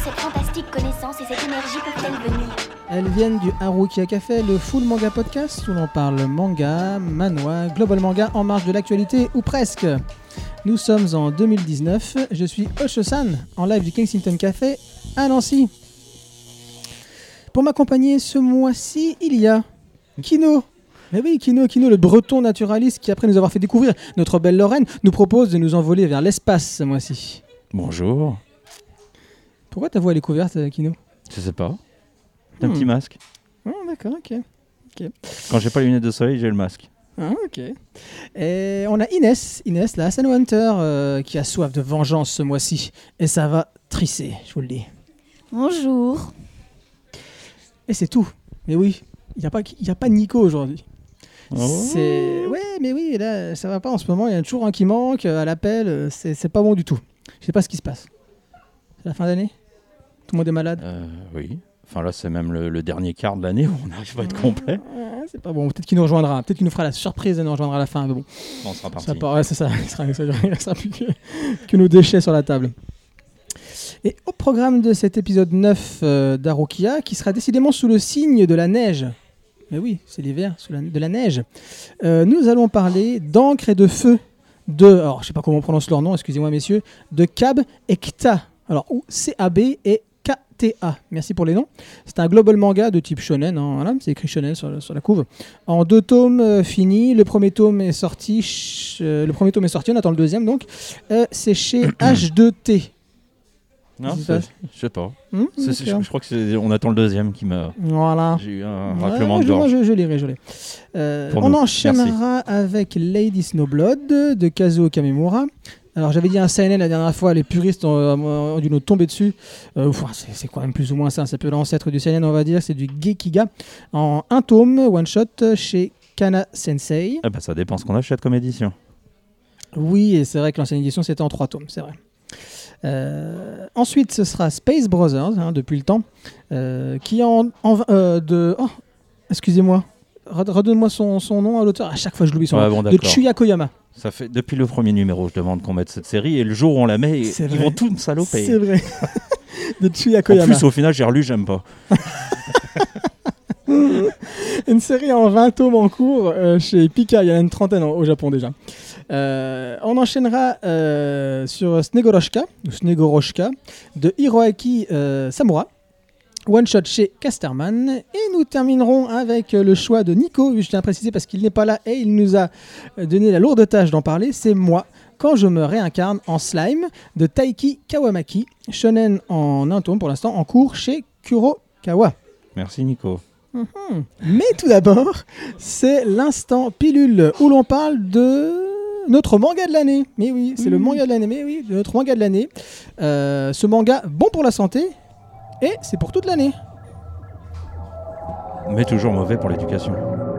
cette fantastique connaissance et cette énergie peuvent-elles venir? Elles viennent du Harukia Café, le Full Manga Podcast où l'on parle manga, manhwa, global manga en marge de l'actualité ou presque. Nous sommes en 2019, je suis Osho-san en live du Kensington Café à Nancy. Pour m'accompagner ce mois-ci, il y a Kino. Mais oui, Kino, le breton naturaliste qui, après nous avoir fait découvrir notre belle Lorraine, nous propose de nous envoler vers l'espace ce mois-ci. Bonjour. Pourquoi ta voix elle est couverte, Kino? Je sais pas. T'as un petit masque. Oh, d'accord, ok. Quand j'ai pas les lunettes de soleil, j'ai le masque. Ah, ok. Et on a Inès la Asano Hunter, qui a soif de vengeance ce mois-ci. Et ça va trisser, je vous le dis. Bonjour. Et c'est tout. Mais oui, il n'y a pas Nico aujourd'hui. Oh. Ouais, mais oui, là, ça va pas en ce moment. Il y en a toujours un qui manque à l'appel. C'est pas bon du tout. Je sais pas ce qui se passe. C'est la fin d'année? Tout le monde est malade? Oui. Enfin là, c'est même le dernier quart de l'année où on n'arrive pas à être complet. C'est pas bon. Peut-être qu'il nous rejoindra. Peut-être qu'il nous fera la surprise de nous rejoindre à la fin. Mais bon. On sera parti. C'est ça. Il sera plus que nos déchets sur la table. Et au programme de cet épisode 9 d'Harukia, qui sera décidément sous le signe de la neige. Mais oui, c'est l'hiver, de la neige. Nous allons parler d'encre et de feu. Alors, je sais pas comment on prononce leur nom, excusez-moi messieurs. De Cab et Kta. Alors, ou CAB et KTA. Merci pour les noms. C'est un global manga de type shonen. Hein, voilà, c'est écrit shonen sur la couve. En 2 tomes finis. Le premier tome est sorti. On attend le deuxième donc. C'est chez H2T. Non, je sais pas. Je crois que on attend le deuxième qui m'a. Voilà. J'ai eu un raclement de gorge. Je lirai. On enchaînera avec Lady Snowblood de Kazuo Kamimura. Alors j'avais dit un seinen la dernière fois, les puristes ont dû nous tomber dessus. C'est quand même plus ou moins ça. C'est un peu l'ancêtre du seinen, on va dire. C'est du Gekiga en 1 tome, one shot chez Kana Sensei. Ah bah ça dépend ce qu'on achète comme édition. Oui, et c'est vrai que l'ancienne édition c'était en 3 tomes, c'est vrai. Ensuite, ce sera Space Brothers, depuis le temps, qui excusez-moi, redonne-moi son nom à l'auteur. À chaque fois, je l'oublie son nom. De Chuya Koyama. Ça fait depuis le premier numéro, je demande qu'on mette cette série, et le jour où on la met, ils vont tout me saloper. C'est vrai. De Chuya Koyama. En plus, au final, j'ai relu, j'aime pas. Une série en 20 tomes en cours chez Pika, il y a une trentaine au Japon déjà. On enchaînera sur Snegoroshka de Hiroaki Samura, one shot chez Casterman, et nous terminerons avec le choix de Nico. Je tiens à préciser parce qu'il n'est pas là et il nous a donné la lourde tâche d'en parler. C'est moi quand je me réincarne en slime de Taiki Kawamaki, shonen en 1 tome pour l'instant, en cours chez Kurokawa. Merci Nico. Mais tout d'abord, c'est l'instant pilule où l'on parle de notre manga de l'année. Mais oui, c'est le manga de l'année. Mais oui, de notre manga de l'année. Ce manga bon pour la santé et c'est pour toute l'année. Mais toujours mauvais pour l'éducation.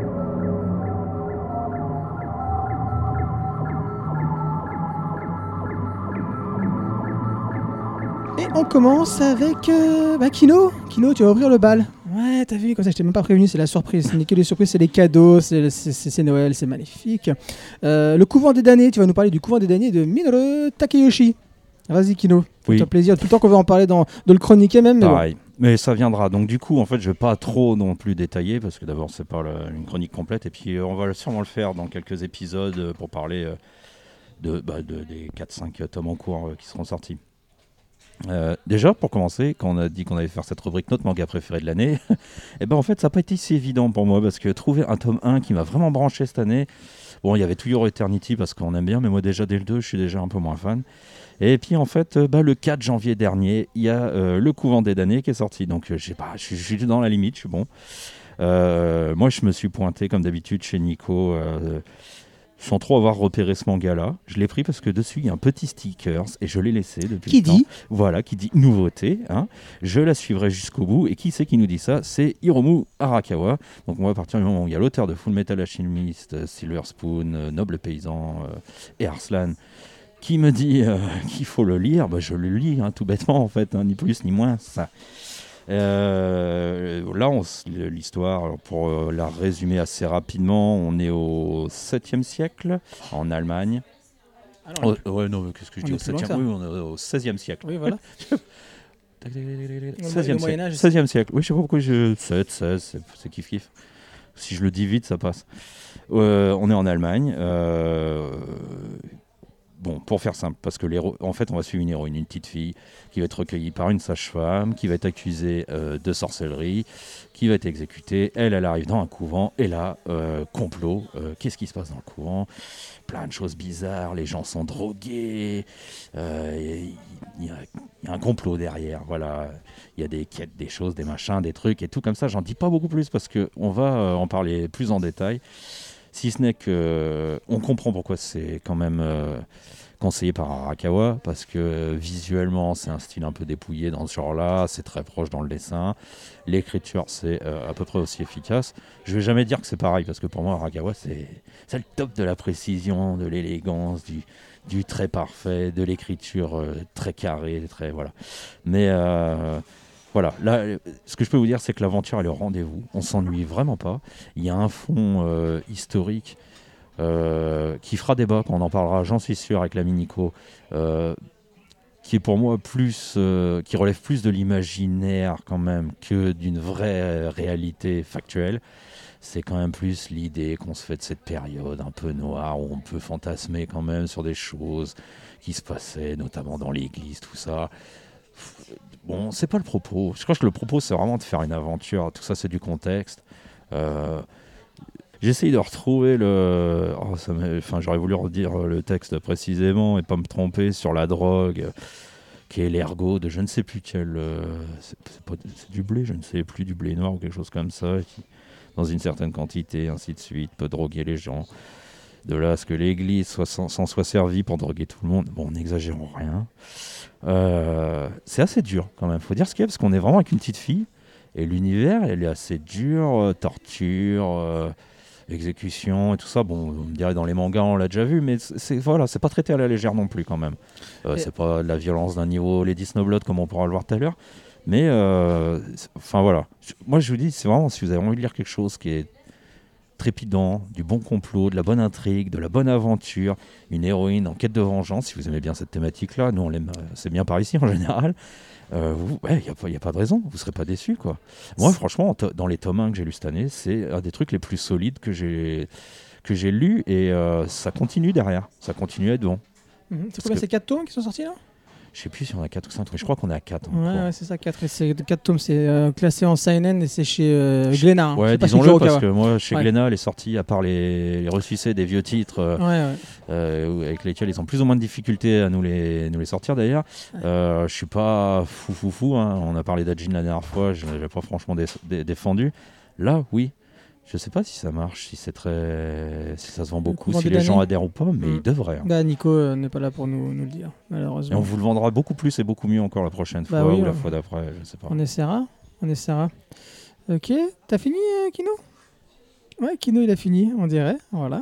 Et on commence avec Kino. Kino, tu vas ouvrir le bal. Ouais, t'as vu, comme ça je t'ai même pas prévenu, c'est la surprise. Ce n'est que les surprises, c'est les cadeaux, c'est Noël, c'est magnifique. Le couvent des damnés, tu vas nous parler du couvent des damnés de Minoru Takeyoshi. Vas-y Kino, fais-toi plaisir. Tout le temps qu'on va en parler de le chroniquer même. Pareil, mais ça viendra. Donc du coup, en fait, je vais pas trop non plus détailler, parce que d'abord, c'est pas une chronique complète, et puis on va sûrement le faire dans quelques épisodes pour parler des 4-5 tomes en cours qui seront sortis. Déjà, pour commencer, quand on a dit qu'on allait faire cette rubrique notre manga préféré de l'année, et ben en fait, ça n'a pas été si évident pour moi, parce que trouver un tome 1 qui m'a vraiment branché cette année, bon, il y avait To Your Eternity parce qu'on aime bien, mais moi déjà dès le 2, je suis déjà un peu moins fan. Et puis en fait, le 4 janvier dernier, il y a Le Couvent des damnés qui est sorti, donc je suis dans la limite, je suis bon. Moi, je me suis pointé comme d'habitude chez Nico. Sans trop avoir repéré ce manga-là. Je l'ai pris parce que dessus, il y a un petit sticker et je l'ai laissé depuis le temps. Voilà, qui dit nouveauté. Hein. Je la suivrai jusqu'au bout. Et qui c'est qui nous dit ça? C'est Hiromu Arakawa. Donc on va partir du moment où il y a l'auteur de Full Metal Alchemist, Silver Spoon, Noble Paysan et Arslan qui me dit qu'il faut le lire. Je le lis tout bêtement en fait, ni plus ni moins. Ça. Là, l'histoire, pour la résumer assez rapidement, on est au 7e siècle, en Allemagne. Alors, ouais, non, qu'est-ce que je dis au 7e? Oui, on est au 16e siècle. Oui, voilà. Le Moyen-Âge. 16e siècle. Oui, je sais pas pourquoi 7, 16, c'est kiff-kiff. Si je le dis vite, ça passe. On est en Allemagne. Bon, pour faire simple, parce que en fait, on va suivre une héroïne, une petite fille, qui va être recueillie par une sage-femme, qui va être accusée de sorcellerie, qui va être exécutée. Elle arrive dans un couvent, et là, complot. Qu'est-ce qui se passe dans le couvent ? Plein de choses bizarres, les gens sont drogués, il y a un complot derrière, voilà. Il y a des quêtes, des choses, des machins, des trucs et tout comme ça. J'en dis pas beaucoup plus parce qu'on va en parler plus en détail. Si ce n'est qu'on comprend pourquoi c'est quand même conseillé par Arakawa, parce que visuellement c'est un style un peu dépouillé dans ce genre-là, c'est très proche dans le dessin, l'écriture c'est à peu près aussi efficace. Je vais jamais dire que c'est pareil, parce que pour moi Arakawa c'est le top de la précision, de l'élégance, du trait parfait, de l'écriture très carrée, très voilà. Mais voilà, là, ce que je peux vous dire, c'est que l'aventure elle est au rendez-vous. On s'ennuie vraiment pas. Il y a un fond historique qui fera débat quand on en parlera, j'en suis sûr, avec l'ami Nico, qui est pour moi qui relève plus de l'imaginaire quand même que d'une vraie réalité factuelle. C'est quand même plus l'idée qu'on se fait de cette période un peu noire où on peut fantasmer quand même sur des choses qui se passaient, notamment dans l'église, tout ça. Bon, c'est pas le propos. Je crois que le propos, c'est vraiment de faire une aventure. Tout ça, c'est du contexte. J'essaye de retrouver j'aurais voulu redire le texte précisément et pas me tromper sur la drogue, qui est l'ergot de je ne sais plus quel... c'est du blé, je ne sais plus, du blé noir ou quelque chose comme ça, qui, dans une certaine quantité, ainsi de suite, peut droguer les gens. De là à ce que l'Église s'en soit servie pour droguer tout le monde. Bon, n'exagérons rien. C'est assez dur quand même, faut dire ce qu'il y a, parce qu'on est vraiment avec une petite fille et l'univers elle est assez dur, torture, exécution et tout ça. Bon, on me dirait dans les mangas on l'a déjà vu, mais c'est pas traité à la légère non plus quand même. C'est pas de la violence d'un niveau Lady Snowblood comme on pourra le voir tout à l'heure, mais voilà. Moi je vous dis, c'est vraiment, si vous avez envie de lire quelque chose qui est trépidant, du bon complot, de la bonne intrigue, de la bonne aventure, une héroïne en quête de vengeance, si vous aimez bien cette thématique-là, nous on l'aime, c'est bien par ici en général, il n'y a pas de raison, vous ne serez pas déçus, quoi. Moi franchement, dans les tomes 1 que j'ai lu cette année, c'est un des trucs les plus solides que j'ai lu, et ça continue derrière, ça continue à être bon. C'est combien, c'est 4 tomes qui sont sortis là ? Je sais plus si on a 4 ou 5, mais je crois qu'on est à 4. Ouais, c'est ça, 4. Et c'est 4 tomes, c'est classé en seinen et c'est chez Glénat. Ouais, disons-le, parce que moi, chez Glénat, elle est sortie, à part les ressucés des vieux titres, avec lesquels ils ont plus ou moins de difficultés à nous les sortir d'ailleurs. Je suis pas fou, hein. On a parlé d'Ajin la dernière fois, je ne l'avais pas franchement défendu. Là, oui. Je sais pas si ça marche, si ça se vend beaucoup, si les gens adhèrent ou pas, mais ils devraient. Bah, Nico n'est pas là pour nous le dire, malheureusement. Et on vous le vendra beaucoup plus et beaucoup mieux encore la prochaine fois ou la fois d'après, je sais pas. On essaiera. Ok, t'as fini, Kino ? Ouais, Kino il a fini, on dirait. Voilà.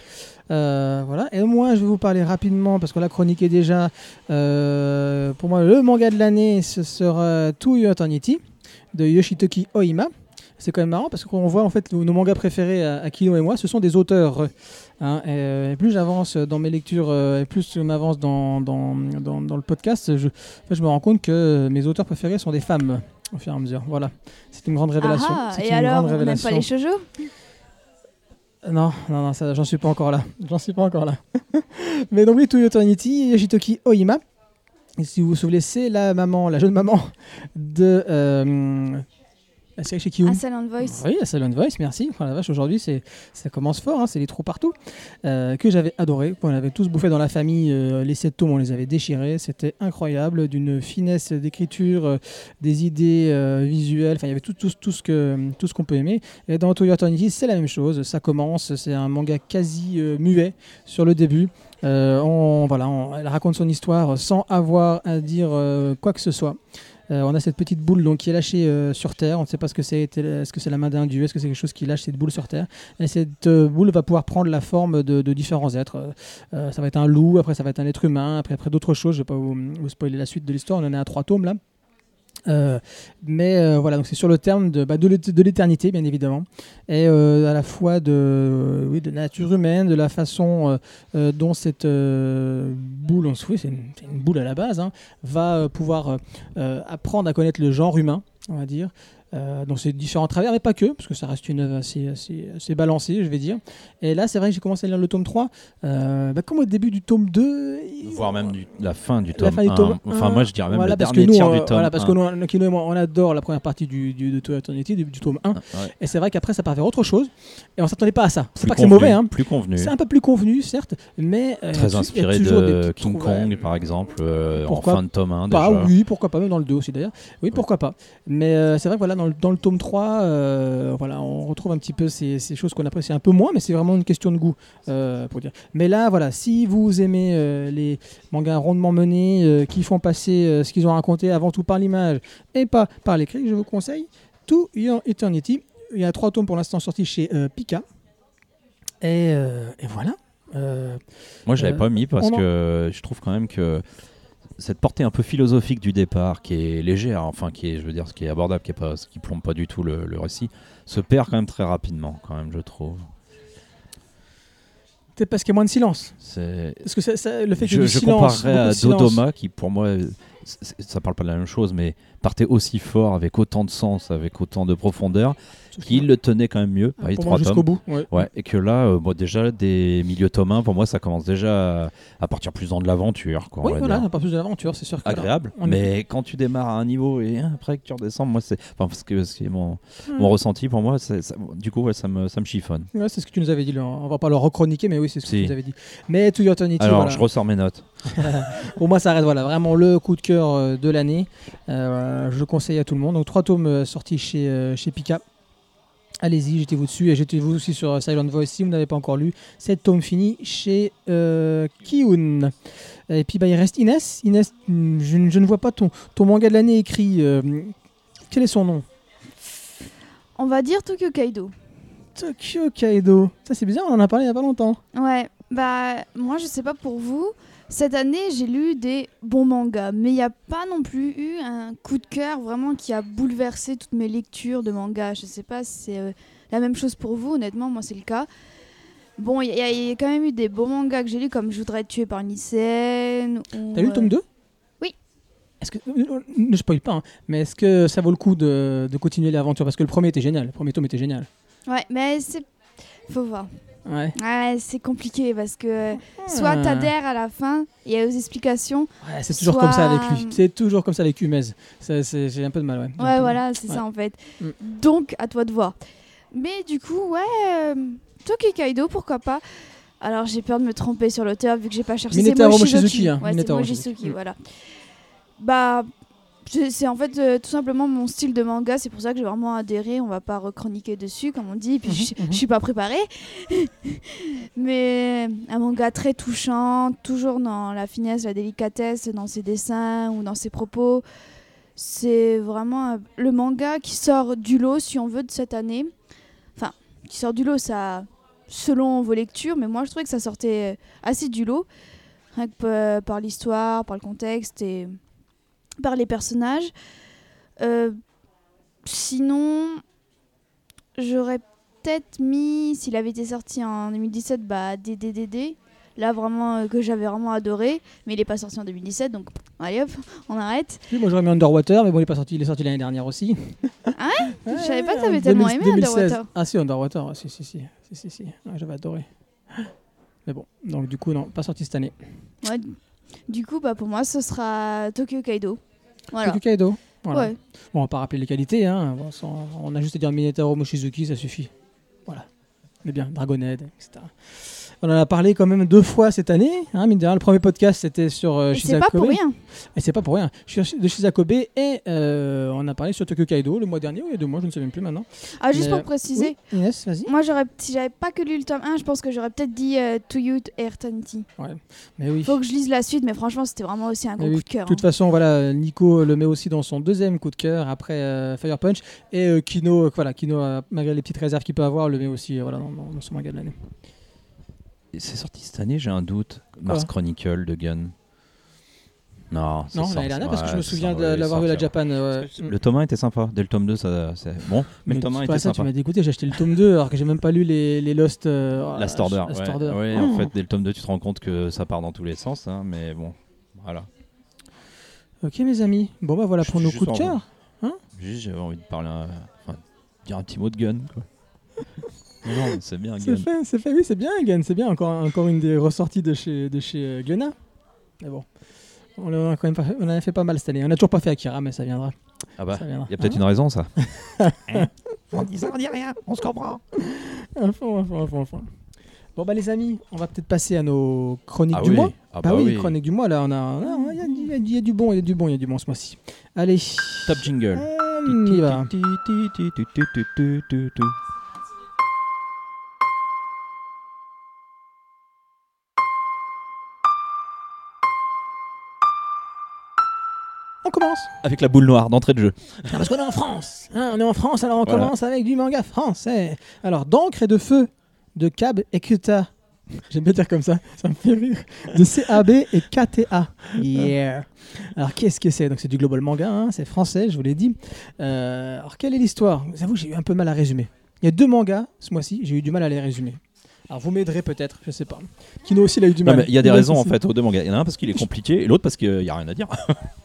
Et moi je vais vous parler rapidement parce que la chronique est déjà pour moi le manga de l'année, ce sera To Your Eternity de Yoshitoki Oima. C'est quand même marrant parce qu'on voit en fait nos mangas préférés à Kino et moi, ce sont des auteurs. Et plus j'avance dans mes lectures, et plus je m'avance dans le podcast, je me rends compte que mes auteurs préférés sont des femmes au fur et à mesure. Voilà, c'est une grande révélation. Et alors, on n'aime pas les shoujo ? Non, ça, j'en suis pas encore là. Mais donc oui, To Your Eternity, Yoshitoki Oima. Et si vous vous souvenez, c'est la jeune maman de... la série chez Kiyun. Ascendant Voice. Oui, Ascendant Voice, merci. Oh la vache, aujourd'hui, ça commence fort, hein, c'est les trous partout. Que j'avais adoré. On avait tous bouffé dans la famille. Les 7 tomes, on les avait déchirés. C'était incroyable, d'une finesse d'écriture, des idées visuelles. Enfin, il y avait tout ce qu'on peut aimer. Et dans To Your Eternity, c'est la même chose. Ça commence, c'est un manga quasi muet sur le début. Elle raconte son histoire sans avoir à dire quoi que ce soit. On a cette petite boule donc, qui est lâchée sur Terre. On ne sait pas ce que c'est. Est-ce que c'est la main d'un dieu ? Est-ce que c'est quelque chose qui lâche cette boule sur Terre ? Et cette boule va pouvoir prendre la forme de différents êtres. Ça va être un loup, après ça va être un être humain, après d'autres choses. Je ne vais pas vous spoiler la suite de l'histoire. On en est à 3 tomes là. Mais voilà, donc c'est sur le terme de l'éternité, bien évidemment, et à la fois de nature humaine, de la façon dont cette boule, c'est une boule à la base, va pouvoir apprendre à connaître le genre humain, on va dire. Donc c'est différents travers, mais pas que, parce que ça reste une œuvre assez balancée, je vais dire. Et là, c'est vrai que j'ai commencé à lire le tome 3, comme au début du tome 2. Voire même la fin du tome 1. Enfin, 1. Moi, je dirais même voilà, le dernier tiers du tome 1. Voilà, parce que nous, Kino et moi, on adore la première partie de To Eternity, du tome 1. Ouais. Et c'est vrai qu'après, ça part vers autre chose. Et on s'attendait pas à ça. C'est pas que convenu, c'est mauvais. Plus convenu. C'est un peu plus convenu, certes, mais... Très inspiré de King Kong, par exemple, en fin de tome 1 déjà. Oui, pourquoi pas, même dans le 2 aussi d'ailleurs. Oui, pourquoi pas. Mais c'est vrai que voilà, dans le tome 3, voilà, on retrouve un petit peu ces choses qu'on apprécie un peu moins, mais c'est vraiment une question de goût, pour dire. Mais là, voilà, si vous aimez les mangas rondement menés, qui font passer ce qu'ils ont raconté avant tout par l'image et pas par l'écrit, je vous conseille To Eternity. Il y a 3 tomes pour l'instant sortis chez Pika. Et voilà. Moi, je l'avais pas mis parce que je trouve quand même que cette portée un peu philosophique du départ, qui est légère, enfin qui est abordable, qui plombe pas du tout le récit, se perd quand même très rapidement, quand même, je trouve. Peut-être parce qu'il y a moins de silence. Parce que le fait qu'il y ait du silence... Je comparerais à Dodoma, qui pour moi, ça parle pas de la même chose, mais partait aussi fort, avec autant de sens, avec autant de profondeur, qu'il le tenait quand même mieux, par les 3 jusqu'au tomes. bout. Ouais, et que là, déjà, des milieux tomes 1, pour moi, ça commence déjà à partir plus dans de l'aventure. Oui, voilà, à partir plus de l'aventure, c'est sûr. Agréable, mais quand tu démarres à un niveau et après que tu redescends, moi, c'est mon ressenti pour moi, du coup, ça me chiffonne. Ouais, c'est ce que tu nous avais dit, on va pas le rechroniquer, mais oui, c'est ce que tu nous avais dit. Mais To Eternity, alors, je ressors mes notes. Pour moi, ça reste vraiment le coup de cœur de l'année. Je le conseille à tout le monde. Donc 3 tomes sortis chez Pika. Allez-y, jetez-vous dessus et jetez-vous aussi sur Silent Voice si vous n'avez pas encore lu. 7 tomes finis chez Kiun. Et puis il reste Inès. Inès, je ne vois pas ton manga de l'année écrit. Quel est son nom? On va dire Tokyo Kaido. Tokyo Kaido. Ça c'est bizarre, on en a parlé il n'y a pas longtemps. Ouais, moi je sais pas pour vous. Cette année, j'ai lu des bons mangas, mais il n'y a pas non plus eu un coup de cœur vraiment qui a bouleversé toutes mes lectures de mangas. Je ne sais pas si c'est la même chose pour vous, honnêtement, moi c'est le cas. Bon, il y a quand même eu des beaux mangas que j'ai lus, comme Je voudrais être tué par une lycéenne. T'as lu le tome 2 ? Oui. Est-ce que, ne spoil pas, mais est-ce que ça vaut le coup de continuer l'aventure ? Parce que le premier était génial, le premier tome était génial. Ouais, mais faut voir. Ouais, c'est compliqué parce que soit t'adhères à la fin et aux explications. Ouais, c'est toujours comme ça avec lui. C'est toujours comme ça avec Humez. J'ai un peu de mal, ouais. Ouais, voilà, c'est ça en fait. Donc, à toi de voir. Mais du coup, Tokyo Kaido, pourquoi pas. Alors, j'ai peur de me tromper sur l'auteur vu que j'ai pas cherché. Minetaro Mochizuki. C'est Mochizuki, voilà. C'est en fait tout simplement mon style de manga, c'est pour ça que j'ai vraiment adhéré. On va pas rechroniquer dessus comme on dit, puis je suis pas préparée. Mais un manga très touchant, toujours dans la finesse, la délicatesse, dans ses dessins ou dans ses propos. C'est vraiment le manga qui sort du lot, si on veut, de cette année. Enfin, qui sort du lot, ça, selon vos lectures, mais moi je trouvais que ça sortait assez du lot, rien que par l'histoire, par le contexte et par les personnages. Sinon, j'aurais peut-être mis, s'il avait été sorti en 2017, DDDD. Là, vraiment, que j'avais vraiment adoré. Mais il n'est pas sorti en 2017, donc allez hop, on arrête. Oui, moi j'aurais mis Underwater, mais bon, il est sorti l'année dernière aussi. Ah ouais, je savais pas que tu avais tellement aimé 2016. Underwater. Ah si, Underwater, si. Ouais, j'avais adoré. Mais bon, donc du coup, non, pas sorti cette année. Ouais. Du coup, pour moi, ce sera Tokyo Kaido. Voilà. Tokyo Kaido. Voilà. Ouais. Bon, on va pas rappeler les qualités. Hein. On a juste à dire Minetaro Mochizuki, ça suffit. Voilà. Mais bien, Dragonhead, etc. On en a parlé quand même 2 fois cette année. Hein, mine de rien, le premier podcast, c'était sur Shizakobe. C'est pas pour rien. Et c'est pas pour rien. Je suis de Shizakobe et on a parlé sur Tokyo Kaido le mois dernier ou il y a 2 mois, je ne sais même plus maintenant. Ah, juste pour préciser. Oui, Inès, vas-y. Moi, si j'avais pas que lu le tome 1, je pense que j'aurais peut-être dit To You Eternity. Ouais, mais oui. Faut que je lise la suite, mais franchement, c'était vraiment aussi un gros coup de cœur. De toute façon, voilà, Nico le met aussi dans son 2e coup de cœur après Fire Punch. Et Kino, malgré les petites réserves qu'il peut avoir, le met aussi dans son manga de l'année. C'est sorti cette année, j'ai un doute. Mars Chronicle de Gun. Non, c'est Non, ça, l'année dernière, parce que je ouais, me c'est souviens ça, de ouais, l'avoir vu à la sortir. Japan. Le tome 1 était sympa. Dès le tome 2, c'est bon. Mais le tome 1 c'est était pas ça, sympa. tu m'as dégoûté, j'ai acheté le tome 2 alors que j'ai même pas lu les Lost. Last Order. Last Ouais. Order. Ouais, Oh. en fait, dès le tome 2, tu te rends compte que ça part dans tous les sens. Hein, mais bon, voilà. Ok, mes amis. Bon, bah voilà Je pour suis nos juste coups de en- cœur. Juste, j'avais envie de parler, dire un petit mot de Gun. Quoi. Non, c'est bien C'est Gun. fait, oui, c'est bien, Gun, c'est bien. Encore une des ressorties de chez Glénat. Mais bon, on a quand même on en a fait pas mal cette année. On a toujours pas fait Akira, mais ça viendra. Ah bah, Ça viendra. il y a peut-être une raison, ça. On dit ça, on dit rien, on se comprend. À fond. Bon, bah les amis, on va peut-être passer à nos chroniques Ah du oui. mois. Ah Bah bah oui, oui. chronique du mois, là, il y a du bon ce mois-ci. Allez, Top jingle. on y va. On commence. Avec la boule noire d'entrée de jeu. Parce qu'on est en France. On est en France, alors on Voilà. commence avec du manga français. Alors, d'encre et de feu, de Cab et Kuta. J'aime bien dire comme ça me fait rire. De CAB et KTA. Yeah. Alors, qu'est-ce que c'est? Donc, c'est du global manga, hein, c'est français, je vous l'ai dit. Alors, quelle est l'histoire? J'avoue, j'ai eu un peu de mal à résumer. Il y a 2 mangas ce mois-ci, j'ai eu du mal à les résumer. Alors, vous m'aiderez peut-être, je sais pas. Kino aussi, il a eu du Non, mal. mais il y a des Il raisons en aussi. fait aux deux mangas. Il y en a un parce qu'il est compliqué et l'autre parce qu'il n'y a rien à dire.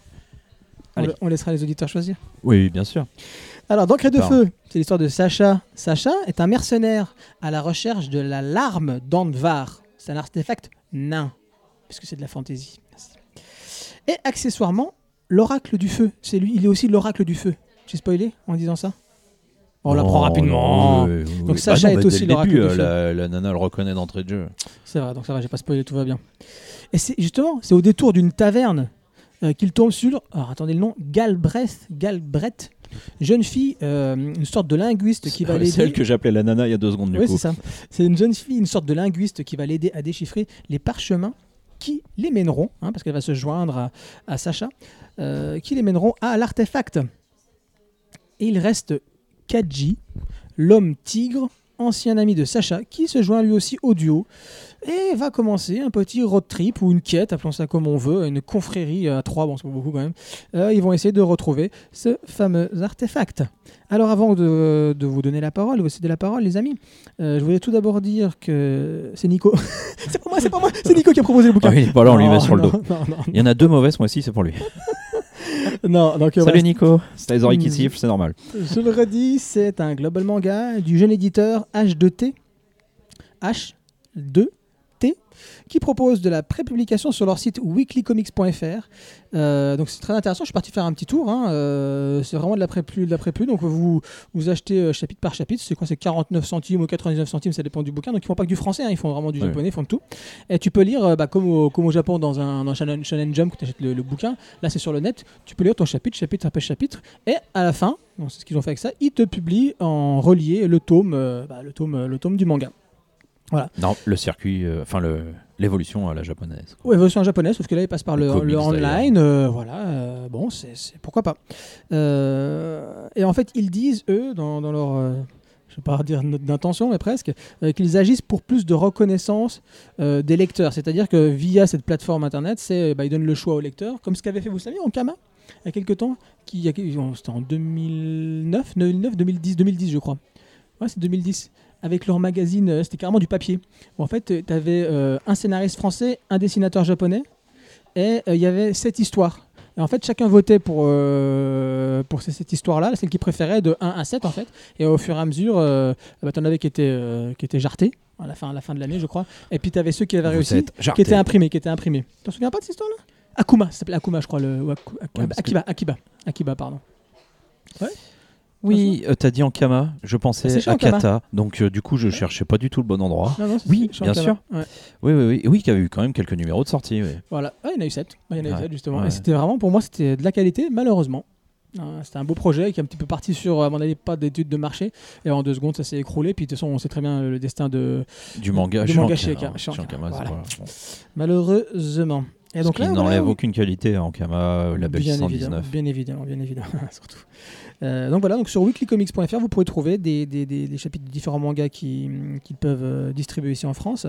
Allez. On laissera les auditeurs choisir. Oui, bien sûr. Alors, d'encre et de Pardon. feu, c'est l'histoire de Sacha. Sacha est un mercenaire à la recherche de la larme d'Andvar. C'est un artefact nain, puisque c'est de la fantaisie. Merci. Et accessoirement, l'oracle du feu. C'est lui, il est aussi l'oracle du feu. J'ai spoilé en disant ça? On l'apprend rapidement. Oui. Donc Sacha est dès aussi le l'oracle début, du feu. la nana le reconnaît d'entrée de jeu. C'est vrai, donc ça va, j'ai pas spoilé, tout va bien. Et c'est justement, c'est au détour d'une taverne qu'il tombe sur, alors attendez le nom, Galbreth, jeune fille, une sorte de linguiste qui va C'est l'aider. celle que j'appelais la nana il y a 2 secondes du Oui, coup. c'est ça. C'est une jeune fille, une sorte de linguiste qui va l'aider à déchiffrer les parchemins qui les mèneront, hein, parce qu'elle va se joindre à Sacha, qui les mèneront à l'artefact. Et il reste Kaji, l'homme tigre, ancien ami de Sacha, qui se joint lui aussi au duo et va commencer un petit road trip ou une quête, appelons ça comme on veut, une confrérie à 3, bon c'est pas beaucoup quand même. Ils vont essayer de retrouver ce fameux artefact. Alors avant de vous donner la parole, de vous céder la parole les amis, je voulais tout d'abord dire que c'est Nico. c'est pas moi, c'est Nico qui a proposé le bouquin. Ah oui, il est pas là, on lui Non, met sur le dos. non. Il y en a 2 mauvais ce mois-ci, c'est pour lui. Non, donc Salut Nico, c'est les oreilles qui sifflent, c'est normal. je le redis, c'est un global manga du jeune éditeur H2T, qui propose de la prépublication sur leur site weeklycomics.fr. Donc c'est très intéressant, je suis parti faire un petit tour, hein. C'est vraiment de la prépu, donc vous achetez chapitre par chapitre, c'est quoi, c'est 49 centimes ou 99 centimes, ça dépend du bouquin, donc ils font pas que du français, hein, ils font vraiment du japonais, ils font de tout. Et tu peux lire, comme au Japon dans un Shonen Jump, quand tu achètes le bouquin, là c'est sur le net, tu peux lire ton chapitre après chapitre, et à la fin, donc c'est ce qu'ils ont fait avec ça, ils te publient en relié le tome du manga. Voilà. Non, le circuit, l'évolution à la japonaise. Oui, version japonaise, sauf que là, il passe par le comics, online. Bon, c'est pourquoi pas. Et en fait, ils disent, eux, dans leur... je ne vais pas dire note d'intention, mais presque, qu'ils agissent pour plus de reconnaissance des lecteurs. C'est-à-dire que via cette plateforme internet, ils donnent le choix aux lecteurs, comme ce qu'avait fait, vous savez, Ankama, il y a quelques temps, c'était en 2009, 2010, je crois. Ouais, c'est 2010. Avec leur magazine, c'était carrément du papier. Où en fait, tu avais un scénariste français, un dessinateur japonais, et il y avait 7 histoires. Et en fait, chacun votait pour cette histoire-là, celle qu'il préférait, de 1 à 7 en fait. Et au fur et à mesure, tu en avais qui étaient jartés à la fin de l'année, je crois. Et puis tu avais ceux qui avaient réussi, qui étaient imprimés. Tu t'en souviens pas de cette histoire-là? Akuma, ça s'appelait Akuma, je crois. Akiba, pardon. Ouais. Oui, t'as dit Ankama, je pensais C'est chez à Ankama. Kata, donc du coup je cherchais pas du tout le bon endroit. Non, Oui, c'est bien Ankama. sûr. Ouais. Oui, qu'il y avait eu quand même quelques numéros de sortie. Oui. Voilà, il y en a eu 7. Il y en a eu 7 justement. Ouais. Et c'était vraiment, pour moi, c'était de la qualité, malheureusement. C'était un beau projet qui est un petit peu parti sur, à mon avis, pas d'études de marché. Et en 2 secondes, ça s'est écroulé. Puis de toute façon, on sait très bien le destin Du manga du chez manga Ankama. chez Ankama, Ankama, voilà. bon. malheureusement. Et donc Ce qui n'enlève aucune qualité en Ankama label 119. Bien évidemment, surtout. Donc voilà, donc sur weeklycomics.fr, vous pourrez trouver des chapitres de différents mangas qu'ils peuvent distribuer ici en France.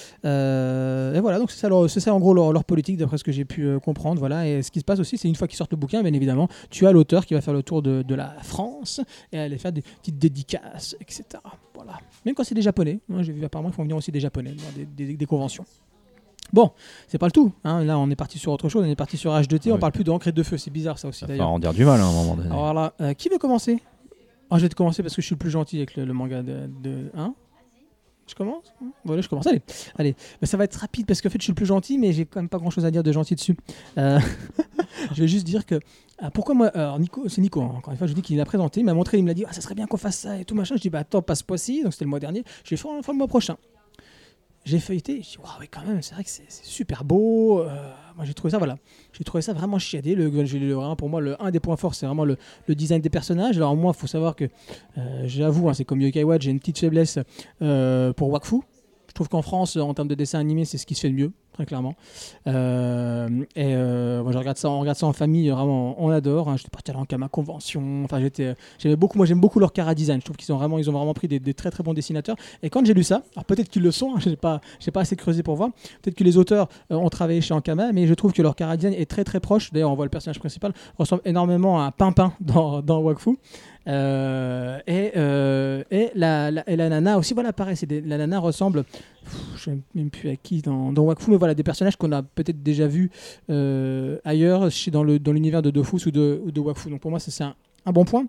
Et voilà, donc c'est ça en gros leur politique, d'après ce que j'ai pu comprendre. Voilà. Et ce qui se passe aussi, c'est une fois qu'ils sortent le bouquin, bien évidemment, tu as l'auteur qui va faire le tour de la France et aller faire des petites dédicaces, etc. Voilà. Même quand c'est des Japonais, hein, j'ai vu apparemment qu'ils font venir aussi des Japonais dans des conventions. Bon, c'est pas le tout. Hein. Là, on est parti sur autre chose. On est parti sur H2T. On parle plus d'encre et de feu. C'est bizarre, ça aussi. Ça d'ailleurs. va en dire du mal à un moment donné. Alors là, qui veut commencer ? Je vais te commencer parce que je suis le plus gentil avec le manga de. Hein ? Je commence ? Voilà, je commence. Allez. Mais ça va être rapide parce qu'en fait, je suis le plus gentil, mais j'ai quand même pas grand chose à dire de gentil dessus. Je vais juste dire que. Pourquoi moi. Alors, c'est Nico, hein, encore une fois, je dis qu'il l'a présenté. Il m'a montré, il me l'a dit, ça serait bien qu'on fasse ça et tout machin. Je dis, attends, pas ce mois-ci. Donc, c'était le mois dernier. Je vais faire le mois prochain. J'ai feuilleté, je dis waouh, oui, quand même, c'est vrai que c'est super beau. Moi, j'ai trouvé ça vraiment chiadé. Pour moi, un des points forts, c'est vraiment le design des personnages. Alors, moi, il faut savoir que, j'avoue, c'est comme Yokai Watch, j'ai une petite faiblesse pour Wakfu. Je trouve qu'en France, en termes de dessin animé, c'est ce qui se fait le mieux, très clairement. Moi, je regarde ça en famille, vraiment, on adore. Hein. J'étais parti à l'Ankama Convention. Enfin, j'aime beaucoup leur chara design. Je trouve qu'ils ont vraiment pris des très très bons dessinateurs. Et quand j'ai lu ça, alors peut-être qu'ils le sont, hein, j'ai pas assez creusé pour voir. Peut-être que les auteurs ont travaillé chez Ankama, mais je trouve que leur chara design est très très proche. D'ailleurs, on voit le personnage principal ressemble énormément à un Pimpin dans Wakfu. Et la nana aussi, voilà, pareil, la nana ressemble, je ne sais même plus à qui dans Wakfu, mais voilà, des personnages qu'on a peut-être déjà vus ailleurs, dans l'univers de Dofus ou de Wakfu. Donc pour moi, ça, c'est un bon point.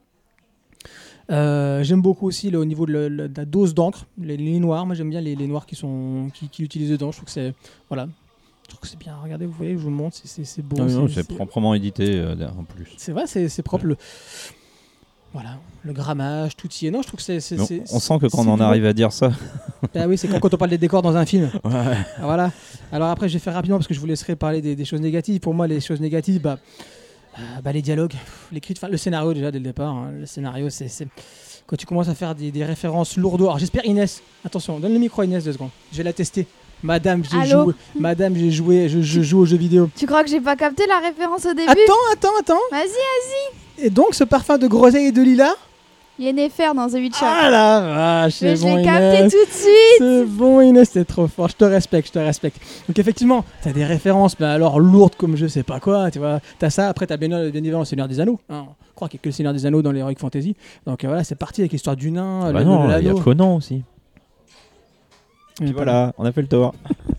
J'aime beaucoup aussi au niveau de la dose d'encre, les noirs. Moi, j'aime bien les noirs qui utilisent dedans. Je trouve que c'est voilà. Je trouve que c'est bien. Regardez, vous voyez, je vous montre, c'est beau. Non, c'est proprement édité en plus. C'est vrai, c'est propre. Voilà, le grammage, tout y est. Non, je trouve que on sent que quand on en arrive à dire ça. Ah oui, c'est quand on parle des décors dans un film. Ouais. Voilà. Alors après, je vais faire rapidement parce que je vous laisserai parler des choses négatives. Pour moi, les choses négatives, les dialogues, le scénario déjà dès le départ. Hein. Le scénario, c'est quand tu commences à faire des références lourdes. Alors j'espère Inès. Attention, donne le micro à Inès 2 secondes. Je vais la tester. Madame, je joue aux jeux vidéo. Tu crois que j'ai pas capté la référence au début ? Attends. Vas-y. Et donc, ce parfum de groseille et de lilas ? Yennefer dans The Witcher. Ah la vache, c'est bon, je l'ai Inès. capté tout de suite. C'est bon, Inès, c'est trop fort. Je te respecte. Donc effectivement, t'as des références, alors lourdes comme je sais pas quoi, tu vois. T'as ça, après t'as bien évidemment le Seigneur des Anneaux. Hein. Je crois qu'il y a que le Seigneur des Anneaux dans l'Heroic Fantasy. Donc voilà, c'est parti avec l'histoire du nain. Non, il y a Conan aussi. Et voilà, on a fait le tour.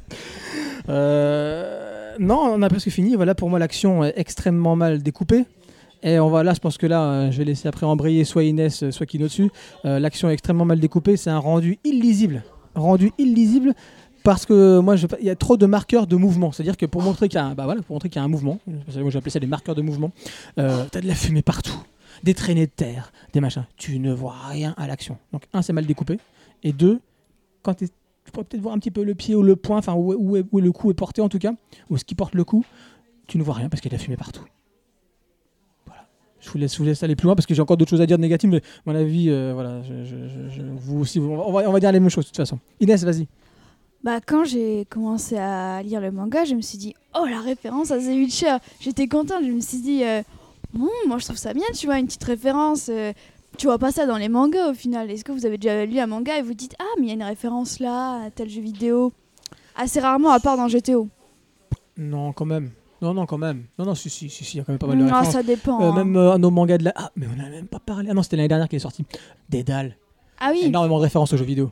Non, on a presque fini. Voilà, pour moi, l'action est extrêmement mal découpée. Et je pense que je vais laisser après embrayer soit Inès, soit Kino dessus. L'action est extrêmement mal découpée. C'est un rendu illisible. Parce que moi, il y a trop de marqueurs de mouvement. C'est-à-dire que pour montrer qu'il y a un mouvement, moi j'appelais ça des marqueurs de mouvement, t'as de la fumée partout, des traînées de terre, des machins. Tu ne vois rien à l'action. Donc, c'est mal découpé. Et 2, tu pourrais peut-être voir un petit peu le pied ou le poing, enfin où le coup est porté en tout cas, ou ce qui porte le coup, tu ne vois rien parce qu'il y a de la fumée partout. Je vous laisse aller plus loin parce que j'ai encore d'autres choses à dire de négatives, mais à mon avis, vous aussi, on va dire les mêmes choses de toute façon. Inès, vas-y. Quand j'ai commencé à lire le manga, je me suis dit, oh, la référence à The Witcher. J'étais contente, je me suis dit, moi je trouve ça bien, tu vois, une petite référence. Tu vois pas ça dans les mangas au final. Est-ce que vous avez déjà lu un manga et vous dites, mais il y a une référence là à tel jeu vidéo ? Assez rarement, à part dans GTO. Non, quand même. Non, quand même. Non, si, il y a quand même pas mal de références. Non, ça dépend. Même nos mangas de la... mais on n'a même pas parlé. Ah non, c'était l'année dernière qui est sorti. Dédale. Ah oui. Énormément de références aux jeux vidéo.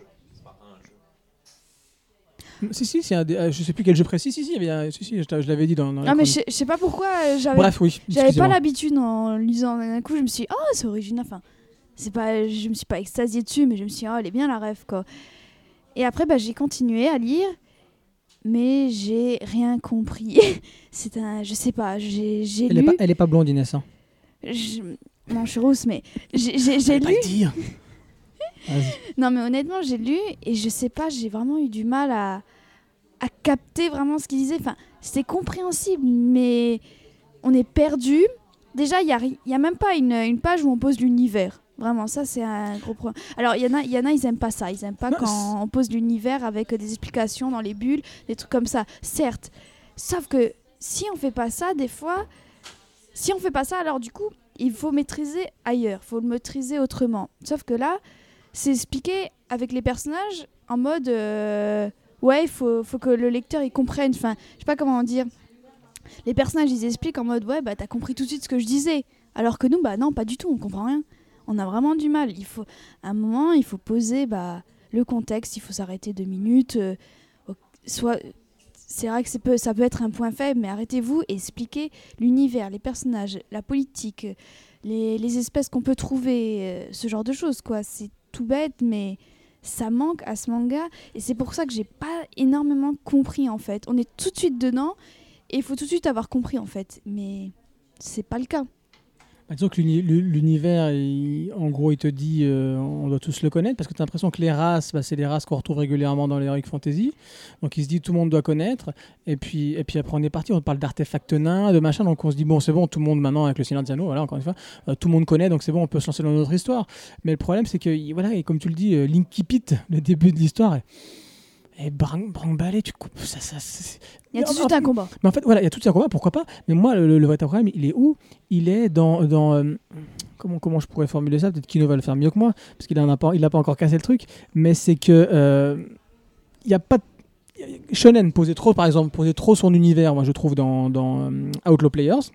Si, c'est je sais plus quel jeu précis. Si, je l'avais dit dans non, mais je sais pas pourquoi Bref, oui. J'avais pas l'habitude en lisant d'un coup, je me suis dit, c'est original. Enfin, je me suis pas extasiée dessus, mais je me suis dit, elle est bien la ref, quoi. Et après, j'ai continué à lire. Mais j'ai rien compris. Je sais pas, j'ai lu... Elle est pas blonde, Inès. Hein. Non, je suis rousse, mais j'ai lu... Pas le dire. Non, mais honnêtement, j'ai lu et je sais pas, j'ai vraiment eu du mal à capter vraiment ce qu'il disait. Enfin, c'était compréhensible, mais on est perdu. Déjà, il y a même pas une page où on pose l'univers. Vraiment, ça, c'est un gros problème. Alors, il y en a, ils aiment pas ça. Ils aiment pas quand on pose l'univers avec des explications dans les bulles, des trucs comme ça. Certes, Sauf que si on fait pas ça, des fois, si on fait pas ça, alors du coup, il faut maîtriser ailleurs, il faut le maîtriser autrement. Sauf que là, c'est expliqué avec les personnages en mode ouais, il faut que le lecteur il comprenne. Enfin, je sais pas comment dire. Les personnages ils expliquent en mode ouais, bah t'as compris tout de suite ce que je disais. Alors que nous, bah non, pas du tout, on comprend rien. On a vraiment du mal. À un moment, il faut poser le contexte, il faut s'arrêter 2 minutes. Soit. C'est vrai que ça peut être un point faible, mais arrêtez-vous et expliquez l'univers, les personnages, la politique, les espèces qu'on peut trouver, ce genre de choses, quoi. C'est tout bête, mais ça manque à ce manga. Et c'est pour ça que j'ai pas énormément compris, en fait. On est tout de suite dedans et il faut tout de suite avoir compris, en fait. Mais c'est pas le cas. Disons que l'univers, en gros, il te dit on doit tous le connaître parce que tu as l'impression que les races, c'est les races qu'on retrouve régulièrement dans l'Heroic Fantasy. Donc il se dit tout le monde doit connaître. Et puis après, on est parti, on parle d'artefacts nains, de machin. Donc on se dit bon, c'est bon, tout le monde maintenant avec le Seigneur des Anneaux, voilà, encore une fois, tout le monde connaît, donc c'est bon, on peut se lancer dans notre histoire. Mais le problème, c'est que, voilà, et comme tu le dis, l'incipit, le début de l'histoire, et branque-ballé, il y a tout de suite un combat. Mais en fait, voilà, il y a tout de suite un combat, pourquoi pas. Mais moi, le vrai problème, il est où ? Il est dans comment je pourrais formuler ça ? Peut-être Kino va le faire mieux que moi, parce qu'il n'a pas encore cassé le truc. Mais c'est que il n'y a pas Shonen posait trop son univers, moi je trouve, dans Outlaw Players.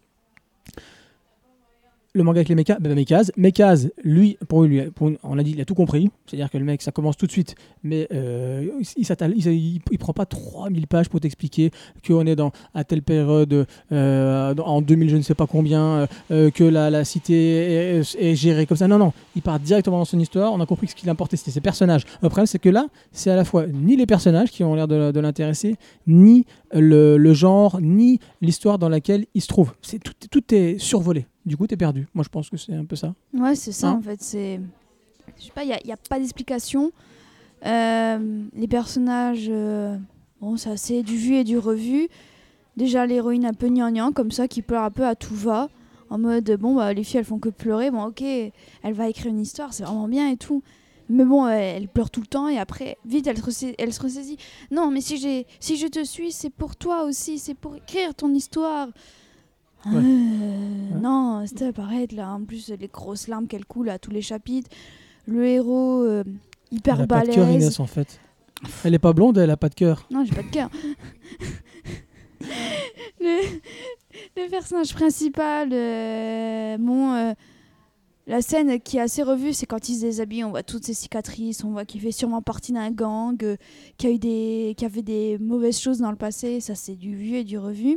Le manga avec les Mekaz, lui, on l'a dit, il a tout compris. C'est-à-dire que le mec, ça commence tout de suite, mais il prend pas 3000 pages pour t'expliquer qu'on est à telle période, en 2000 je ne sais pas combien, que la cité est gérée comme ça. Non, il part directement dans son histoire. On a compris que ce qui l'importait, c'était ses personnages. Le problème, c'est que là, c'est à la fois ni les personnages qui ont l'air de l'intéresser, ni le genre, ni l'histoire dans laquelle il se trouve. Tout est survolé. Du coup, t'es perdu. Moi, je pense que c'est un peu ça. Ouais, c'est ça, en fait. Je sais pas, il n'y a pas d'explication. Les personnages, c'est assez du vu et du revu. Déjà, l'héroïne un peu gnangnan, comme ça, qui pleure un peu à tout va. En mode, les filles, elles font que pleurer. Bon, ok, elle va écrire une histoire, c'est vraiment bien et tout. Mais bon, elle pleure tout le temps et après, vite, elle se ressaisit. Non, mais si je te suis, c'est pour toi aussi, c'est pour écrire ton histoire. Ouais. Non, c'était pareil là. En plus, les grosses larmes qu'elle coule à tous les chapitres. Le héros hyper balèze. Elle a pas de cœur, Inès, en fait. Elle est pas blonde, elle a pas de cœur. Non, j'ai pas de cœur. le personnage principal, la scène qui est assez revue, c'est quand il se déshabille, on voit toutes ses cicatrices, on voit qu'il fait sûrement partie d'un gang, qui a fait des mauvaises choses dans le passé. Ça, c'est du vu et du revu.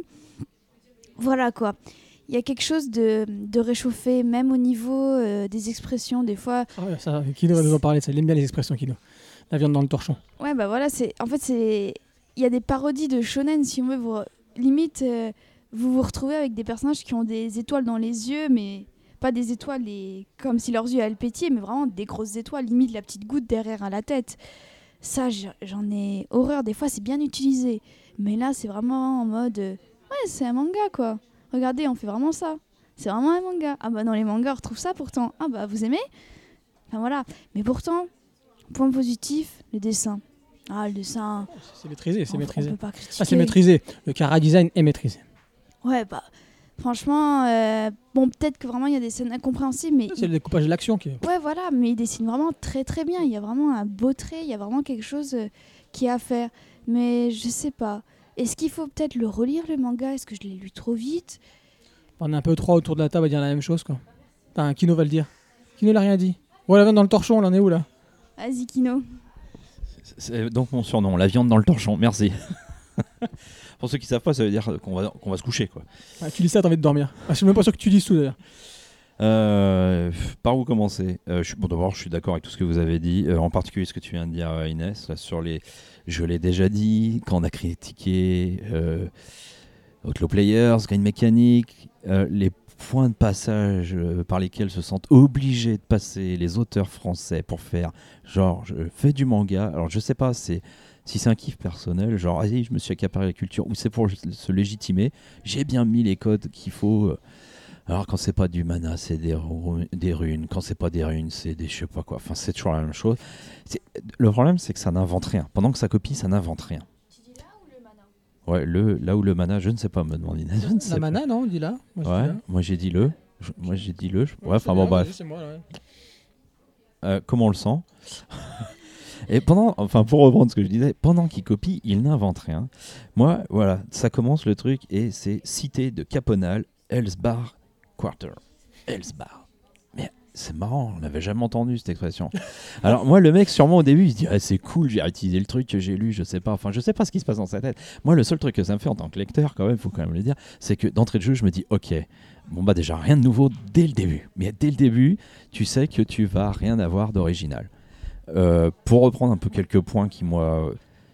Voilà quoi. Il y a quelque chose de réchauffé, même au niveau des expressions, des fois. Ah ouais, ça, Kino va nous en parler, ça. Il aime bien les expressions, Kino. La viande dans le torchon. Ouais, bah voilà, il y a des parodies de shonen, si on veut. Limite, vous retrouvez avec des personnages qui ont des étoiles dans les yeux, mais pas des étoiles comme si leurs yeux allaient pétiller, mais vraiment des grosses étoiles, limite la petite goutte derrière à la tête. Ça, j'en ai horreur. Des fois, c'est bien utilisé. Mais là, c'est vraiment en mode... Ouais, c'est un manga, quoi. Regardez, on fait vraiment ça. C'est vraiment un manga. Ah bah dans les mangas, on retrouve ça pourtant. Ah bah vous aimez ? Enfin voilà. Mais pourtant, point positif, le dessin. Ah, le dessin... C'est maîtrisé, c'est maîtrisé. On peut pas critiquer. Ah, c'est maîtrisé. Le chara-design est maîtrisé. Ouais, bah... Franchement, peut-être que vraiment il y a des scènes incompréhensibles, mais... C'est le découpage de l'action qui est... Ouais, voilà, mais il dessine vraiment très très bien. Il y a vraiment un beau trait, il y a vraiment quelque chose qui est à faire. Mais je sais pas. Est-ce qu'il faut peut-être le relire, le manga ? Est-ce que je l'ai lu trop vite ? On est un peu trois autour de la table à dire la même chose, quoi. Enfin, Kino va le dire. Kino l'a rien dit. Ouais, la viande dans le torchon, on en est où, là ? Vas-y, Kino. C'est donc mon surnom, la viande dans le torchon, merci. Pour ceux qui savent pas, ça veut dire qu'on va se coucher, quoi. Ah, tu dis ça, t'as envie de dormir. Ah, je suis même pas sûr que tu dises tout, d'ailleurs. Par où commencer ? D'abord, je suis d'accord avec tout ce que vous avez dit, en particulier ce que tu viens de dire, Inès, là, sur les... Je l'ai déjà dit, quand on a critiqué Outlaw Players, Green Mechanic, les points de passage par lesquels se sentent obligés de passer les auteurs français pour faire, genre, je fais du manga, alors je sais pas si c'est un kiff personnel, genre, je me suis accaparé la culture, ou c'est pour se légitimer, j'ai bien mis les codes qu'il faut... Alors quand c'est pas du mana, c'est des runes. Quand c'est pas des runes, c'est des je sais pas quoi. Enfin, c'est toujours la même chose. Le problème, c'est que ça n'invente rien. Pendant que ça copie, ça n'invente rien. Tu dis là ou le mana ? Ouais, là où le mana, je ne sais pas, me demande Inès. Je ne sais La pas. mana, non, on dit là. Moi, je dis Ouais, là. moi j'ai dit le. Moi j'ai dit le. Ouais, enfin C'est bon, bien, bref. vas-y, c'est moi, Comment on le sent. Et pour reprendre ce que je disais, pendant qu'il copie, il n'invente rien. Moi, voilà, ça commence le truc et c'est cité de Caponal, Elsbar Quarter. Elsbar. Mais c'est marrant, on n'avait jamais entendu cette expression. Alors moi, le mec, sûrement au début, il se dit ah, c'est cool, j'ai utilisé le truc que j'ai lu, je sais pas ce qui se passe dans sa tête. Moi, le seul truc que ça me fait en tant que lecteur, quand même, faut quand même le dire, c'est que d'entrée de jeu, je me dis ok. Bon bah déjà rien de nouveau dès le début. Mais dès le début, tu sais que tu vas rien avoir d'original. Pour reprendre un peu quelques points qui moi...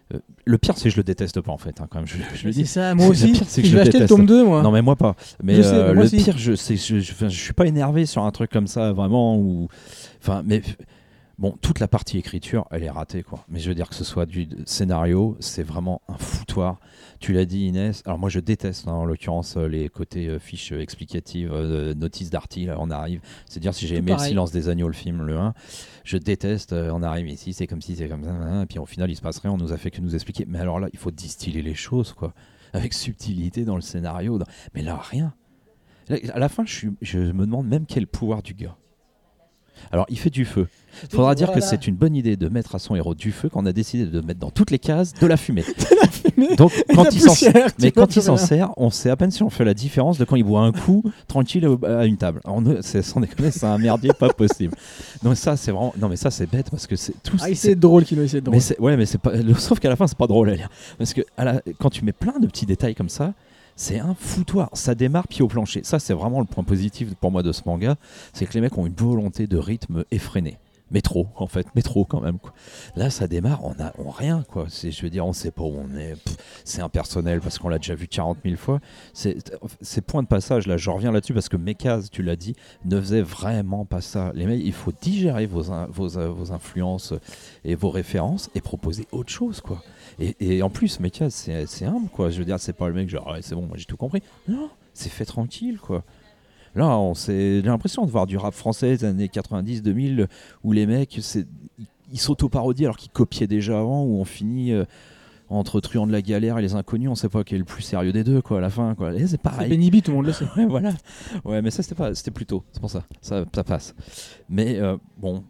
le pire c'est que je le déteste pas en fait, hein, quand même, je le dis. C'est ça, moi aussi. Le pire, c'est que Je je vais le acheter le déteste. tome 2, moi. Non mais moi pas. Mais Je sais, mais moi le aussi. pire, je suis pas énervé sur un truc comme ça vraiment. Enfin, mais bon, toute la partie écriture, elle est ratée quoi. Mais je veux dire que ce soit du scénario, c'est vraiment un foutoir. Tu l'as dit Inès. Alors moi je déteste en l'occurrence les côtés fiches explicatives, notices d'arty, là on arrive. C'est-à-dire si j'ai Tout aimé pareil. Le Silence des agneaux, le film, le 1, je déteste, on arrive ici, c'est comme si, c'est comme ça, et puis au final il se passe rien, on nous a fait que nous expliquer. Mais alors là, il faut distiller les choses quoi, avec subtilité dans le scénario. Mais là, rien. Là, à la fin, je me demande même quel est le pouvoir du gars. Alors, il fait du feu. Il faudra dire que c'est une bonne idée de mettre à son héros du feu quand on a décidé de mettre dans toutes les cases de la fumée. Donc, quand il s'en sert, on sait à peine si on fait la différence de quand il boit un coup tranquille à une table. Alors, sans déconner, c'est un merdier pas possible. Donc ça, c'est vraiment... Non, mais ça, c'est bête parce que c'est tout... Ah, c'est drôle qu'il essaie de drôle. Mais c'est pas... Sauf qu'à la fin, c'est pas drôle à lire. Parce que quand tu mets plein de petits détails comme ça, c'est un foutoir. Ça démarre pied au plancher. Ça, c'est vraiment le point positif pour moi de ce manga. C'est que les mecs ont une volonté de rythme effrénée. Mais trop, en fait. Mais trop, quand même. Quoi. Là, ça démarre, on rien, quoi. Je veux dire, on sait pas où on est. C'est impersonnel parce qu'on l'a déjà vu 40 000 fois. Ces points de passage, là, je reviens là-dessus parce que Mekaz, tu l'as dit, ne faisait vraiment pas ça. Les mecs, il faut digérer vos influences et vos références et proposer autre chose, quoi. Et en plus, Mekaz, c'est humble, quoi. Je veux dire, c'est pas le mec genre, ouais, c'est bon, moi j'ai tout compris. Non, c'est fait tranquille, quoi. Là, j'ai l'impression de voir du rap français des années 90-2000 où les mecs, ils s'auto-parodient alors qu'ils copiaient déjà avant, où on finit entre Truand de la Galère et Les Inconnus, on sait pas qui est le plus sérieux des deux, quoi, à la fin, quoi. Et c'est pareil. C'est Benny B, tout le monde le sait. Ouais, voilà. Ouais, mais ça, c'était plus tôt, c'est pour ça. Ça passe. Mais bon.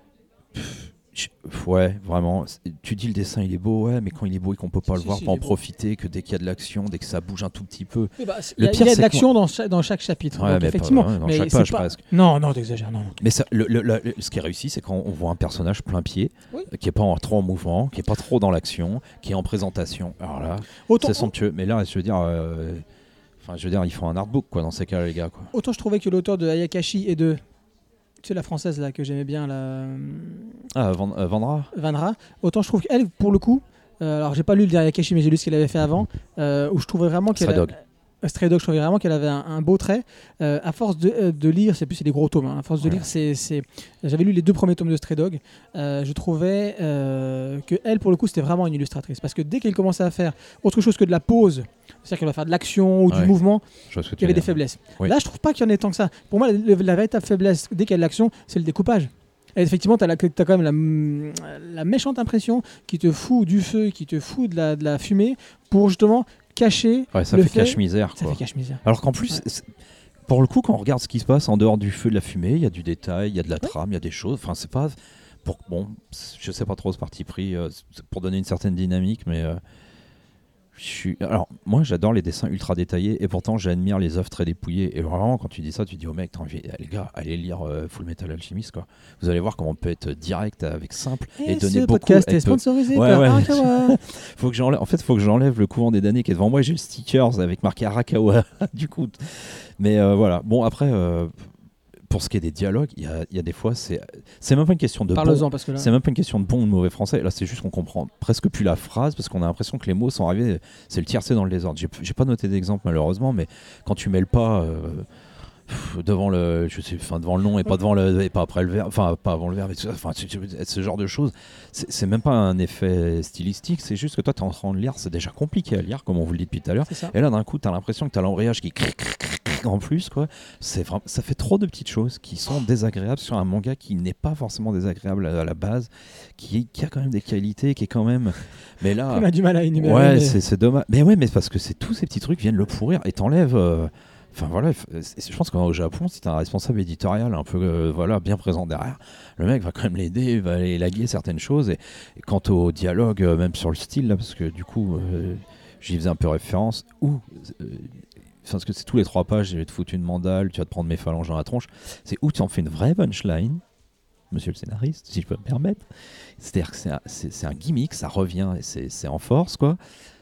Ouais, vraiment. Tu dis le dessin il est beau, ouais, mais quand il est beau et qu'on peut pas le voir, pas en profiter, que dès qu'il y a de l'action, dès que ça bouge un tout petit peu. Oui, bah, il y a de l'action dans chaque chapitre. Ouais, donc mais effectivement, dans mais chaque page pas... presque. Non, t'exagères, non. Mais ça, ce qui est réussi, c'est quand on voit un personnage plein pied, oui. Qui est pas trop en mouvement, qui est pas trop dans l'action, qui est en présentation. Alors là, c'est somptueux. Mais là, je veux dire, ils font un artbook quoi dans ces cas-là, les gars. Quoi. Autant je trouvais que l'auteur de Ayakashi et de tu sais la française là que j'aimais bien Vanra, autant je trouve qu'elle pour le coup alors j'ai pas lu le Ayakashi mais j'ai lu ce qu'elle avait fait avant où je trouvais vraiment qu'elle Stray Dog, je trouvais vraiment qu'elle avait un beau trait. À force de lire, c'est des gros tomes. Hein, à force de lire, j'avais lu les 2 premiers tomes de Stray Dog. Je trouvais que elle, pour le coup, c'était vraiment une illustratrice. Parce que dès qu'elle commençait à faire autre chose que de la pose, c'est-à-dire qu'elle va faire de l'action ou du mouvement, il y avait des faiblesses. Oui. Là, je trouve pas qu'il y en ait tant que ça. Pour moi, la véritable faiblesse, dès qu'il y a de l'action, c'est le découpage. Et effectivement, tu as quand même la méchante impression qui te fout du feu, qui te fout de la fumée pour justement cacher ça fait cache-misère. Ça fait cache-misère. Alors qu'en plus, pour le coup, quand on regarde ce qui se passe en dehors du feu, de la fumée, il y a du détail, il y a de la trame, il y a des choses. Enfin, c'est pas... je sais pas trop ce parti pris pour donner une certaine dynamique, mais... Alors, moi j'adore les dessins ultra détaillés et pourtant j'admire les œuvres très dépouillées. Et vraiment, quand tu dis ça, tu dis au mec, les gars, allez lire Full Metal Alchemist, quoi. Vous allez voir comment on peut être direct avec simple et donner beaucoup. Ce podcast est sponsorisé par Arakawa. Faut que j'enlève le couvent des damnés qui est devant moi. J'ai le stickers avec marqué Arakawa. Du coup, mais voilà. Bon, après. Pour ce qui est des dialogues, il y a des fois, c'est même pas une question de c'est même pas une question de bon ou de mauvais français. Là, c'est juste qu'on comprend presque plus la phrase parce qu'on a l'impression que les mots sont arrivés. C'est le tiercé dans le désordre. J'ai pas noté d'exemple malheureusement, mais quand tu mêles pas devant le, devant le nom et pas devant le, et pas après le verbe, enfin pas avant le verbe, ce genre de choses. C'est même pas un effet stylistique, c'est juste que toi t'es en train de lire, c'est déjà compliqué à lire, comme on vous le dit depuis tout à l'heure. Et là d'un coup t'as l'impression que t'as l'embrayage qui en plus quoi. C'est vraiment, ça fait trop de petites choses qui sont désagréables sur un manga qui n'est pas forcément désagréable à la base, qui a quand même des qualités, qui est quand même. Mais là, on a du mal à énumérer. Ouais, c'est dommage. Mais ouais, mais parce que c'est tous ces petits trucs viennent le pourrir et t'enlèvent. Enfin voilà, je pense qu'au Japon, si t'as un responsable éditorial un peu bien présent derrière, le mec va quand même l'aider, va élaguer certaines choses. Et quant au dialogue, même sur le style, là, parce que du coup, j'y faisais un peu référence, parce que c'est tous les 3 pages, je vais te foutre une mandale, tu vas te prendre mes phalanges dans la tronche. C'est où tu en fais une vraie punchline, monsieur le scénariste, si je peux me permettre. C'est-à-dire que c'est un gimmick, ça revient et c'est en force, quoi.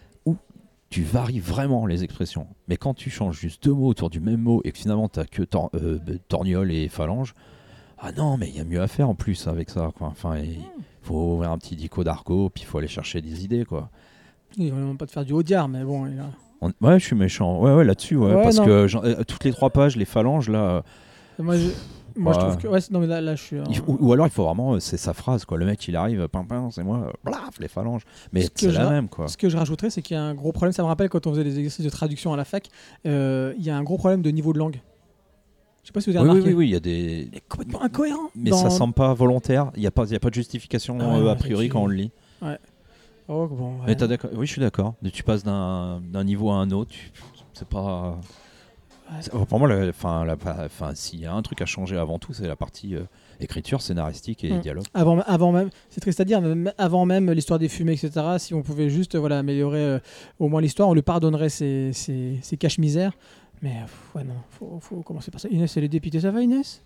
Tu varies vraiment les expressions. Mais quand tu changes juste 2 mots autour du même mot et que finalement tu n'as que torgnole et phalange, ah non, mais il y a mieux à faire en plus avec ça, quoi. Enfin, il faut ouvrir un petit dico d'argot, puis il faut aller chercher des idées, quoi. Il ne va pas te faire du Audiard, mais bon. Ouais, je suis méchant. Ouais, là-dessus, parce que toutes les 3 pages, les phalanges, là. Moi, je trouve que. Ouais, non, mais là je suis. Ou alors, il faut vraiment. C'est sa phrase, quoi. Le mec, il arrive, c'est moi, blaf, les phalanges. Mais c'est la même, quoi. Ce que je rajouterais, c'est qu'il y a un gros problème. Ça me rappelle quand on faisait des exercices de traduction à la fac. Il y a un gros problème de niveau de langue. Je sais pas si vous avez remarqué. Oui, il y a des. Il est complètement incohérent. Mais ça semble pas volontaire. Il n'y a pas de justification a priori quand on le lit. Ouais. Oh, bon, ouais. Mais t'as d'accord. Oui, je suis d'accord. Tu passes d'un niveau à un autre. C'est pas. Pour moi, s'il y a un truc à changer avant tout, c'est la partie écriture, scénaristique et dialogue. Avant même, c'est triste à dire, mais avant même l'histoire des fumées, etc., si on pouvait juste améliorer au moins l'histoire, on lui pardonnerait ses caches-misères. Mais ouais, non, faut commencer par ça. Inès, elle est dépitée, ça va Inès?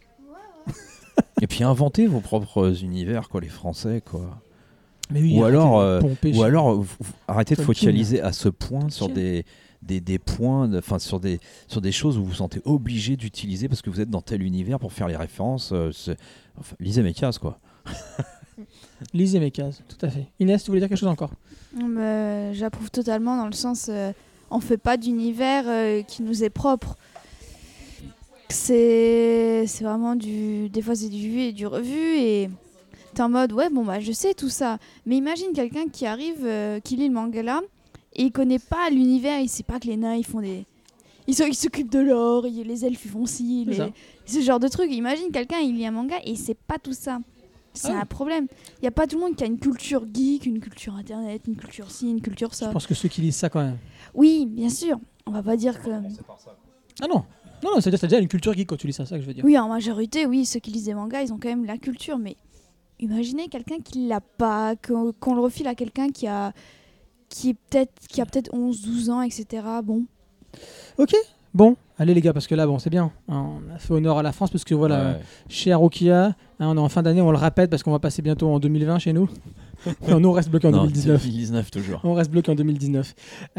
Et puis inventez vos propres univers, quoi, les Français, quoi. Mais oui, ou alors arrêtez de focaliser à ce point sur des points, sur des choses où vous vous sentez obligé d'utiliser parce que vous êtes dans tel univers pour faire les références. Lisez mes cases, quoi. Lisez mes cases, tout à fait. Inès, tu voulais dire quelque chose encore? J'approuve totalement dans le sens, on fait pas d'univers qui nous est propre. C'est vraiment des fois c'est du vu et du revu et t'es en mode je sais tout ça. Mais imagine quelqu'un qui arrive, qui lit le manga là. Et il connaît pas l'univers, il sait pas que les nains ils s'occupent de l'or, les elfes ils font ci, ce genre de trucs. Imagine quelqu'un il lit un manga et il sait pas tout ça. C'est un problème. Il y a pas tout le monde qui a une culture geek, une culture internet, une culture ci, une culture ça. Je pense que ceux qui lisent ça quand même. Oui, bien sûr. On va pas dire que. Ah non, c'est-à-dire que t'as déjà une culture geek quand tu lis ça, c'est ça que je veux dire. Oui, en majorité, oui, ceux qui lisent des mangas, ils ont quand même la culture, mais imaginez quelqu'un qui l'a pas, qu'on le refile à quelqu'un qui a peut-être 11-12 ans, etc. Bon. Ok, bon. Allez les gars, parce que là, c'est bien. On a fait honneur à la France, parce que chez Arokia, on est en fin d'année, on le répète, parce qu'on va passer bientôt en 2020 chez nous. Non, nous, on reste bloqué en 2019. 2019 toujours. On reste bloqué en 2019.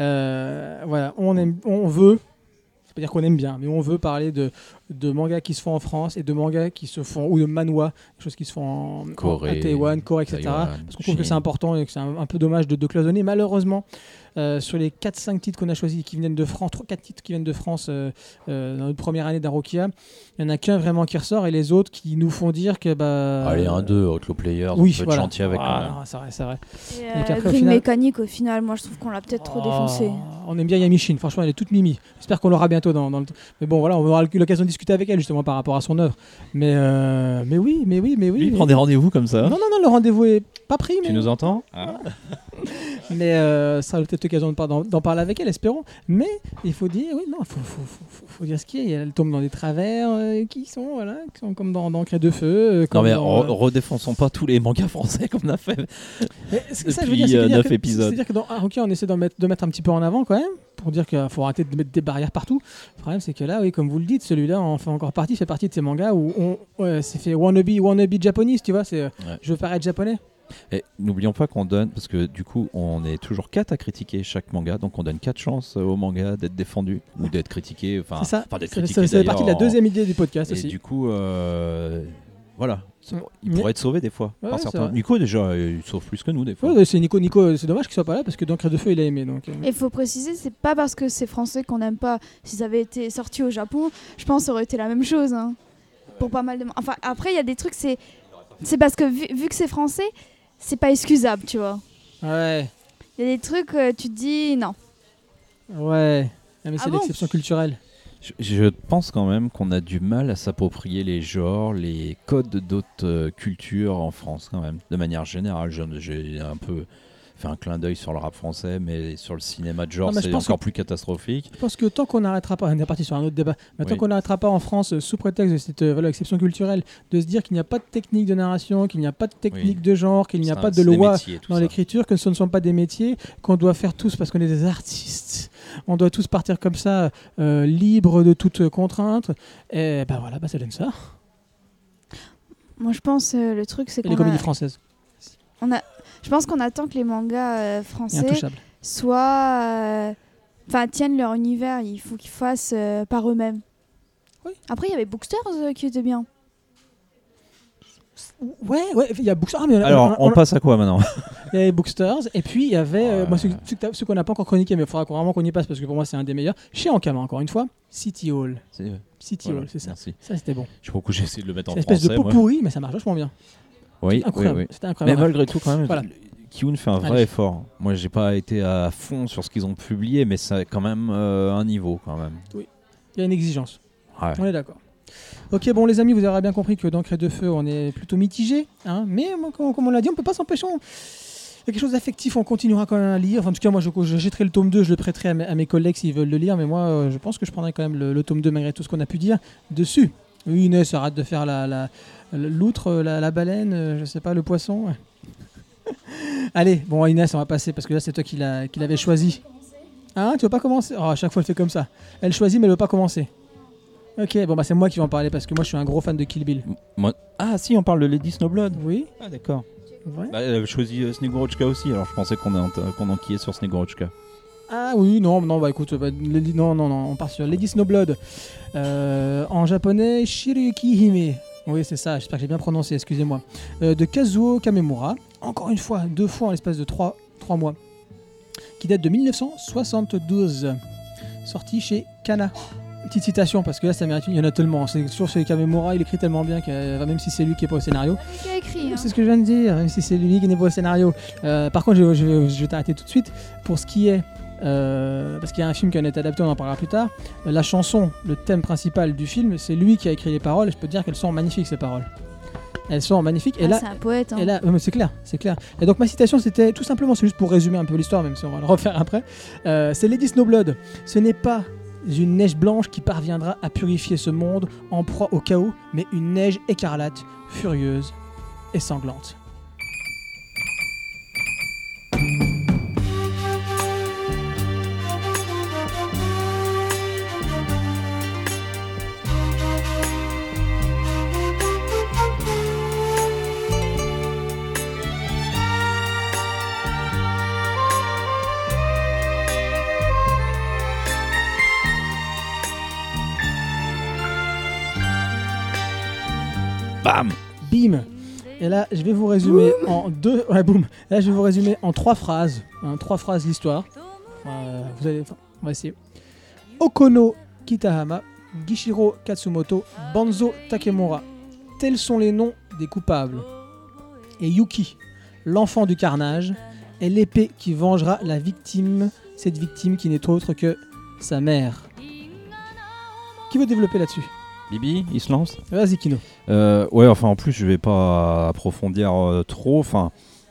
On veut... C'est pas dire qu'on aime bien, mais on veut parler de mangas qui se font en France et de mangas qui se font, ou de manhwa, des choses qui se font à Taïwan, Corée, etc. Parce qu'on trouve que c'est important et que c'est un peu dommage de cloisonner. Malheureusement, sur les 4-5 titres qu'on a choisis qui viennent de France, 3-4 titres qui viennent de France dans notre première année d'Arokia, il n'y en a qu'un vraiment qui ressort et les autres qui nous font dire que... Allez, 1-2, Outlaw Players, oui, on peut être gentil avec. C'est vrai. Et Green Mécanique, au final, moi je trouve qu'on l'a peut-être trop défoncé. On aime bien Yamishin, franchement elle est toute mimi. J'espère qu'on l'aura bientôt dans le... Mais bon, voilà, on aura l'occasion de discuter avec elle justement par rapport à son œuvre. Mais oui. Lui, il prend des rendez-vous comme ça. Non, le rendez-vous est pas pris. Tu nous entends? Mais ça aura peut-être l'occasion d'en parler avec elle, espérons. Mais il faut dire, faut dire ce qu'il y a. Elle tombe dans des travers qui sont comme dans Crête de Feu. Non mais redéfonçons pas tous les mangas français qu'on a fait depuis 9 épisodes. C'est-à-dire que dans Arokia, on essaie de mettre un petit peu en avant quand même, pour dire qu'il faut arrêter de mettre des barrières partout. Le problème, c'est que là, oui, comme vous le dites, celui-là fait partie de ces mangas où c'est fait wannabe japonese, tu vois. Je veux paraître japonais. Et n'oublions pas qu'on donne, parce que du coup on est toujours 4 à critiquer chaque manga, donc on donne 4 chances au manga d'être défendu ou d'être critiqué, c'est ça. Ça fait partie de la deuxième idée du podcast et aussi. du coup voilà, il Mais- pourrait être sauvé des fois Ouais, par c'est certains. vrai. Nico déjà, il sauve plus que nous des fois. Ouais, c'est Nico, c'est dommage qu'il soit pas là parce que dans Craie de Feu il a aimé. Donc, Et il faut préciser, c'est pas parce que c'est français qu'on n'aime pas. Si ça avait été sorti au Japon, je pense que ça aurait été la même chose. Hein. Pour pas mal de. Enfin, après, il y a des trucs, c'est parce que vu que c'est français, c'est pas excusable, tu vois. Ouais, Il y a des trucs, tu te dis non. ouais. Ah, mais c'est Ah bon l'exception culturelle. Je pense quand même qu'on a du mal à s'approprier les genres, les codes d'autres cultures en France quand même. De manière générale, j'ai un peu fait un clin d'œil sur le rap français, mais sur le cinéma de genre, Non, mais je c'est pense encore plus catastrophique. Je pense que tant qu'on n'arrêtera pas, on est parti sur un autre débat, mais tant Oui. qu'on n'arrêtera pas en France, sous prétexte de cette exception culturelle, de se dire qu'il n'y a pas de technique de narration, qu'il n'y a pas de technique Oui. de genre, qu'il n'y a C'est pas un- de c'est des loi métiers, tout dans ça. l'écriture, que ce ne sont pas des métiers, qu'on doit faire tous parce qu'on est des artistes. On doit tous partir comme ça, libres de toute contrainte. Et ben voilà, ça donne ça. Moi, je pense, le truc, c'est Et les qu'on comédies a, françaises, je pense qu'on attend que les mangas français intouchables. soient. Enfin, tiennent leur univers. Il faut qu'ils fassent par eux-mêmes. Oui. Après, il y avait Booksters qui était bien. Ouais, il y a Booksters. Ah, mais Alors, on passe à quoi maintenant? il y avait Booksters, et puis il y avait Ouais. moi, ceux qu'on n'a pas encore chroniqué, mais il faudra vraiment qu'on y passe parce que pour moi c'est un des meilleurs. Chez Ankama, encore une fois, City Hall. City Voilà, Hall, c'est ça. merci. Ça c'était bon. Je sais pas pourquoi j'ai essayé de le mettre en C'est une espèce français. de pot moi. pourri, mais ça marche vachement bien. Oui, Incroyable. oui, oui. C'était Mais incroyable. malgré tout, quand même, Voilà. Kiyun fait un vrai Allez. effort. Moi, j'ai pas été à fond sur ce qu'ils ont publié, mais ça a quand même un niveau quand même. Il y a une exigence. Ouais. On est d'accord. Ok, bon les amis, vous aurez bien compris que dans Craie de Feu, on est plutôt mitigé, hein, mais comme on l'a dit, on peut pas s'empêcher. Il y a quelque chose d'affectif, on continuera quand même à lire. Enfin, en tout cas, moi, je jetterai le tome 2, je le prêterai à mes collègues s'ils veulent le lire, mais moi, je pense que je prendrai quand même le tome 2 malgré tout ce qu'on a pu dire dessus. Oui, Inès, arrête de faire l'outre, la baleine, je sais pas, le poisson. Ouais. Allez, bon Inès, on va passer parce que là, c'est toi qui l'avais choisi. Hein, tu veux pas commencer? Oh, à chaque fois, elle fait comme ça. Elle choisit, mais elle veut pas commencer. Ok, bon, bah c'est moi qui vais en parler parce que moi, je suis un gros fan de Kill Bill. Ah, si, on parle de Lady Snowblood. Oui, Ah, d'accord. ouais. Bah, elle avait choisi Snegorochka aussi, alors je pensais qu'on enquillait sur Snegorochka. Ah oui, non, bah écoute, non, on part sur Lady Snowblood. En japonais, Shirayuki Hime. Oui, c'est ça, j'espère que j'ai bien prononcé, excusez-moi. De Kazuo Kamemura, encore une fois, 2 fois en l'espace de 3 mois. Qui date de 1972. Sorti chez Kana. Petite citation, parce que là, ça mérite, il y en a tellement. C'est toujours chez Kamemura, il écrit tellement bien que même si c'est lui qui est pas au scénario. Qui a écrit hein. C'est ce que je viens de dire, même si c'est lui qui n'est pas au scénario. Par contre, je vais t'arrêter tout de suite. Pour ce qui est, parce qu'il y a un film qui en est adapté, on en parlera plus tard. La chanson, le thème principal du film, c'est lui qui a écrit les paroles. Et je peux te dire qu'elles sont magnifiques, ces paroles. Elles sont magnifiques. Et Ah, là, c'est un poète. Hein. et là, c'est clair, c'est clair. Et donc ma citation, c'était tout simplement, c'est juste pour résumer un peu l'histoire, même si on va le refaire après. C'est Lady Snowblood. Ce n'est pas une neige blanche qui parviendra à purifier ce monde en proie au chaos, mais une neige écarlate, furieuse et sanglante. Bam! Bim. Et là, je vais vous résumer en deux. Ouais, boum. Là, je vais vous résumer en 3 phrases. 3 phrases l'histoire. On va essayer. Okono Kitahama, Gishiro Katsumoto, Banzo Takemura. Tels sont les noms des coupables. Et Yuki, l'enfant du carnage, est l'épée qui vengera la victime. Cette victime qui n'est autre que sa mère. Qui veut développer là-dessus? Bibi, il se lance? Vas-y, Kino. Ouais, enfin, en plus, je vais pas approfondir trop. Enfin,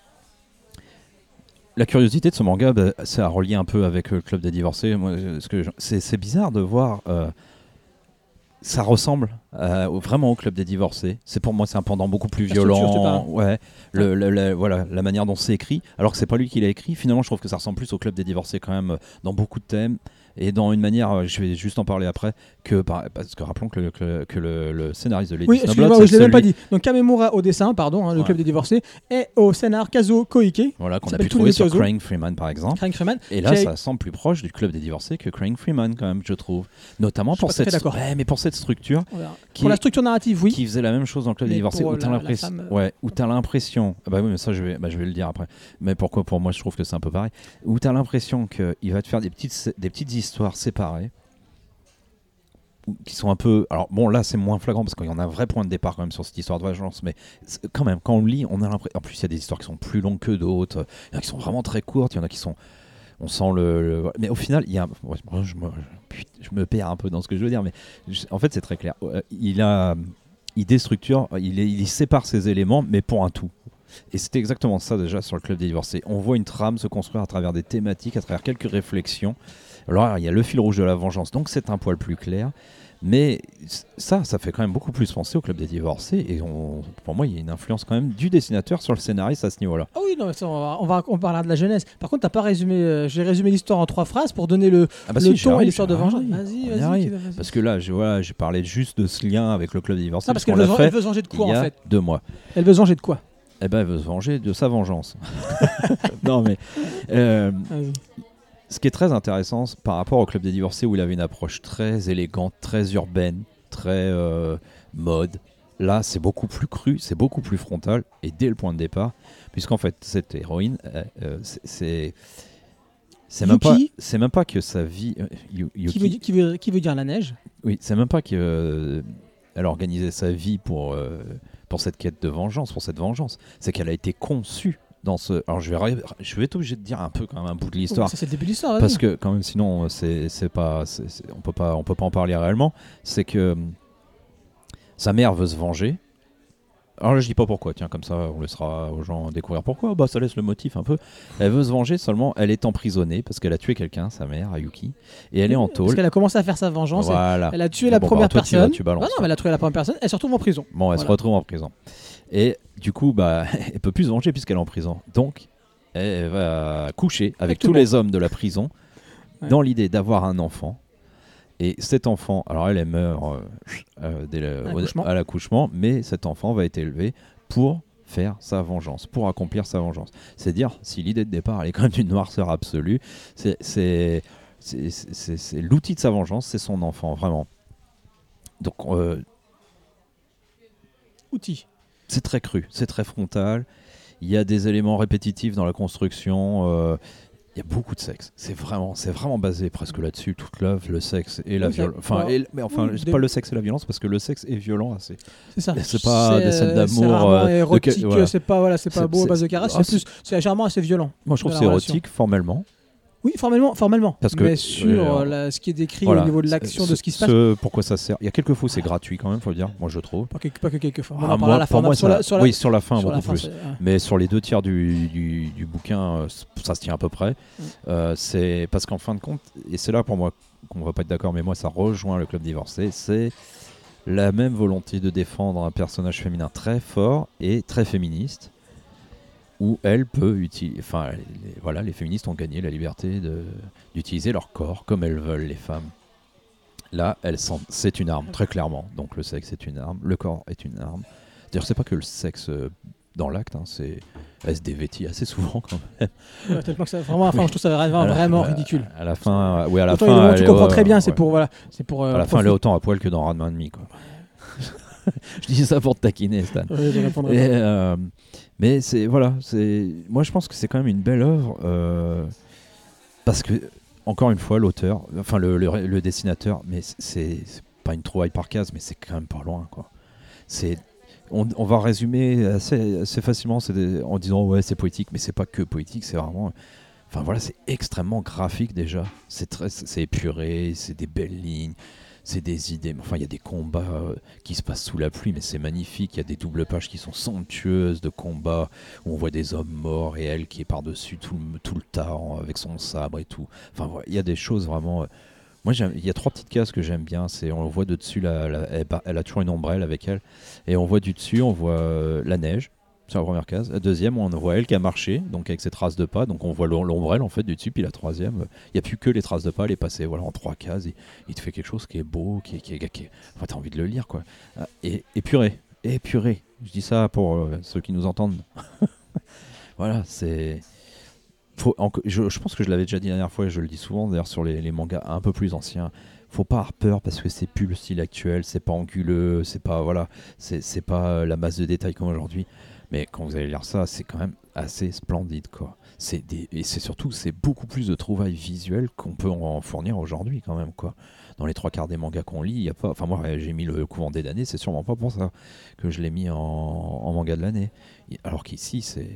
la curiosité de ce manga, c'est à relier un peu avec le Club des Divorcés. Moi, c'est bizarre de voir. Ça ressemble vraiment au Club des Divorcés. Pour moi, c'est un pendant beaucoup plus La structure, tu violent. parles. Ouais, voilà, la manière dont c'est écrit. Alors que c'est pas lui qui l'a écrit. Finalement, je trouve que ça ressemble plus au Club des Divorcés quand même dans beaucoup de thèmes. Et dans une manière, je vais juste en parler après, parce que rappelons que le scénariste de Lady Snowblood, excuse-moi, je l'ai même pas dit. Donc Kamemura au dessin, pardon, le club des divorcés, et au scénar Kazuo Koike. Voilà, qu'on a pu trouver sur Crying Freeman par exemple. Freeman, et là, ça semble plus proche du club des divorcés que Crying Freeman quand même, je trouve. Notamment pour cette structure. Pour la structure narrative, oui. Qui faisait la même chose dans le club des divorcés, où t'as l'impression, bah oui, mais ça je vais le dire après. Mais pourquoi pour moi je trouve que c'est un peu pareil. Où t'as l'impression qu'il va te faire des petites histoires séparées qui sont un peu... Alors bon, là c'est moins flagrant parce qu'il y en a un vrai point de départ quand même sur cette histoire de vengeance, mais quand même, quand on le lit, on a l'impression... En plus il y a des histoires qui sont plus longues que d'autres, il y en a qui sont vraiment très courtes, il y en a qui sont... On sent mais au final, il y a... je me perds un peu dans ce que je veux dire, mais en fait c'est très clair. Il déstructure, il sépare ses éléments, mais pour un tout. Et c'était exactement ça déjà sur le club des divorcés. On voit une trame se construire à travers des thématiques, à travers quelques réflexions. Alors il y a le fil rouge de la vengeance, donc c'est un poil plus clair. Mais ça fait quand même beaucoup plus penser au club des divorcés. Et pour moi, il y a une influence quand même du dessinateur sur le scénariste à ce niveau-là. Ah oui, non, mais ça, on parlera de la jeunesse. Par contre, t'as pas résumé. J'ai résumé l'histoire en 3 phrases pour donner le ton et l'histoire de vengeance. Vas-y. Parce que là, j'ai parlé juste de ce lien avec le club des divorcés. Ah, parce qu'elle veut se venger de quoi en fait ? 2 mois. Elle veut se venger de quoi ? Eh ben, elle veut se venger de sa vengeance. Non, mais ce qui est très intéressant par rapport au club des divorcés où il avait une approche très élégante, très urbaine, très mode. Là, c'est beaucoup plus cru, c'est beaucoup plus frontal, et dès le point de départ, puisqu'en fait, cette héroïne, c'est même pas que sa vie... Yuki. Qui veut dire la neige. Oui, c'est même pas qu'elle organisait sa vie pour cette quête de vengeance, pour cette vengeance. C'est qu'elle a été conçue dans ce... Alors je vais être obligé de dire un peu quand même un bout de l'histoire. Ça, c'est le début de l'histoire. Parce que quand même, sinon, on peut pas en parler réellement. C'est que sa mère veut se venger. Alors là, je dis pas pourquoi, tiens, comme ça, on laissera aux gens découvrir pourquoi. Bah, ça laisse le motif un peu. Elle veut se venger, seulement elle est emprisonnée parce qu'elle a tué quelqu'un, sa mère, Ayuki, et elle est en tôle. Parce qu'elle a commencé à faire sa vengeance. Voilà. Elle a tué la première personne. Non, elle a tué la première personne. Elle se retrouve en prison. Bon, elle se retrouve en prison. Et du coup, bah, elle peut plus se venger puisqu'elle est en prison. Donc, elle va coucher avec tous les hommes de la prison dans l'idée d'avoir un enfant. Et cet enfant, alors elle meurt à l'accouchement, mais cet enfant va être élevé pour faire sa vengeance, pour accomplir sa vengeance. C'est dire, si l'idée de départ elle est quand même d'une noirceur absolue, c'est l'outil de sa vengeance, c'est son enfant, vraiment. Donc, outil. C'est très cru, c'est très frontal. Il y a des éléments répétitifs dans la construction. Il y a beaucoup de sexe. C'est vraiment basé presque là-dessus, toute l'œuvre, le sexe et la violence. C'est pas le sexe et la violence parce que le sexe est violent assez. C'est ça. C'est pas des scènes d'amour. C'est rarement érotique. C'est pas beau à base de caresse. C'est généralement assez violent. Moi, je trouve que c'est érotique formellement. Oui, formellement. Parce que, mais sur ce qui est décrit au niveau de l'action, de ce qui se passe. Pourquoi ça sert ? Il y a quelques fois c'est gratuit quand même, faut le dire. Moi, je trouve. Pas que quelques fois. Oui, sur la fin beaucoup plus. Mais sur les 2 tiers du bouquin, ça se tient à peu près. C'est parce qu'en fin de compte, et c'est là pour moi qu'on va pas être d'accord, mais moi ça rejoint le club divorcé, c'est la même volonté de défendre un personnage féminin très fort et très féministe. Où elle peut utiliser... Enfin, les féministes ont gagné la liberté d'utiliser leur corps comme elles veulent, les femmes. Là, c'est une arme, très clairement. Donc le sexe est une arme, le corps est une arme. D'ailleurs, c'est pas que le sexe dans l'acte, elle se dévêtit assez souvent quand même. Tellement que ça, vraiment, je trouve ça vraiment ridicule. À la fin, tu comprends très bien, c'est pour... À la fin, elle est autant à poil que dans Ranma demi, quoi. Je dis ça pour te taquiner, Stan. Mais moi je pense que c'est quand même une belle œuvre parce que encore une fois l'auteur, enfin le dessinateur, mais c'est pas une trouvaille par case, mais c'est quand même pas loin, quoi. On va résumer assez facilement en disant ouais c'est poétique, mais c'est pas que poétique, c'est vraiment... Enfin voilà, c'est extrêmement graphique déjà, c'est épuré, c'est des belles lignes. C'est des idées, enfin il y a des combats qui se passent sous la pluie, mais c'est magnifique. Il y a des doubles pages qui sont somptueuses de combats où on voit des hommes morts et elle qui est par-dessus tout le tas avec son sabre et tout. Enfin voilà, il y a des choses vraiment... Moi il y a 3 petites cases que j'aime bien. On voit de dessus, elle a toujours une ombrelle avec elle, et on voit du dessus, on voit la neige. sur la première case. La deuxième, on voit elle qui a marché, donc avec ses traces de pas. Donc on voit l'ombrelle en fait du dessus. Puis la troisième, il n'y a plus que les traces de pas. Elle est passée en 3 cases. Il te fait quelque chose qui est beau, enfin, t'as envie de le lire, quoi. Et épuré. Je dis ça pour ceux qui nous entendent. Voilà, c'est... je pense que je l'avais déjà dit la dernière fois et je le dis souvent d'ailleurs sur les mangas un peu plus anciens. Faut pas avoir peur parce que c'est plus le style actuel, c'est pas anguleux, c'est pas c'est pas la masse de détails comme aujourd'hui. Mais quand vous allez lire ça, c'est quand même assez splendide, quoi. Et c'est surtout c'est beaucoup plus de trouvailles visuelles qu'on peut en fournir aujourd'hui quand même, quoi. Dans les 3/4 des mangas qu'on lit, il y a pas. Enfin moi j'ai mis le couvent des damnés, c'est sûrement pas pour ça que je l'ai mis en manga de l'année. Alors qu'ici c'est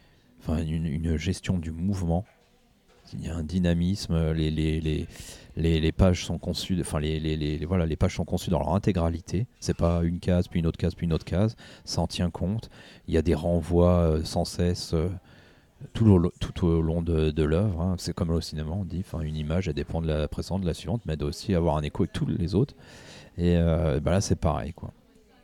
une gestion du mouvement. Il y a un dynamisme, les pages sont conçues, les pages sont conçues dans leur intégralité. C'est pas une case, puis une autre case, puis une autre case. Ça en tient compte. Il y a des renvois sans cesse tout au long de l'œuvre. Hein. C'est comme au cinéma, on dit, une image, elle dépend de la précédente, de la suivante, mais elle doit aussi avoir un écho avec tous les autres. Et là, c'est pareil, quoi.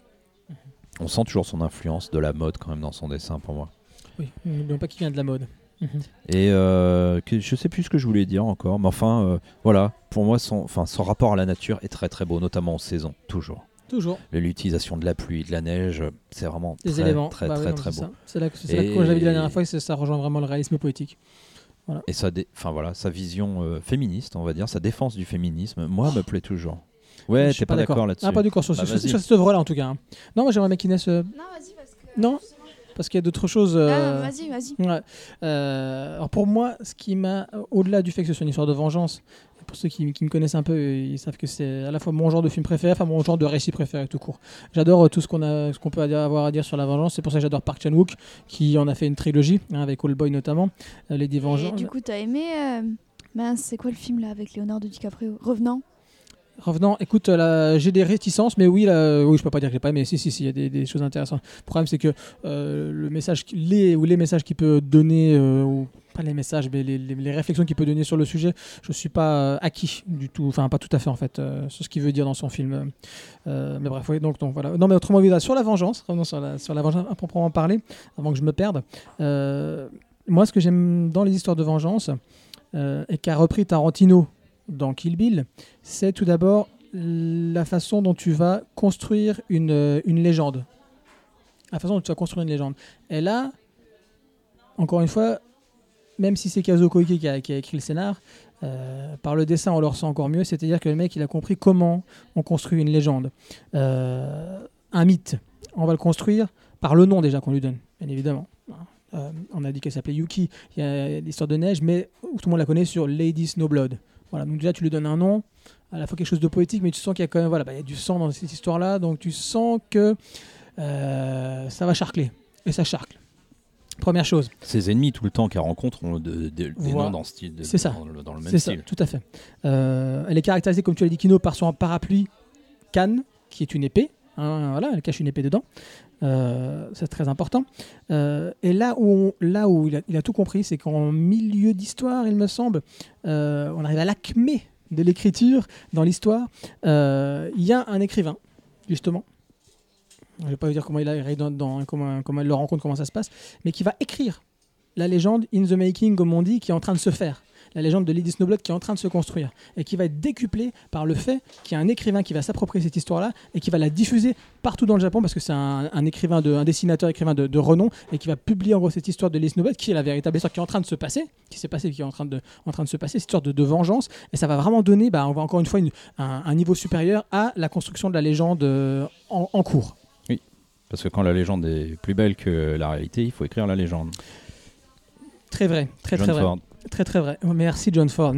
On sent toujours son influence de la mode quand même dans son dessin, pour moi. Oui, n'oublions pas qu'il vient de la mode. Et je sais plus ce que je voulais dire encore, mais voilà, pour moi son rapport à la nature est très très beau, notamment en saison, toujours. L'utilisation de la pluie, de la neige, c'est vraiment des très éléments. très très beau. C'est là que j'avais dit la dernière fois, ça rejoint vraiment le réalisme poétique. Voilà. Et sa vision féministe, on va dire, sa défense du féminisme, moi, me plaît toujours. Ouais, t'es pas d'accord là-dessus. Ah, pas d'accord sur cette œuvre-là en tout cas. Non, moi j'aimerais bien qu'Inès. Non, vas-y parce que. Non. Parce qu'il y a d'autres choses. Vas-y. Ouais. Alors pour moi, ce qui m'a, au-delà du fait que ce soit une histoire de vengeance, pour ceux qui me connaissent un peu, ils savent que c'est à la fois mon genre de film préféré, mon genre de récit préféré tout court. J'adore tout ce qu'on peut avoir à dire sur la vengeance. C'est pour ça que j'adore Park Chan-wook, qui en a fait une trilogie, avec Oldboy notamment, les 10 vengeances. Et du coup, t'as aimé c'est quoi le film là avec Leonardo DiCaprio, Revenant, écoute, j'ai des réticences, mais oui, je peux pas dire que j'ai pas aimé, si, il y a des choses intéressantes. Le problème, c'est que les messages qu'il peut donner, ou pas les messages, mais les réflexions qu'il peut donner sur le sujet, je suis pas acquis du tout, enfin pas tout à fait en fait, sur ce qu'il veut dire dans son film. Mais bref, oui, donc voilà. Non, mais autrement dit, sur la vengeance, revenons sur la vengeance à proprement parler, avant que je me perde. Moi, ce que j'aime dans les histoires de vengeance, et qu'a repris Tarantino dans Kill Bill, c'est tout d'abord la façon dont tu vas construire une légende. La façon dont tu vas construire une légende. Et là, encore une fois, même si c'est Kazuo Koike qui a écrit le scénar, par le dessin on le ressent encore mieux, c'est-à-dire que le mec il a compris comment on construit une légende. Un mythe, on va le construire par le nom déjà qu'on lui donne, bien évidemment. On a dit qu'elle s'appelait Yuki, il y a l'histoire de neige, mais tout le monde la connaît sur Lady Snowblood. Voilà, donc déjà tu lui donnes un nom, à la fois quelque chose de poétique, mais tu sens qu'il y a quand même il y a du sang dans cette histoire-là, donc tu sens que ça va charcler, et ça charcle. Première chose. Ses ennemis tout le temps qu'elle rencontre ont des noms dans, style c'est ça. Dans le même c'est style. Ça, tout à fait. Elle est caractérisée, comme tu l'as dit Kino, par son parapluie Kan, qui est une épée. Voilà, elle cache une épée dedans. C'est très important. Et là où il a tout compris, c'est qu'en milieu d'histoire, il me semble, on arrive à l'acmé de l'écriture dans l'histoire. Il y a un écrivain, justement. Je ne vais pas vous dire comment il arrive comment il le rencontre, comment ça se passe, mais qui va écrire la légende in the making, comme on dit, qui est en train de se faire. La légende de Lady Snowblood qui est en train de se construire et qui va être décuplée par le fait qu'il y a un écrivain qui va s'approprier cette histoire-là et qui va la diffuser partout dans le Japon parce que c'est un écrivain, un dessinateur écrivain de renom et qui va publier en gros cette histoire de Lady Snowblood qui est la véritable histoire qui est en train de se passer, qui est en train de se passer, cette histoire de vengeance, et ça va vraiment donner, on va encore une fois un niveau supérieur à la construction de la légende en cours. Oui, parce que quand la légende est plus belle que la réalité, il faut écrire la légende. Très vrai, très John vrai. Ford. Très vrai. Merci John Ford.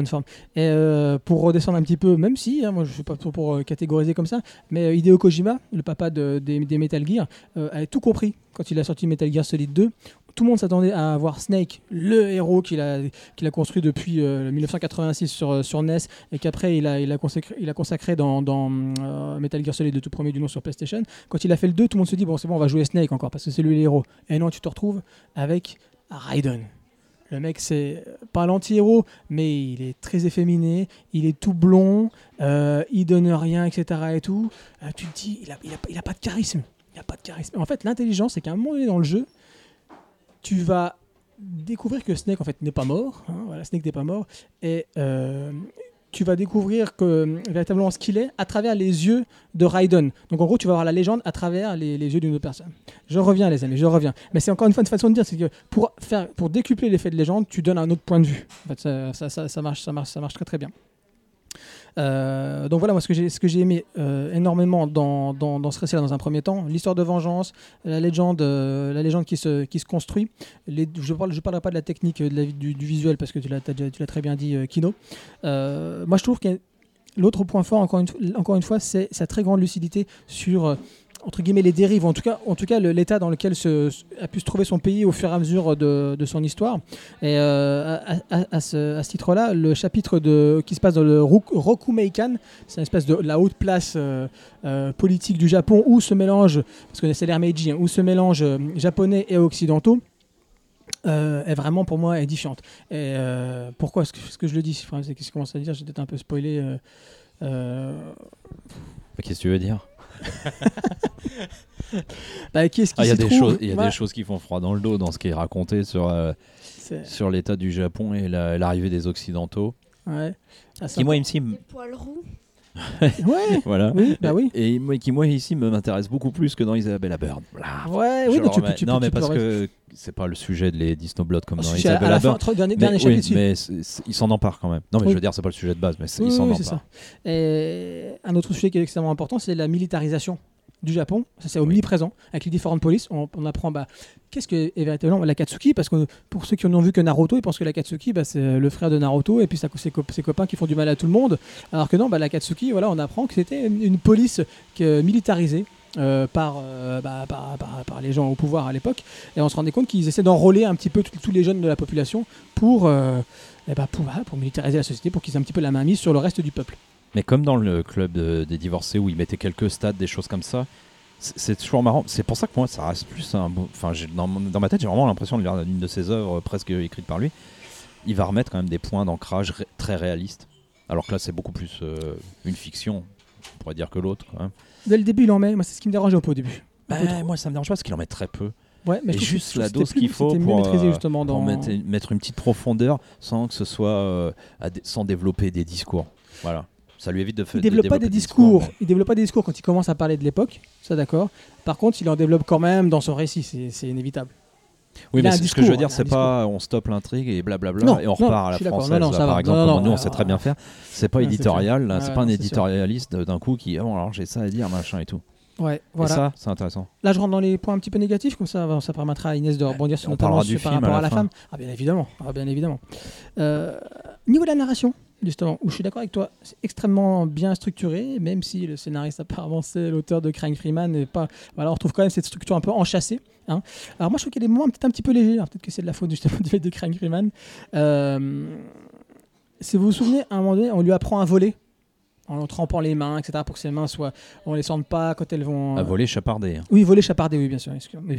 Et pour redescendre un petit peu, même si, moi je ne suis pas pour catégoriser comme ça, mais Hideo Kojima, le papa des Metal Gear, a tout compris quand il a sorti Metal Gear Solid 2. Tout le monde s'attendait à voir Snake, le héros qu'il a construit depuis 1986 sur NES, et qu'après il a consacré dans Metal Gear Solid, le tout premier du nom sur PlayStation. Quand il a fait le 2, tout le monde se dit, bon c'est bon, on va jouer Snake encore, parce que c'est lui le héros. Et non, tu te retrouves avec Raiden. Le mec, c'est pas l'anti-héros, mais il est très efféminé, il est tout blond, il donne rien, etc. Et tout. Tu te dis, il a pas de charisme. Il a pas de charisme. En fait, l'intelligence, c'est qu'à un moment donné dans le jeu, tu vas découvrir que Snake en fait n'est pas mort. Voilà, Snake n'est pas mort. Et tu vas découvrir que véritablement ce qu'il est à travers les yeux de Raiden. Donc en gros, tu vas voir la légende à travers les yeux d'une autre personne. Je reviens, les amis, je reviens. Mais c'est encore une fois une façon de dire, c'est que pour décupler l'effet de légende, tu donnes un autre point de vue. En fait, ça marche très très bien. Donc voilà, moi ce que j'ai aimé énormément dans ce récit-là, dans un premier temps, l'histoire de vengeance, la légende qui se construit. Je parlerai pas de la technique, du visuel, parce que tu l'as très bien dit, Kino. Moi je trouve que l'autre point fort, encore une fois, c'est sa très grande lucidité sur entre guillemets les dérives, en tout cas l'état dans lequel a pu se trouver son pays au fur et à mesure de son histoire. Et à ce titre-là, le chapitre qui se passe dans le Rokumeikan, c'est une espèce de la haute place politique du Japon où se mélange, parce que c'est l'ère Meiji, où se mélange japonais et occidentaux. Est vraiment pour moi édifiante. Et pourquoi est-ce que je le dis, c'est que je commence à dire, j'ai peut-être un peu spoilé. Qu'est-ce que tu veux dire? Qu'est-ce qui il y a des choses qui font froid dans le dos dans ce qui est raconté sur l'état du Japon et l'arrivée des Occidentaux. Ouais. Moi, ici, les poils roux. Ouais. Voilà. Oui, oui. Et moi ici m'intéresse beaucoup plus que dans Isabella Bird. Ouais, oui, non, mais parce que c'est pas le sujet de Snowblood comme dans Isabella Bird. Dernier chapitre. Mais il s'en empare quand même. Non, mais je veux dire, c'est pas le sujet de base, mais il s'en empare. C'est ça. Et un autre sujet qui est extrêmement important, c'est la militarisation du Japon. Ça, c'est omniprésent avec les différentes polices. On apprend qu'est-ce que est véritablement l'Akatsuki, parce que pour ceux qui n'ont vu que Naruto, ils pensent que l'Akatsuki, c'est le frère de Naruto et puis ses copains qui font du mal à tout le monde, alors que non, l'Akatsuki, voilà, on apprend que c'était une police militarisée par les gens au pouvoir à l'époque, et on se rendait compte qu'ils essaient d'enrôler un petit peu tous les jeunes de la population pour militariser la société, pour qu'ils aient un petit peu la main mise sur le reste du peuple. Mais comme dans le club des divorcés où ils mettaient quelques stats, des choses comme ça, c'est toujours marrant. C'est pour ça que moi, ça reste plus un bon. Enfin, dans ma tête, j'ai vraiment l'impression de lire une de ses œuvres presque écrites par lui. Il va remettre quand même des points d'ancrage très réalistes. Alors que là, c'est beaucoup plus une fiction, on pourrait dire, que l'autre. Quand même. Dès le début, il en met. Moi, c'est ce qui me dérange un peu au début. Moi, ça me dérange pas parce qu'il en met très peu. Ouais, mais et juste la dose qu'il faut pour mettre une petite profondeur sans que ce soit sans développer des discours. Voilà. Ça lui évite de faire. Il développe pas des discours. Il développe pas des discours quand il commence à parler de l'époque, ça d'accord. Par contre, il en développe quand même dans son récit, c'est inévitable. Oui, mais ce que je veux dire, c'est pas on stoppe l'intrigue et blablabla et on repart à la française. Par exemple, nous on sait très bien faire. C'est pas éditorial, c'est pas un éditorialiste d'un coup qui alors j'ai ça à dire machin et tout. Ouais, voilà. Et ça, c'est intéressant. Là, je rentre dans les points un petit peu négatifs, comme ça permettra à Inès de rebondir sur notamment par rapport à la femme. Ah, bien évidemment. Niveau de la narration, justement, où je suis d'accord avec toi, c'est extrêmement bien structuré, même si le scénariste apparemment c'est l'auteur de Crying Freeman et pas. Voilà, on retrouve quand même cette structure un peu enchâssée. Hein. Alors moi, je trouve qu'il y a des moments peut-être un petit peu légers. Alors, peut-être que c'est de la faute justement du fait de Crying Freeman. Si vous vous souvenez, à un moment donné, on lui apprend à voler. En trempant les mains, etc., pour que ses mains soient... On les sente pas quand elles vont... À voler, chaparder. Oui, voler, chaparder, oui, bien sûr.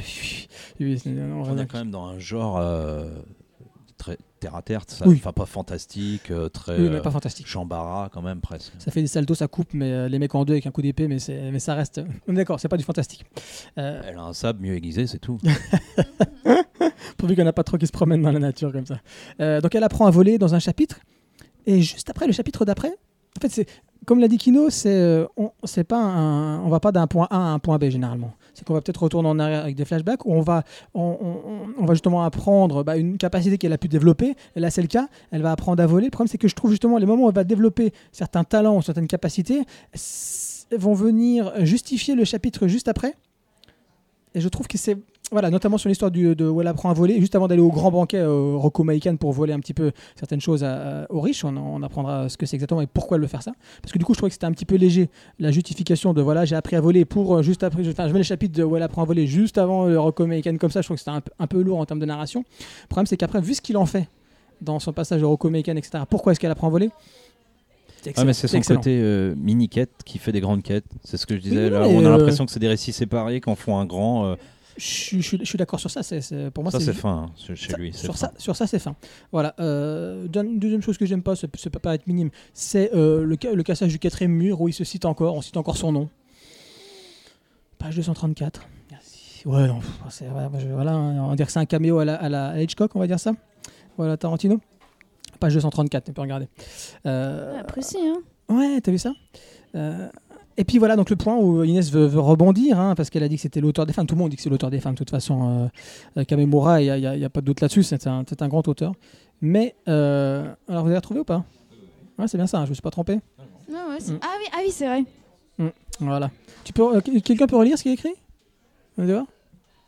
On est quand même dans un genre très terre-à-terre, pas fantastique, très... Oui, mais pas fantastique. Chambara, quand même, presque. Ça fait des saltos, ça coupe, mais les mecs en deux avec un coup d'épée, mais ça reste... On est d'accord, c'est pas du fantastique. Elle a un sabre mieux aiguisé, c'est tout. Pourvu qu'il n'y en a pas trop qui se promènent dans la nature, comme ça. Donc elle apprend à voler dans un chapitre, et juste après, le chapitre d'après, en fait, c'est comme l'a dit Kino, on va pas d'un point A à un point B généralement. C'est qu'on va peut-être retourner en arrière avec des flashbacks où on va justement apprendre une capacité qu'elle a pu développer. Et là, c'est le cas. Elle va apprendre à voler. Le problème, c'est que je trouve justement les moments où elle va développer certains talents ou certaines capacités vont venir justifier le chapitre juste après. Et je trouve que c'est... Voilà, notamment sur l'histoire où elle apprend à voler, juste avant d'aller au grand banquet au Rokumeikan pour voler un petit peu certaines choses aux riches. On apprendra ce que c'est exactement et pourquoi elle veut faire ça. Parce que du coup, je trouvais que c'était un petit peu léger, la justification de voilà, j'ai appris à voler pour juste après. Je mets le chapitre où elle apprend à voler juste avant le Rokumeikan comme ça. Je trouve que c'était un peu lourd en termes de narration. Le problème, c'est qu'après, vu ce qu'il en fait dans son passage au Rokumeikan, etc., pourquoi est-ce qu'elle apprend à voler? Mais c'est son côté mini-quête qui fait des grandes quêtes. C'est ce que je disais. Là, on a l'impression que c'est des récits séparés qui en font un grand. Je suis d'accord sur ça. Pour moi, c'est fin chez lui. Sur ça, c'est fin. Voilà. Deuxième chose que j'aime pas, ça peut pas être minime, c'est le cassage du quatrième mur où il se cite encore. On cite encore son nom. Page 234. Ouais, non, c'est vrai, voilà, on va dire que c'est un caméo à la Hitchcock, on va dire ça. Voilà, Tarantino. Page 234, tu peux regarder. Précis, hein. Ouais, t'as vu ça Et puis voilà, donc le point où Inès veut rebondir, hein, parce qu'elle a dit que c'était l'auteur des femmes. Tout le monde dit que c'est l'auteur des femmes, de toute façon. Kamemura, il n'y a pas de doute là-dessus, c'est un grand auteur. Mais, alors vous avez retrouvé ou pas? Ouais, c'est bien ça, je ne me suis pas trompé. Ah, ouais, ah oui, c'est vrai. Voilà. Quelqu'un peut relire ce qu'il y a écrit? On va voir.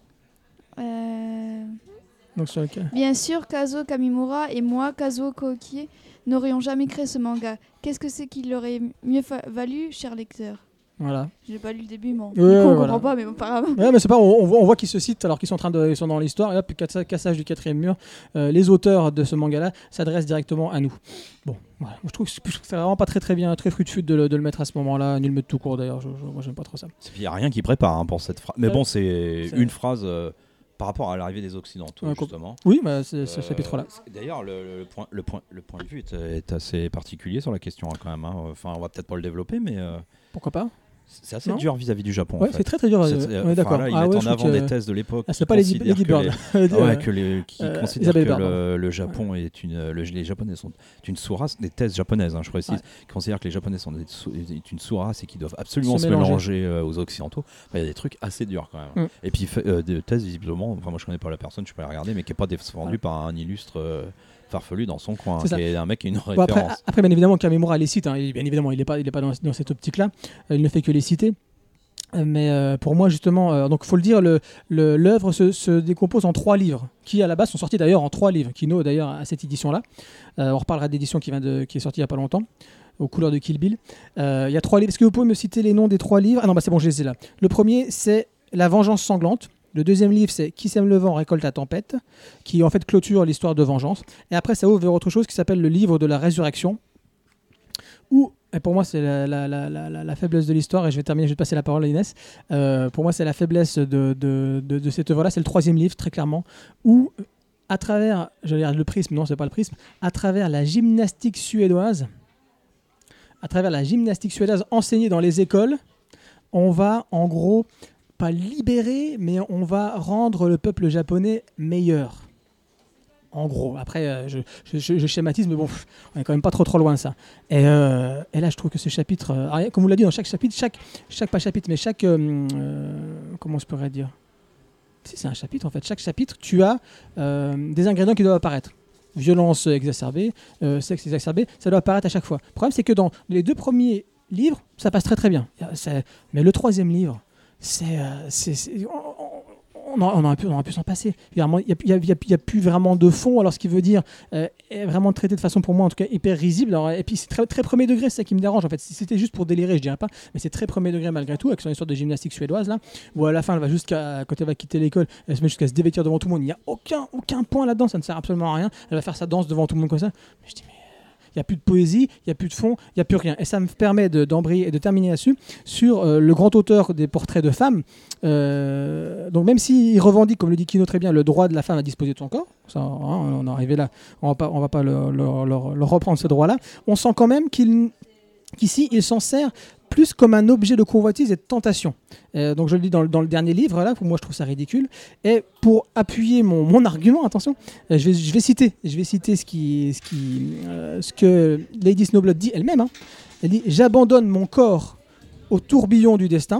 Donc, sur lequel... Bien sûr, Kazuo Kamimura et moi, Kazuo Kokie, n'aurions jamais créé ce manga. Qu'est-ce que c'est qu'il aurait mieux valu, cher lecteur? Voilà. J'ai pas lu le début, mais on comprend pas, mais bon, pas grave. Ouais, mais c'est pas. On voit qu'ils se citent alors qu'ils sont ils sont dans l'histoire. Et hop, cassage du quatrième mur. Les auteurs de ce manga-là s'adressent directement à nous. Bon, voilà. Je trouve que c'est vraiment pas très bien, très fruitful de le mettre à ce moment-là, ni le mettre tout court d'ailleurs. Moi, j'aime pas trop ça. Il n'y a rien qui prépare pour cette phrase. Mais bon, c'est une phrase. Par rapport à l'arrivée des Occidentaux, justement. Oui, bah, c'est ce chapitre-là. D'ailleurs, le point de vue est assez particulier sur la question, quand même. Enfin, on va peut-être pas le développer, mais... Pourquoi pas? C'est assez dur vis-à-vis du Japon. Ouais, en fait. c'est très dur. On est d'accord. Là, ils mettent en avant des thèses de l'époque. C'est pas Lady Bird. Qui considèrent que le Japon est les Japonais sont une sous-race. Des thèses japonaises, je précise, qui considèrent que les Japonais sont une sous-race et qui doivent absolument se mélanger aux Occidentaux. Il y a des trucs assez durs quand même. Et puis des thèses visiblement. Enfin, moi je connais pas la personne, je peux la regarder, mais qui est pas défendue par un illustre. Farfelu dans son coin, qui est un mec qui a une référence. Après, bien évidemment, Kamemura les cite. Bien évidemment, il n'est pas dans cette optique-là. Il ne fait que les citer. Mais pour moi, justement, donc faut le dire, l'œuvre se décompose en 3 livres, qui à la base sont sortis d'ailleurs en 3 livres. Kino d'ailleurs à cette édition-là. On reparlera d'édition qui est sortie il n'y a pas longtemps, aux couleurs de Kill Bill. Il y a 3 livres. Est-ce que vous pouvez me citer les noms des 3 livres? Ah non, c'est bon, je les ai là. Le premier, c'est La Vengeance sanglante. Le deuxième livre, c'est Qui sème le vent récolte la tempête, qui en fait clôture l'histoire de vengeance. Et après, ça ouvre vers autre chose qui s'appelle le livre de la résurrection, où, et pour moi, c'est la faiblesse de l'histoire, et je vais terminer, je vais te passer la parole à Inès. Pour moi, c'est la faiblesse de cette œuvre-là, c'est le 3e livre, très clairement, où, à travers, j'allais dire le prisme, non, c'est pas le prisme, à travers la gymnastique suédoise enseignée dans les écoles, on va, en gros, pas libérer, mais on va rendre le peuple japonais meilleur. En gros, après, je schématise, mais bon, on est quand même pas trop loin de ça. Et là, je trouve que ce chapitre, comme vous l'avez dit, dans chaque chapitre, pas chapitre, mais chaque, comment je pourrais dire? Si, c'est un chapitre en fait. Chaque chapitre, tu as des ingrédients qui doivent apparaître. Violence exacerbée, sexe exacerbé, ça doit apparaître à chaque fois. Le problème, c'est que dans les 2 premiers livres, ça passe très bien. Mais le 3e livre, on aurait pu s'en passer. Il n'y a plus vraiment de fond, alors ce qui veut dire vraiment traité de façon, pour moi en tout cas, hyper risible. Alors, et puis c'est très premier degré, c'est ça qui me dérange en fait. Si c'était juste pour délirer, je dirais pas, mais c'est très premier degré malgré tout, avec son histoire de gymnastique suédoise là, où à la fin, quand elle va quitter l'école, elle se met jusqu'à se dévêtir devant tout le monde. Il n'y a aucun point là-dedans, ça ne sert absolument à rien. Elle va faire sa danse devant tout le monde comme ça. Mais je dis, il n'y a plus de poésie, il n'y a plus de fond, il n'y a plus rien. Et ça me permet d'embrayer et de terminer là-dessus sur le grand auteur des portraits de femmes. Donc même s'il revendique, comme le dit Kino très bien, le droit de la femme à disposer de son corps, ça, on est arrivé là, on va pas le reprendre ce droit-là, on sent quand même qu'ici, il s'en sert plus comme un objet de convoitise et de tentation. Donc je le dis dans le dernier livre, là, pour moi je trouve ça ridicule. Et pour appuyer mon argument, attention, je vais citer ce que Lady Snowblood dit elle-même. Elle dit « J'abandonne mon corps au tourbillon du destin,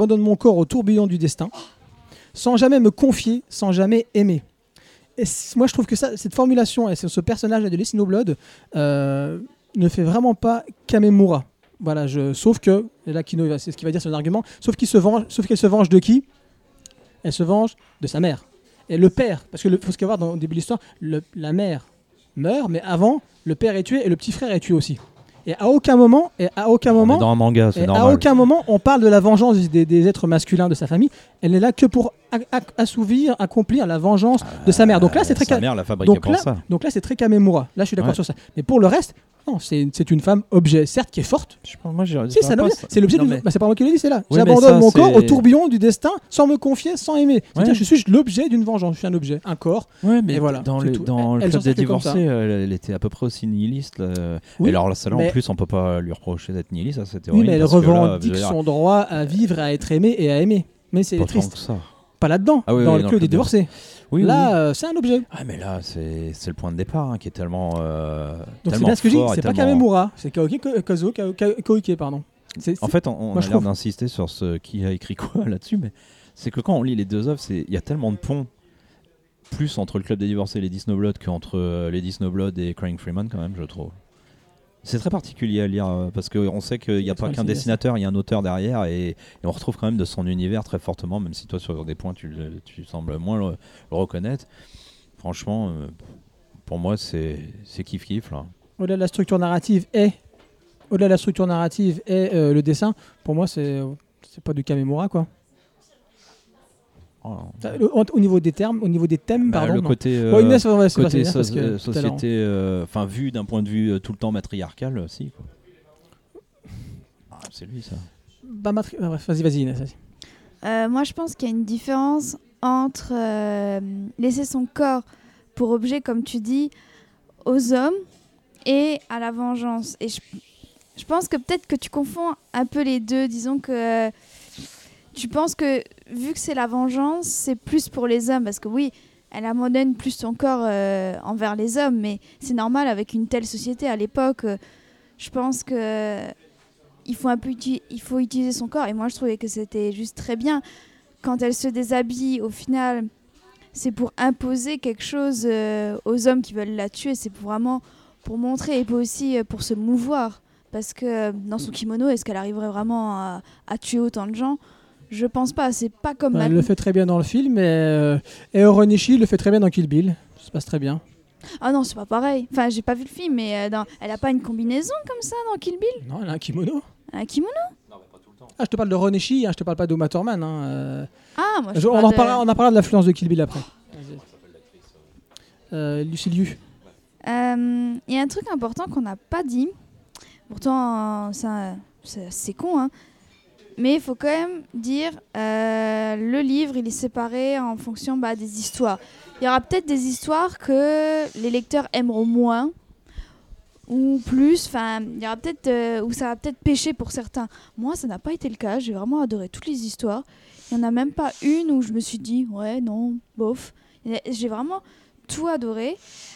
sans jamais me confier, sans jamais aimer. » Et moi je trouve que cette formulation et ce personnage de Lady Snowblood ne fait vraiment pas Kamemura. Voilà, sauf que, et là Kino, c'est ce qu'il va dire, son argument, sauf qu'elle se venge de qui? Elle se venge de sa mère. Et le père, parce qu'il faut se savoir dans le début de l'histoire, la mère meurt, mais avant, le père est tué et le petit frère est tué aussi. Et à aucun moment, on est dans un manga, c'est normal. À aucun moment, on parle de la vengeance des êtres masculins de sa famille. Elle n'est là que pour accomplir la vengeance de sa mère. Donc là, c'est très sa mère l'a fabriqué pour ça. Donc là, c'est très Kamemura. Là, je suis d'accord sur ça. Mais pour le reste, non, c'est une femme objet, certes, qui est forte. C'est l'objet c'est pas moi qui l'ai dit, c'est là. J'abandonne mon corps au tourbillon du destin sans me confier, sans aimer. C'est-à-dire, je suis l'objet d'une vengeance. Je suis un objet, un corps. Ouais, mais et voilà, dans le club des divorcés, elle était à peu près aussi nihiliste. Oui, et alors là, en plus, on peut pas lui reprocher d'être nihiliste. Ça, c'était oui, mais elle revendique son droit à vivre, à être aimée et à aimer. Mais c'est Pas tant triste. que ça. Pas là-dedans, Ah oui, dans oui, le dans club le des club divorcés. Oui, oui. Là, c'est un objet. Ah, mais là, c'est le point de départ qui est tellement. Donc c'est tellement bien ce que je dis, fort et c'est pas tellement- Kamemura, c'est Koike, pardon. En fait, on Moi, a je l'air trouve. d'insister sur ce qui a écrit quoi là-dessus, mais c'est que quand on lit les deux œuvres, il y a tellement de ponts, plus entre le club des divorcés et Lady Snowblood qu'entre Lady Snowblood et Crying Freeman, quand même, je trouve. C'est très particulier à lire parce qu'on sait qu'il n'y a pas qu'un dessinateur, il y a un auteur derrière et on retrouve quand même de son univers très fortement, même si toi, sur des points, tu sembles moins le reconnaître. Franchement, pour moi, c'est kiff-kiff là. Au-delà de la structure narrative et le dessin, pour moi, c'est pas du Kamemura, quoi. Oh. Au niveau des termes, au niveau des thèmes, Bah, pardon. le non. côté, Bon, Inès, on va se côté passer, parce que tout à l'heure, société, enfin vu d'un point de vue tout le temps matriarcal, si quoi. Ah, c'est lui ça. Bref, vas-y, Inès. Vas-y. Moi, je pense qu'il y a une différence entre laisser son corps pour objet, comme tu dis, aux hommes et à la vengeance. Et je pense que peut-être que tu confonds un peu les deux. Disons que tu penses que, vu que c'est la vengeance, c'est plus pour les hommes. Parce que oui, elle abandonne plus son corps envers les hommes, mais c'est normal avec une telle société. À l'époque, je pense que il faut utiliser son corps. Et moi, je trouvais que c'était juste très bien. Quand elle se déshabille, au final, c'est pour imposer quelque chose aux hommes qui veulent la tuer. C'est vraiment pour montrer et puis aussi pour se mouvoir. Parce que dans son kimono, est-ce qu'elle arriverait vraiment à tuer autant de gens ? Je pense pas. C'est pas comme Elle le fait très bien dans le film et Oronishi le fait très bien dans Kill Bill. Ça se passe très bien. Ah non, c'est pas pareil. Enfin, j'ai pas vu le film, mais elle a pas une combinaison comme ça dans Kill Bill ? Non, elle a un kimono. Un kimono ? Ah, je te parle de Onishi, je te parle pas d'Uma Thurman. Ah, moi On en parlera de l'influence de Kill Bill après. Lucie Liu. Il y a un truc important qu'on n'a pas dit. Pourtant, c'est con, hein. Mais il faut quand même dire, le livre, il est séparé en fonction des histoires. Il y aura peut-être des histoires que les lecteurs aimeront moins ou plus. Enfin, il y aura peut-être où ça va peut-être pêcher pour certains. Moi, ça n'a pas été le cas. J'ai vraiment adoré toutes les histoires. Il n'y en a même pas une où je me suis dit, ouais, non, bof. J'ai vraiment tout adoré.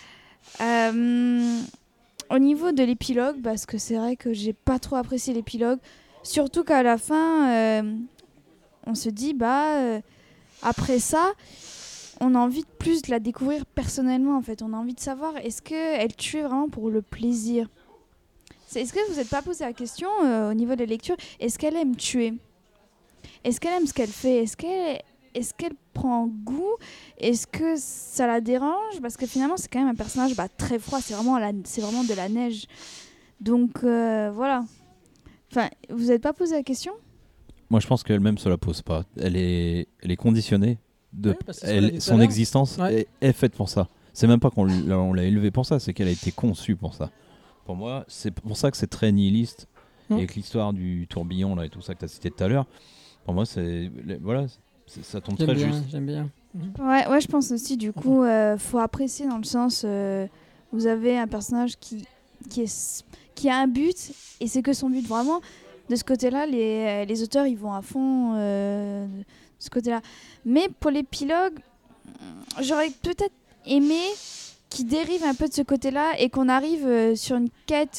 Au niveau de l'épilogue, parce que c'est vrai que j'ai pas trop apprécié l'épilogue. Surtout qu'à la fin, on se dit, après ça, on a envie de plus de la découvrir personnellement, en fait. On a envie de savoir, est-ce qu'elle tuait vraiment pour le plaisir ? Est-ce que vous n'êtes pas posé la question au niveau de la lecture ? Est-ce qu'elle aime tuer ? Est-ce qu'elle aime ce qu'elle fait ? Est-ce qu'elle prend goût ? Est-ce que ça la dérange ? Parce que finalement, c'est quand même un personnage très froid. C'est vraiment de la neige. Donc, voilà. Enfin, vous n'êtes pas posé la question ? Moi, je pense qu'elle-même se la pose pas. Elle est conditionnée. Parce que Son existence Ouais. est faite pour ça. C'est même pas qu'on l'a élevée pour ça, c'est qu'elle a été conçue pour ça. Pour moi, c'est pour ça que c'est très nihiliste. Et avec l'histoire du tourbillon là, et tout ça que tu as cité tout à l'heure, pour moi, ça tombe très juste. J'aime bien. Ouais, je pense aussi, du coup, faut apprécier dans le sens, vous avez un personnage qui a un but, et c'est que son but vraiment. De ce côté-là, les auteurs, ils vont à fond de ce côté-là. Mais pour l'épilogue, j'aurais peut-être aimé qu'ils dérivent un peu de ce côté-là et qu'on arrive sur une quête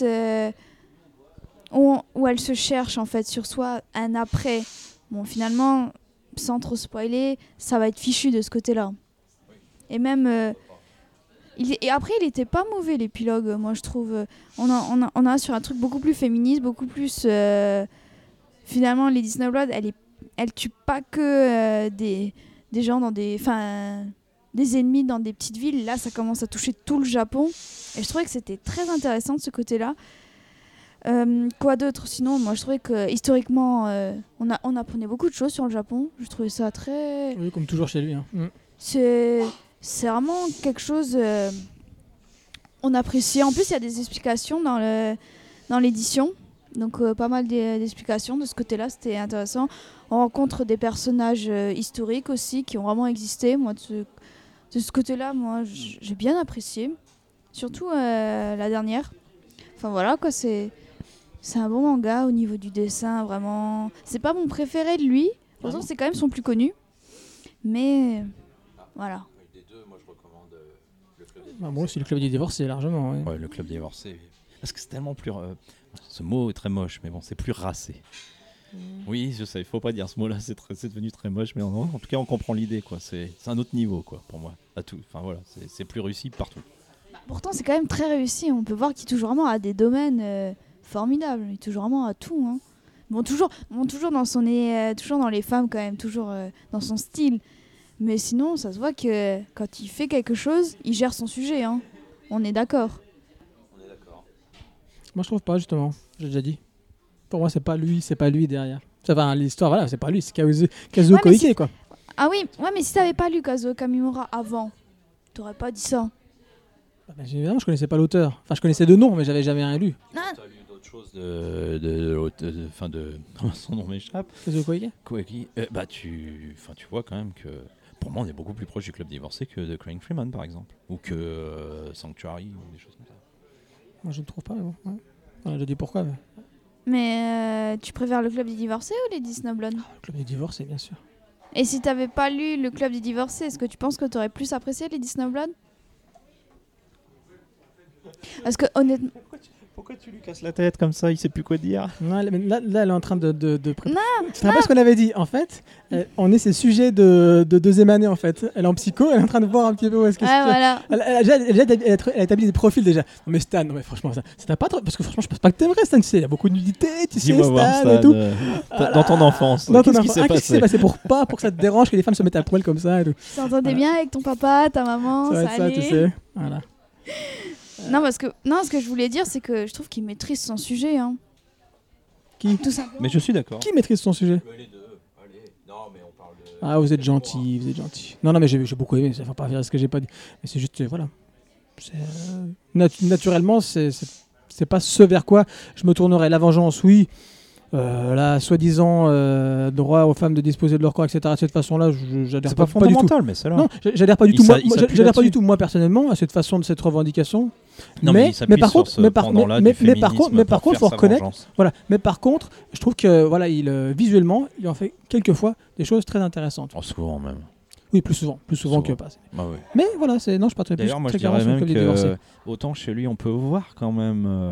où elle se cherche, en fait, sur soi, un après. Bon, finalement, sans trop spoiler, ça va être fichu de ce côté-là. Et même... et après, il était pas mauvais l'épilogue, moi je trouve. On a sur un truc beaucoup plus féministe, beaucoup plus. Finalement, Lady Snowblood, elle tue pas que des gens dans des. Enfin, des ennemis dans des petites villes. Là, ça commence à toucher tout le Japon. Et je trouvais que c'était très intéressant de ce côté-là. Quoi d'autre ? Sinon, moi je trouvais que historiquement, on apprenait beaucoup de choses sur le Japon. Je trouvais ça très. Oui, comme toujours chez lui. Hein. C'est vraiment quelque chose on apprécie. En plus, il y a des explications dans l'édition. Donc, pas mal d'explications de ce côté-là. C'était intéressant. On rencontre des personnages historiques aussi qui ont vraiment existé. Moi, de ce côté-là, moi, j'ai bien apprécié. Surtout la dernière. Enfin, voilà, quoi. C'est un bon manga au niveau du dessin, vraiment. C'est pas mon préféré de lui. Pourtant, c'est quand même son plus connu. Mais voilà. Des deux, moi je recommande le Club des Moi aussi, le club des divorcés, largement. Ouais. Ouais, le Club des divorcés. Parce que c'est tellement plus. Ce mot est très moche, mais bon, c'est plus racé. Oui, je sais, il faut pas dire ce mot-là, c'est devenu très moche, mais en tout cas, on comprend l'idée, quoi. C'est un autre niveau, quoi, pour moi. À tout. Enfin voilà, c'est plus réussi partout. Pourtant, c'est quand même très réussi. On peut voir qu'il touche vraiment à des domaines formidables. Il touche vraiment à tout. Hein. Toujours dans son toujours dans les femmes quand même, toujours dans son style. Mais sinon, ça se voit que quand il fait quelque chose, il gère son sujet. Hein. On est d'accord. On est d'accord. Moi, je trouve pas, justement. J'ai déjà dit. Pour moi, c'est pas lui derrière. Enfin, l'histoire, voilà, c'est pas lui, c'est Kazuo Koike, quoi. Ah oui, ouais, mais si t'avais pas lu Kazuo Kamimura avant, t'aurais pas dit ça. Bah, évidemment, je connaissais pas l'auteur. Enfin, je connaissais de nom, mais j'avais jamais rien lu. Non. T'as lu d'autres choses son nom m'échappe. Kazuo Koike. Koike. Bah tu vois quand même que pour moi on est beaucoup plus proche du Club divorcé que de Crying Freeman par exemple, ou que Sanctuary ou des choses comme ça. Moi, je ne trouve pas, mais bon. Ouais. On a déjà dit pourquoi. Mais... Mais tu préfères le Club des divorcés ou les Disney Blondes? Le club des divorcés, bien sûr. Et si t'avais pas lu le Club des divorcés, est-ce que tu penses que t'aurais plus apprécié les Disney Blondes? Parce que honnêtement... Pourquoi tu lui casses la tête comme ça? Il sait plus quoi dire. Non, là, elle est en train de préparer. Non, Tu te rappelles ce qu'on avait dit? En fait, on est ses sujets de deuxième année, en fait. Elle est en psycho, elle est en train de voir un petit peu où est-ce que ouais, voilà. Elle a établi des profils déjà. Non, mais Stan, ouais, franchement, ça t'a pas trop. Parce que franchement, je pense pas que t'aimerais Stan. Tu sais, il y a beaucoup de nudité, tu sais, Dis-moi voir, Stan et tout. dans ton enfance. Dans ton Qu'est-ce qui enfant. s'est Qu'est-ce qui s'est passé passé pour que ça te dérange que les femmes se mettent à poil comme ça et tout. Tu t'entendais bien avec ton papa, ta maman, Ça va ça être ça, allait. tu sais. Voilà. Non, ce que je voulais dire, c'est que je trouve qu'il maîtrise son sujet. Hein. Qui Tout simplement. Mais je suis d'accord. Qui maîtrise son sujet? Les deux. Allez. Non, mais on parle de. Ah, vous êtes gentil, vous êtes gentil. Non, mais j'ai beaucoup aimé, ça ne faut pas faire ce que j'ai pas dit. Mais c'est juste, voilà. Naturellement, c'est pas ce vers quoi je me tournerais. La vengeance, oui. La soi-disant droit aux femmes de disposer de leur corps, etc. De cette façon-là, j'adhère C'est pas, pas pas du tout. fondamental, mais c'est là. Non, j'adhère pas du Il tout. s'appuie J'adhère pas là-dessus. du tout, moi personnellement, à cette façon de cette revendication. Non, mais il s'appuie sur ce pendant-là du féminisme mais par pour contre, faire faut sa reconnaître. vengeance. Voilà. Mais par contre, je trouve que voilà, visuellement, il en fait quelquefois des choses très intéressantes. Oh, souvent même. Oui, plus souvent Souvent. que pas. Ah ouais. Mais voilà, non, je partirais plus D'ailleurs, moi je très clairement dirais sur le même Club des divorcés. que autant chez lui on peut voir quand même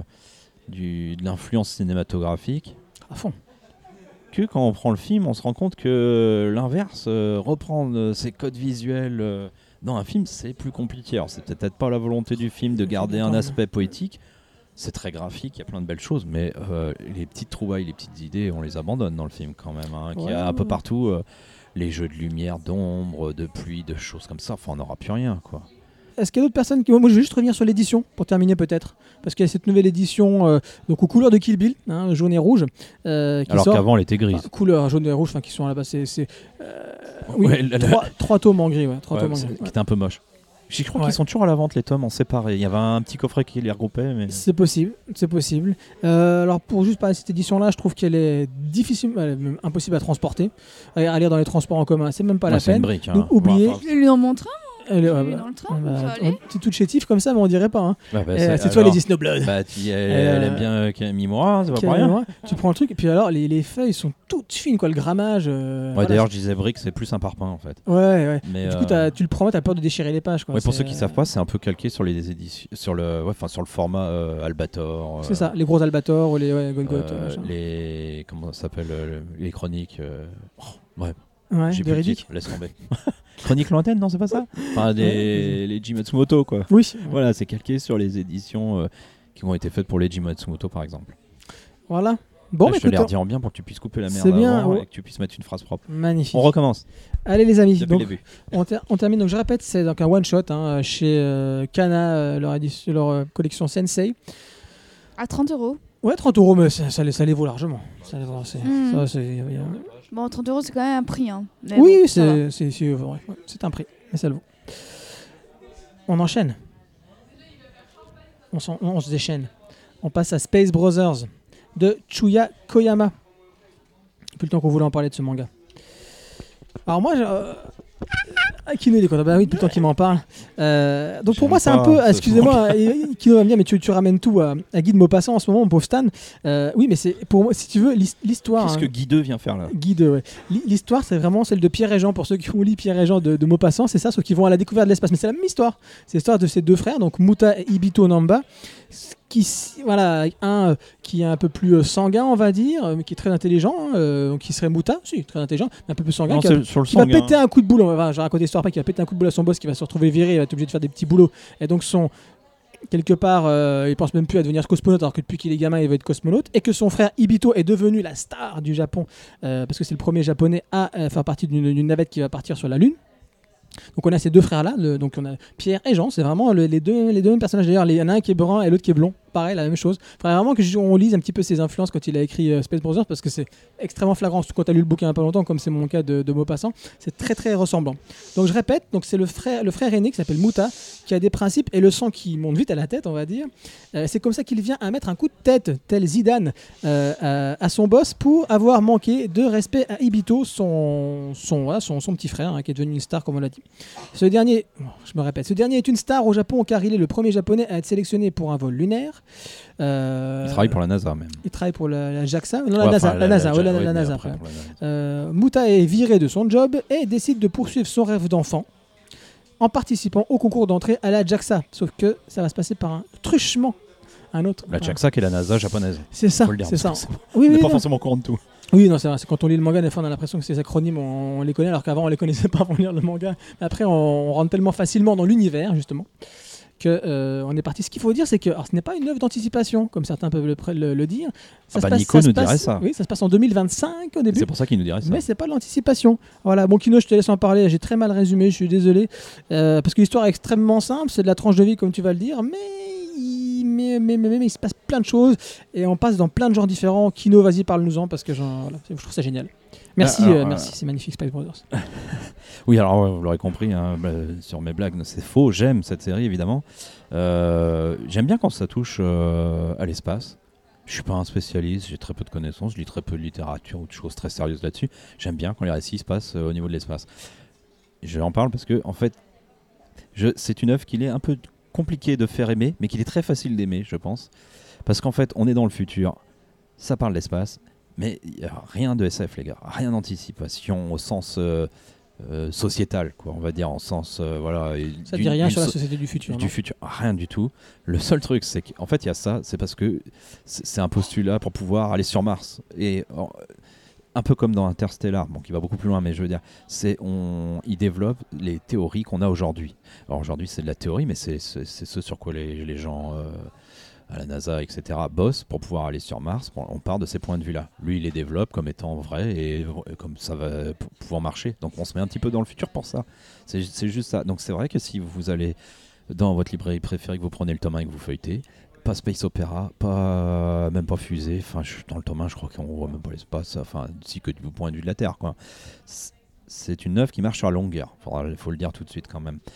de l'influence cinématographique, À fond. que quand on prend le film, on se rend compte que l'inverse, reprendre ces codes visuels dans un film, c'est plus compliqué. Alors, c'est peut-être pas la volonté du film de garder un aspect poétique. C'est très graphique, il y a plein de belles choses, mais les petites trouvailles, les petites idées, on les abandonne dans le film quand même. Hein, qu'il y a un peu partout les jeux de lumière, d'ombre, de pluie, de choses comme ça. Enfin, on n'aura plus rien, quoi. Est-ce qu'il y a d'autres personnes qui... Moi, je vais juste revenir sur l'édition, pour terminer peut-être. Parce qu'il y a cette nouvelle édition donc aux couleurs de Kill Bill, hein, jaune et rouge. Qui Alors sort. qu'avant, elle était grise. Enfin, couleur jaune et rouge, qui sont là-bas. Oui, Ouais, trois tomes en gris. Ouais, trois Ouais, tomes en gris. qui était un peu moche. Je crois Ouais. qu'ils sont toujours à la vente, les tomes en séparé. Il y avait un petit coffret qui les regroupait. Mais... C'est possible, c'est possible. Alors pour juste parler de cette édition-là, je trouve qu'elle est difficile, même impossible à transporter, à lire dans les transports en commun. C'est même pas la c'est une peine. brique. Donc, oubliez. Enfin, Je lui en montre un. Elle est- J'ai ouais, vu bah, dans le train, bah, ça allait. c'est toute chétive comme ça, mais on dirait pas. Hein. C'est toi alors, les Disney Blood. Bah, elle aime bien Camille-Moi, c'est pas pour rien. Tu prends le truc et puis alors les feuilles sont toutes fines, quoi, le grammage. Voilà. D'ailleurs, je disais brique, c'est plus un parpaing en fait. Ouais. Mais, Du coup, tu le prends, t'as peur de déchirer les pages. Quoi. ouais, pour C'est, ceux qui savent pas, c'est un peu calqué sur les éditions, sur le format Albator. C'est ça, les gros Albator ou les Golgoth. machin. Comment ça s'appelle les chroniques. Bref, Ouais, j'ai de plus le Riddick. titre, laisse tomber. Chroniques lointaines, non, c'est pas ça. Enfin, les Jim Matsumoto, quoi. Oui. Voilà, c'est calqué sur les éditions qui ont été faites pour les Jim Matsumoto, par exemple. Voilà. Bon, Là, mais je te les écoute, redis en bien pour que tu puisses couper la merde C'est bien, avant ouais. et que tu puisses mettre une phrase propre. magnifique. On recommence Allez les amis, depuis donc, le début. on termine. Donc je répète, c'est donc un one shot chez Kana, leur collection Sensei. À 30 €. Ouais, 30 €, mais ça les vaut largement. Ça les vaut, Mm. c'est- Bon, 30 € c'est quand même un prix. Hein. Mais oui, bon, ça va. c'est un prix, mais ça le vaut. On enchaîne. On se déchaîne. On passe à Space Brothers de Chuya Koyama. Depuis le temps qu'on voulait en parler de ce manga. Alors moi, Kino, il est content. Bah oui, depuis le temps qu'il m'en parle. Donc pour J'aime moi, c'est un pas peu. ce Excusez-moi, Kino va me dire, mais tu ramènes tout à Guy de Maupassant en ce moment, mon pauvre Stan. Oui, mais c'est pour moi, si tu veux, l'histoire. Qu'est-ce que Guy 2 vient faire là? Guy 2, ouais. L'histoire, c'est vraiment celle de Pierre et Jean. Pour ceux qui ont lu Pierre et Jean de Maupassant, c'est ça, ceux qui vont à la découverte de l'espace. Mais c'est la même histoire. C'est l'histoire de ces deux frères, donc Muta et Ibito Namba. Voilà, un qui est un peu plus sanguin, on va dire, mais qui est très intelligent, donc qui serait Muta, si, très intelligent, mais un peu plus sanguin, Non, qui, c'est sur le qui va sanguin. péter un coup de boulot. J'ai raconté l'histoire après, qui va péter un coup de boulot à son boss, qui va se retrouver viré, il va être obligé de faire des petits boulots. Et donc quelque part, il pense même plus à devenir cosmonaute, alors que depuis qu'il est gamin, il veut être cosmonaute, et que son frère Ibito est devenu la star du Japon, parce que c'est le premier japonais à faire partie d'une navette qui va partir sur la Lune. Donc on a ces deux frères là, donc on a Pierre et Jean, c'est vraiment les deux mêmes personnages. D'ailleurs, il y en a un qui est brun et l'autre qui est blond, pareil, la même chose. Il faudrait vraiment qu'on lise un petit peu ses influences quand il a écrit Space Brothers, parce que c'est extrêmement flagrant, surtout quand tu as lu le bouquin il n'y a pas longtemps, comme c'est mon cas de Maupassant. C'est très très ressemblant. Donc je répète, donc c'est le frère aîné qui s'appelle Muta, qui a des principes et le sang qui monte vite à la tête, on va dire. C'est comme ça qu'il vient à mettre un coup de tête, tel Zidane, à son boss, pour avoir manqué de respect à Ibito, son petit frère, qui est devenu une star, comme on l'a dit. Ce dernier est une star au Japon, car il est le premier japonais à être sélectionné pour un vol lunaire. Il travaille pour la NASA même. Il travaille pour la JAXA, non, Ouais, la NASA, enfin, la NASA, ouais, la mais NASA. après, Après. pour la NASA. Muta est viré de son job et décide de poursuivre son rêve d'enfant en participant au concours d'entrée à la JAXA. Sauf que ça va se passer par un truchement. Un autre. La JAXA qui est la NASA japonaise. C'est ça, Faut le dire, c'est ça. parce que Oui, On n'est oui, pas non. forcément au courant de tout. Oui, non, c'est vrai. C'est quand on lit le manga, des fois, on a l'impression que ces acronymes, on les connaît, alors qu'avant, on les connaissait pas avant de lire le manga. Mais après, on rentre tellement facilement dans l'univers, justement, que on est parti. Ce qu'il faut dire, c'est que alors, ce n'est pas une œuvre d'anticipation, comme certains peuvent le dire. Nico nous dirait ça. Oui, ça se passe en 2025 au début. C'est pour ça qu'il nous dirait ça. Mais c'est pas de l'anticipation. Voilà, bon Kino, je te laisse en parler. J'ai très mal résumé, je suis désolé. Parce que l'histoire est extrêmement simple, c'est de la tranche de vie, comme tu vas le dire, mais il se passe plein de choses et on passe dans plein de genres différents. Kino, vas-y, parle-nous-en parce que je trouve ça génial. Merci, merci, c'est magnifique, Space Brothers. Oui, alors vous l'aurez compris, hein, sur mes blagues, c'est faux. J'aime cette série, évidemment. J'aime bien quand ça touche à l'espace. Je suis pas un spécialiste, j'ai très peu de connaissances, je lis très peu de littérature ou de choses très sérieuses là-dessus. J'aime bien quand les récits se passent au niveau de l'espace. Je en parle parce que, en fait, c'est une œuvre qu'il est un peu compliqué de faire aimer, mais qu'il est très facile d'aimer, je pense. Parce qu'en fait, on est dans le futur, ça parle d'espace, mais il n'y a rien de SF, les gars. Rien d'anticipation au sens sociétal, quoi, on va dire, en sens... voilà, Ça ne dit rien sur la société du futur. Du futur, rien du tout. Le seul truc, c'est qu'en fait, il y a ça, c'est parce que c'est un postulat pour pouvoir aller sur Mars. Et un peu comme dans Interstellar, bon, qui va beaucoup plus loin, mais je veux dire, il développe les théories qu'on a aujourd'hui. Alors aujourd'hui, c'est de la théorie, mais c'est ce sur quoi les gens à la NASA, etc., bossent pour pouvoir aller sur Mars. Bon, on part de ces points de vue-là. Lui, il les développe comme étant vrais et comme ça va pouvoir marcher. Donc on se met un petit peu dans le futur pour ça. C'est juste ça. Donc c'est vrai que si vous allez dans votre librairie préférée, que vous prenez le tome 1 et que vous feuilletez, pas space opéra, même pas fusée. Enfin, dans le tome 1, je crois qu'on voit même pas l'espace. Enfin, si que du point de vue de la Terre, quoi. C'est une œuvre qui marche sur la longueur. Faut le dire tout de suite quand même.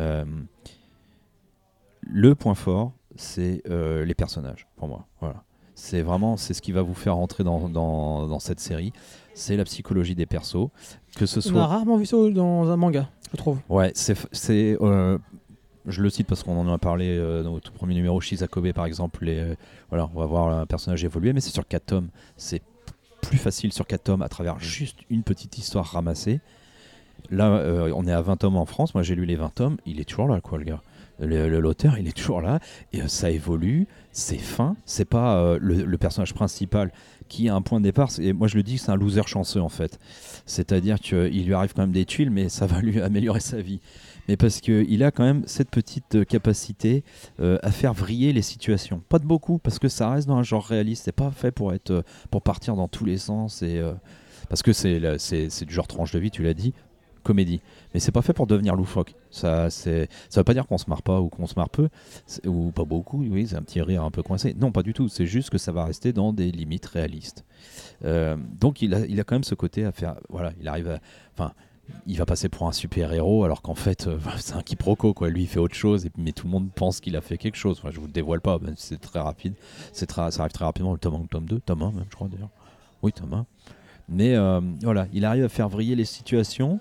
Le point fort, c'est les personnages, pour moi. Voilà. C'est ce qui va vous faire rentrer dans cette série. C'est la psychologie des persos. Que ce soit... On a rarement vu ça dans un manga, je trouve. Ouais, je le cite parce qu'on en a parlé dans le tout premier numéro, Shizakobe par exemple. Voilà, on va voir un personnage évoluer, mais c'est sur 4 tomes. C'est plus facile sur 4 tomes à travers juste une petite histoire ramassée. Là, on est à 20 tomes en France. Moi, j'ai lu les 20 tomes. Il est toujours là, quoi, le gars. L'auteur, il est toujours là. Et ça évolue. C'est fin. C'est pas le personnage principal qui a un point de départ. Moi, je le dis, c'est un loser chanceux, en fait. C'est-à-dire qu'il lui arrive quand même des tuiles, mais ça va lui améliorer sa vie. Mais parce qu'il a quand même cette petite capacité à faire vriller les situations. Pas de beaucoup, parce que ça reste dans un genre réaliste. C'est pas fait pour partir dans tous les sens. Parce que c'est du genre tranche de vie, tu l'as dit, comédie. Mais c'est pas fait pour devenir loufoque. Ça veut pas dire qu'on se marre pas ou qu'on se marre peu, ou pas beaucoup, oui, c'est un petit rire un peu coincé. Non, pas du tout. C'est juste que ça va rester dans des limites réalistes. Donc il a quand même ce côté à faire... Voilà, il arrive à... Enfin, il va passer pour un super-héros alors qu'en fait c'est un quiproquo, quoi. Lui il fait autre chose, mais tout le monde pense qu'il a fait quelque chose. Enfin, je vous le dévoile pas, même si c'est très rapide. Ça arrive très rapidement, le tome 1 ou le tome 2, tome 1 même, je crois d'ailleurs. Oui, tome 1. Mais voilà, il arrive à faire vriller les situations.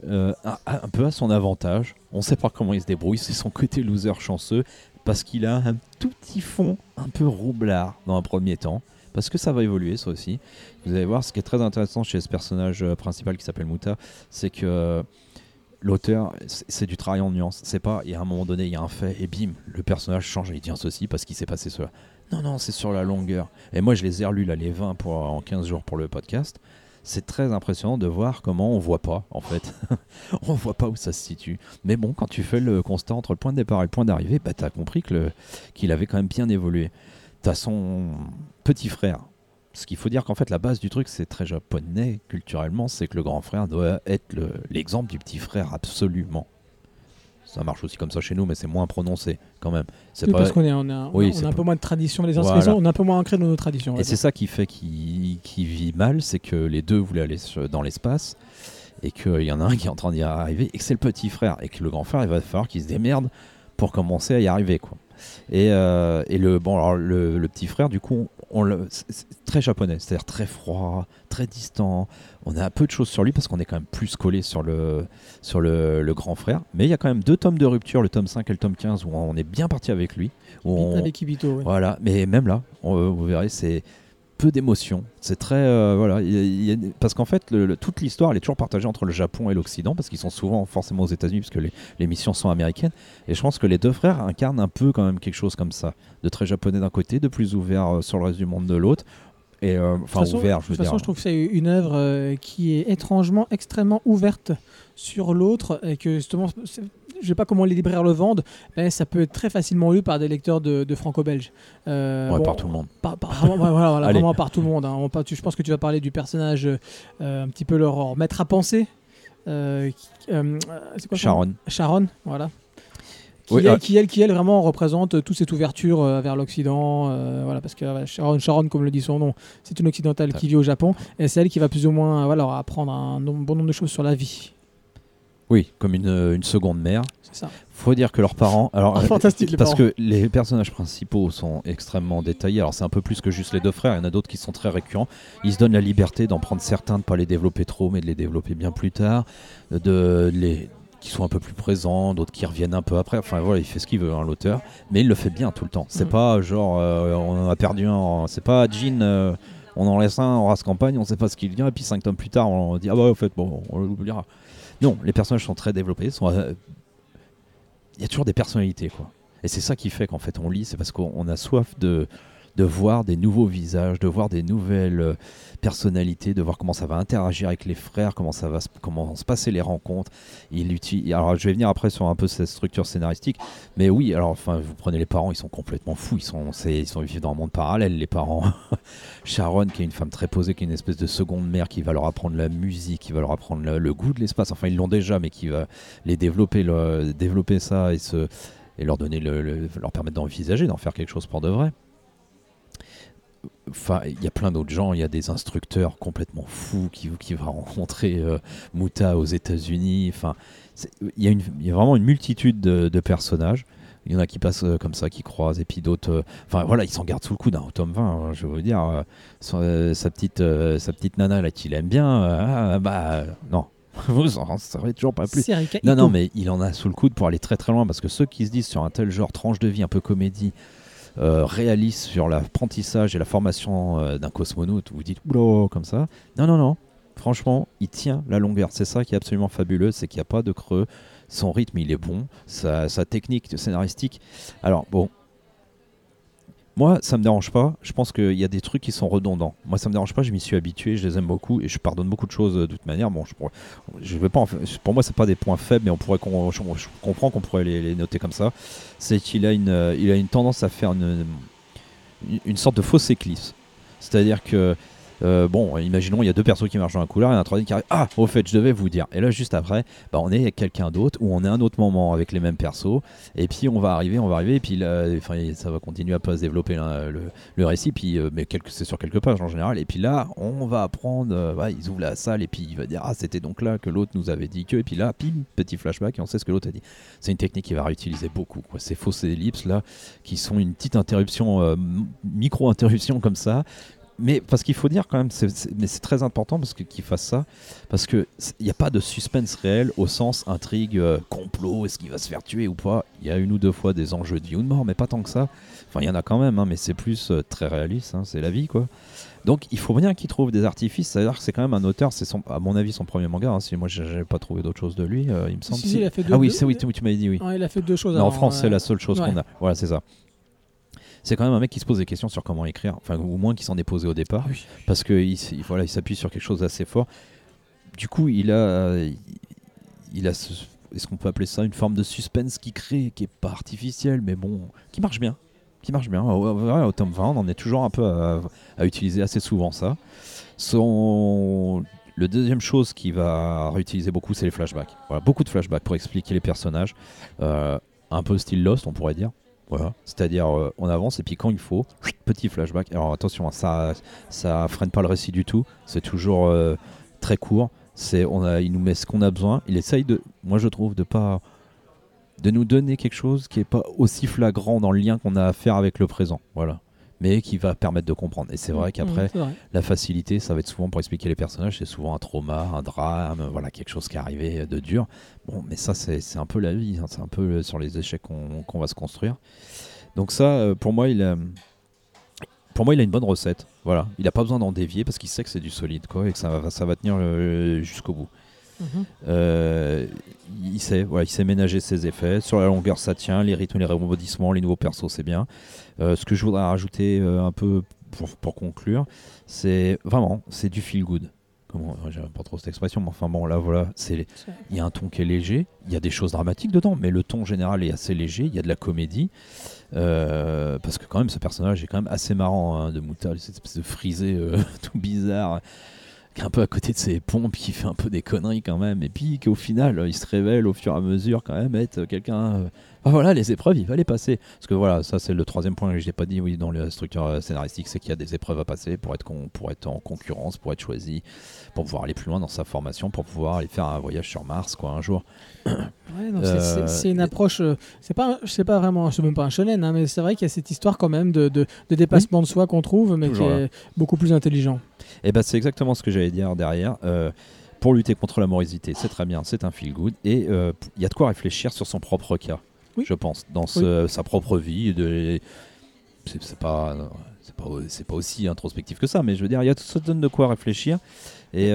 un peu à son avantage. On sait pas comment il se débrouille, c'est son côté loser chanceux, parce qu'il a un tout petit fond un peu roublard dans un premier temps, parce que ça va évoluer ça aussi. Vous allez voir, ce qui est très intéressant chez ce personnage principal qui s'appelle Muta, c'est que l'auteur, c'est du travail en nuance. C'est pas, il y a un moment donné, il y a un fait, et bim, le personnage change et il tient ceci parce qu'il s'est passé cela. Non, c'est sur la longueur. Et moi, je les ai relus, là, les 20 en 15 jours pour le podcast. C'est très impressionnant de voir comment on voit pas, en fait. On voit pas où ça se situe. Mais bon, quand tu fais le constat entre le point de départ et le point d'arrivée, bah, t'as compris qu'il avait quand même bien évolué. T'as son petit frère. Ce qu'il faut dire qu'en fait, la base du truc, c'est très japonais, culturellement, c'est que le grand frère doit être l'exemple du petit frère, absolument. Ça marche aussi comme ça chez nous, mais c'est moins prononcé quand même. C'est Oui, pas... parce qu'on a un peu moins de tradition, les anciens, on est un peu moins ancrés dans nos traditions. Et c'est ça qui fait qu'il vit mal, c'est que les deux voulaient aller dans l'espace, et qu'il y en a un qui est en train d'y arriver, et que c'est le petit frère, et que le grand frère, il va falloir qu'il se démerde pour commencer à y arriver, quoi. Et le petit frère, du coup, c'est très japonais, c'est-à-dire très froid, très distant. On a peu de choses sur lui parce qu'on est quand même plus collé sur le grand frère. Mais il y a quand même 2 tomes de rupture, le tome 5 et le tome 15, où on est bien parti avec lui. Avec Ibito, oui. Voilà, mais même là, vous verrez, c'est peu d'émotion. C'est très... parce qu'en fait, toute l'histoire, elle est toujours partagée entre le Japon et l'Occident, parce qu'ils sont souvent forcément aux États-Unis, parce que les missions sont américaines. Et je pense que les 2 frères incarnent un peu quand même quelque chose comme ça. De très japonais d'un côté, de plus ouvert sur le reste du monde de l'autre. Et ouvert, je veux dire. De toute façon, je trouve que c'est une œuvre qui est étrangement, extrêmement ouverte sur l'autre, et que justement, je ne sais pas comment les libraires le vendent, mais ça peut être très facilement lu par des lecteurs de franco-belge. Par tout le monde. Vraiment par tout le monde. Hein. Je pense que tu vas parler du personnage, un petit peu leur maître à penser. C'est quoi Sharon, voilà. Qui elle vraiment représente toute cette ouverture vers l'Occident, parce que Sharon, comme le dit son nom, c'est une occidentale qui vit au Japon, et c'est elle qui va plus ou moins leur apprendre un bon nombre de choses sur la vie. Oui, comme une seconde mère. C'est ça. Faut dire que leurs parents, fantastique, parce que les personnages principaux sont extrêmement détaillés. Alors c'est un peu plus que juste les 2 frères. Il y en a d'autres qui sont très récurrents. Ils se donnent la liberté d'en prendre certains, de pas les développer trop, mais de les développer bien plus tard, qui sont un peu plus présents, d'autres qui reviennent un peu après. Enfin voilà, il fait ce qu'il veut, hein, l'auteur, mais il le fait bien tout le temps. C'est pas genre on en a perdu un. C'est pas Jean. On en laisse un en race campagne, on sait pas ce qu'il vient, et puis 5 tomes plus tard, on dit au fait, bon, on l'oubliera. Non, les personnages sont très développés. Il y a toujours des personnalités, quoi. Et c'est ça qui fait qu'en fait on lit, c'est parce qu'on a soif de voir des nouveaux visages, de voir des nouvelles personnalités, de voir comment ça va interagir avec les frères, comment vont se passer les rencontres. Alors je vais venir après sur un peu cette structure scénaristique, mais oui, alors vous prenez les parents, ils sont complètement fous, ils vivent dans un monde parallèle, les parents. Sharon, qui est une femme très posée, qui est une espèce de seconde mère, qui va leur apprendre la musique, qui va leur apprendre le goût de l'espace, enfin ils l'ont déjà, mais qui va les développer ça et leur donner leur permettre d'envisager, d'en faire quelque chose pour de vrai. Enfin, il y a plein d'autres gens, il y a des instructeurs complètement fous qui vont rencontrer Muta aux États-Unis. Enfin, il y a vraiment une multitude de personnages. Il y en a qui passent comme ça, qui croisent, et puis d'autres. Ils s'en gardent sous le coude. Au tome 20, hein, je veux vous dire, sa petite nana là qu'il aime bien. Non. Vous en saurez toujours pas plus. Non, mais il en a sous le coude pour aller très très loin, parce que ceux qui se disent sur un tel genre tranche de vie un peu comédie, réaliste sur l'apprentissage et la formation d'un cosmonaute, vous dites oula comme ça. Non. Franchement, il tient la longueur. C'est ça qui est absolument fabuleux, c'est qu'il n'y a pas de creux. Son rythme, il est bon. Sa technique scénaristique. Alors bon, moi, ça me dérange pas. Je pense qu'il y a des trucs qui sont redondants. Moi, ça me dérange pas. Je m'y suis habitué. Je les aime beaucoup et je pardonne beaucoup de choses de toute manière. Bon, je vais pas. Pour moi, c'est pas des points faibles, mais je comprends qu'on pourrait les noter comme ça. C'est qu'il a une tendance à faire une sorte de fausse éclipse. C'est-à-dire que imaginons il y a 2 persos qui marchent dans la couloir et un troisième qui arrive. Ah, au fait, je devais vous dire. Et là, juste après, on est avec quelqu'un d'autre ou on est à un autre moment avec les mêmes persos. Et puis on va arriver. Et puis là, ça va continuer à pas se développer le récit. Puis, mais c'est sur quelques pages en général. Et puis là, on va apprendre. Ils ouvrent la salle et puis il va dire c'était donc là que l'autre nous avait dit que. Et puis là, pim, petit flashback et on sait ce que l'autre a dit. C'est une technique qu'il va réutiliser beaucoup, quoi. Ces fausses ellipses là, qui sont une petite interruption, micro-interruption comme ça, Mais parce qu'il faut dire quand même, mais c'est très important parce qu'il fasse ça, parce qu'il n'y a pas de suspense réel au sens intrigue, complot, est-ce qu'il va se faire tuer ou pas. Il y a une ou deux fois des enjeux de vie ou de mort, mais pas tant que ça. Enfin, il y en a quand même, hein, mais c'est plus très réaliste, hein, c'est la vie, quoi. Donc il faut bien qu'il trouve des artifices, c'est-à-dire que c'est quand même un auteur, c'est à mon avis son premier manga, hein, si moi j'avais pas trouvé d'autre chose de lui, il me semble. Si, il a fait deux, ah oui, deux, tu m'avais dit oui. Ouais, il a fait 2 choses. Non, avant, en France, c'est la seule chose ouais. qu'on a. Voilà, c'est ça. C'est quand même un mec qui se pose des questions sur comment écrire, enfin au moins qui s'en est posé au départ, Oui. parce qu'il il s'appuie sur quelque chose d'assez fort. Du coup, il a est-ce qu'on peut appeler ça une forme de suspense qui crée, qui est pas artificielle, mais bon, qui marche bien. Au tome 20, on en est toujours un peu à utiliser assez souvent ça. Le deuxième chose qu'il va réutiliser beaucoup, c'est les flashbacks. Voilà, beaucoup de flashbacks pour expliquer les personnages. Un peu style Lost, on pourrait dire. Voilà. C'est-à-dire, on avance et puis quand il faut, petit flashback. Alors attention, ça freine pas le récit du tout. C'est toujours très court. Il nous met ce qu'on a besoin. Il essaye moi je trouve, de nous donner quelque chose qui n'est pas aussi flagrant dans le lien qu'on a à faire avec le présent. Voilà. Mais qui va permettre de comprendre. Et c'est vrai qu'après, la facilité, ça va être souvent pour expliquer les personnages, c'est souvent un trauma, un drame, voilà, quelque chose qui est arrivé de dur. Bon, mais ça, c'est un peu la vie, hein, c'est un peu sur les échecs qu'on va se construire. Donc ça, pour moi, il a une bonne recette. Voilà. Il n'a pas besoin d'en dévier parce qu'il sait que c'est du solide, quoi, et que ça va tenir jusqu'au bout. Il sait ménager ses effets. Sur la longueur, ça tient. Les rythmes, les rebondissements, les nouveaux persos, c'est bien. Ce que je voudrais rajouter un peu pour conclure, c'est du feel good. J'aime pas trop cette expression, mais enfin bon, là voilà, il y a un ton qui est léger. Il y a des choses dramatiques dedans, mais le ton général est assez léger. Il y a de la comédie. Parce que quand même, ce personnage est quand même assez marrant, hein, de Moutal, cette espèce de frisé tout bizarre, qui est un peu à côté de ses pompes, qui fait un peu des conneries quand même, et puis qu'au final il se révèle au fur et à mesure quand même être quelqu'un. Voilà, les épreuves, il va les passer. Parce que voilà, ça c'est le troisième point que je n'ai pas dit, oui, dans la structure scénaristique, c'est qu'il y a des épreuves à passer pour être en concurrence, pour être choisi, pour pouvoir aller plus loin dans sa formation, pour pouvoir aller faire un voyage sur Mars, quoi, un jour. Ouais, donc c'est une approche. C'est même pas un shonen, hein, mais c'est vrai qu'il y a cette histoire quand même de dépassement de soi qu'on trouve, mais toujours qui est beaucoup plus intelligent. Et c'est exactement ce que j'allais dire derrière. Pour lutter contre la morosité, c'est très bien, c'est un feel good, et il y a de quoi réfléchir sur son propre cas. Oui. Je pense, dans sa propre vie. C'est pas aussi introspectif que ça, mais je veux dire, ça donne de quoi réfléchir. Et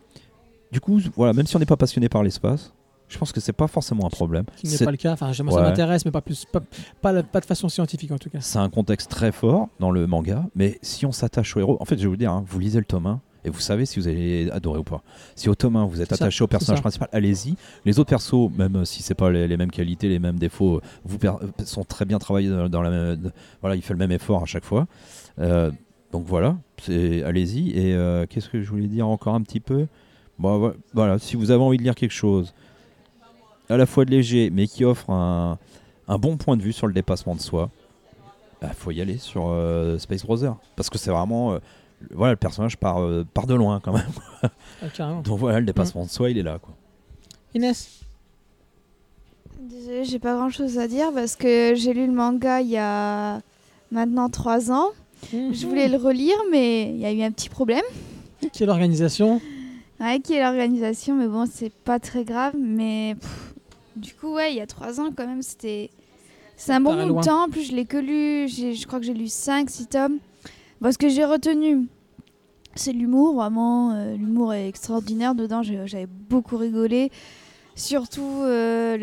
du coup, voilà, même si on n'est pas passionné par l'espace, je pense que c'est pas forcément un problème. Ce n'est pas le cas. Enfin, moi, ça m'intéresse, mais pas de façon scientifique en tout cas. C'est un contexte très fort dans le manga, mais si on s'attache au héros, en fait, je vais vous dire, hein, vous lisez le tome 1. Et vous savez si vous allez adorer ou pas. Si au tome 1 vous êtes attaché au personnage principal, allez-y. Les autres persos, même si c'est pas les mêmes qualités, les mêmes défauts, sont très bien travaillés dans la même. Voilà, il fait le même effort à chaque fois. Donc voilà, allez-y. Et qu'est-ce que je voulais dire encore un petit peu ? Voilà, si vous avez envie de lire quelque chose à la fois de léger, mais qui offre un bon point de vue sur le dépassement de soi, faut y aller sur Space Brother, parce que c'est vraiment. Voilà, le personnage part de loin quand même. Donc voilà, le dépassement de soi, il est là, quoi. Inès ? Désolée, j'ai pas grand chose à dire parce que j'ai lu le manga il y a maintenant 3 ans. Je voulais le relire, mais il y a eu un petit problème. Qui est l'organisation ? Ouais, qui est l'organisation, mais bon, c'est pas très grave. Mais du coup, ouais, il y a 3 ans quand même, c'est un bon bout de temps. En plus, je l'ai que lu, je crois que j'ai lu 5-6 tomes. Bon, ce que j'ai retenu, c'est l'humour, vraiment. L'humour est extraordinaire dedans, j'avais beaucoup rigolé. Surtout le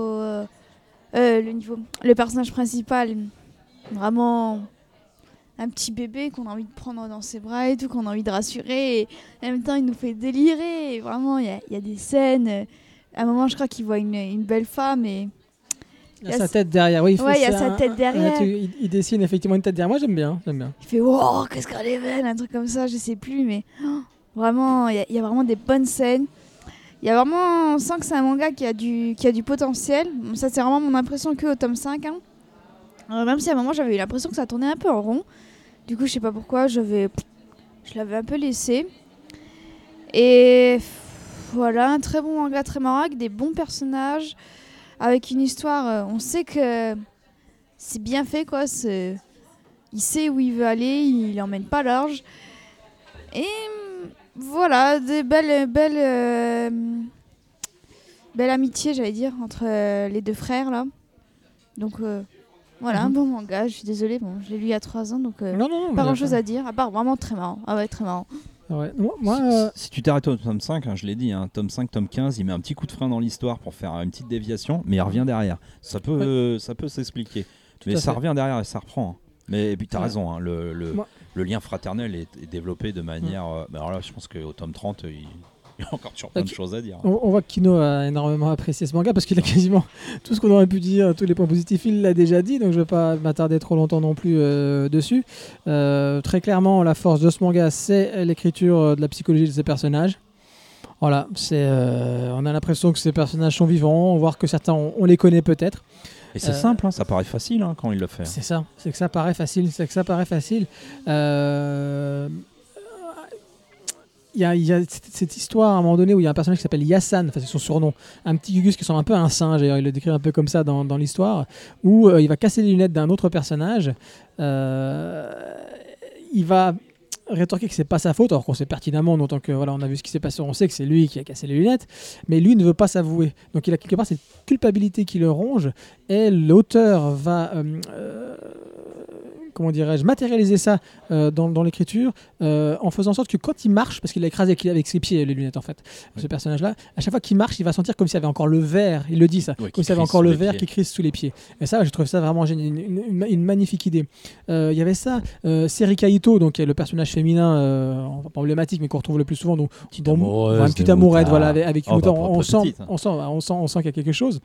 personnage principal, vraiment un petit bébé qu'on a envie de prendre dans ses bras et tout, qu'on a envie de rassurer. Et en même temps, il nous fait délirer. Et vraiment, il y a des scènes. À un moment, je crois qu'il voit une belle femme et... Il y a sa tête derrière, oui. Il y a sa tête derrière. Il dessine effectivement une tête derrière. Moi, j'aime bien. Il fait « Oh, qu'est-ce qu'elle est belle !» Un truc comme ça, je sais plus, mais vraiment, il y a vraiment des bonnes scènes. Il y a vraiment... On sent que c'est un manga qui a du potentiel. Ça, c'est vraiment mon impression qu'au tome 5. Hein. Même si à un moment, j'avais eu l'impression que ça tournait un peu en rond. Du coup, je sais pas pourquoi, je l'avais un peu laissé. Et voilà, un très bon manga, très marrant, avec des bons personnages. Avec une histoire, on sait que c'est bien fait, quoi. il sait où il veut aller, il emmène pas large. Et voilà, des belles amitié, j'allais dire, entre les deux frères là. Donc voilà, un bon manga. Je suis désolée, bon, je l'ai lu il y a 3 ans, donc Non, pas grand chose à dire, à part vraiment très marrant. Ah ouais, très marrant. Ouais. Moi, Si tu t'arrêtes au tome 5, je l'ai dit, tome 5, tome 15, il met un petit coup de frein dans l'histoire pour faire une petite déviation, mais il revient derrière. Ça peut s'expliquer. Mais ça revient derrière et ça reprend. Mais et puis tu as raison, le lien fraternel est développé de manière... alors là, je pense qu'au tome 30, il y a encore toujours plein de choses à dire. On voit que Kino a énormément apprécié ce manga parce qu'il a quasiment tout ce qu'on aurait pu dire, tous les points positifs, il l'a déjà dit, donc je ne vais pas m'attarder trop longtemps non plus dessus. Très clairement, la force de ce manga, c'est l'écriture de la psychologie de ces personnages. Voilà, on a l'impression que ces personnages sont vivants, voire que certains, on les connaît peut-être. Et c'est simple, ça paraît facile quand il le fait. C'est ça, c'est que ça paraît facile. Il y a cette histoire à un moment donné où il y a un personnage qui s'appelle Yassan, c'est son surnom, un petit Gugus qui ressemble un peu à un singe, il le décrit un peu comme ça dans l'histoire, où il va casser les lunettes d'un autre personnage, il va rétorquer que c'est pas sa faute, alors qu'on sait pertinemment, en tant que on a vu ce qui s'est passé, on sait que c'est lui qui a cassé les lunettes, mais lui ne veut pas s'avouer. Donc il a quelque part cette culpabilité qui le ronge, et l'auteur va matérialiser ça dans l'écriture en faisant en sorte que quand il marche, parce qu'il a écrasé avec ses pieds les lunettes en fait, ce personnage-là, à chaque fois qu'il marche, il va sentir comme s'il y avait encore le verre, il le dit ça, comme s'il y avait encore le verre qui crisse sous les pieds. Et ça, je trouve ça vraiment génial, une magnifique idée. Il y avait ça, Serika Ito, donc qui est le personnage féminin emblématique, mais qu'on retrouve le plus souvent, donc une petite amourette, avec Yuta, on sent qu'il y a quelque chose.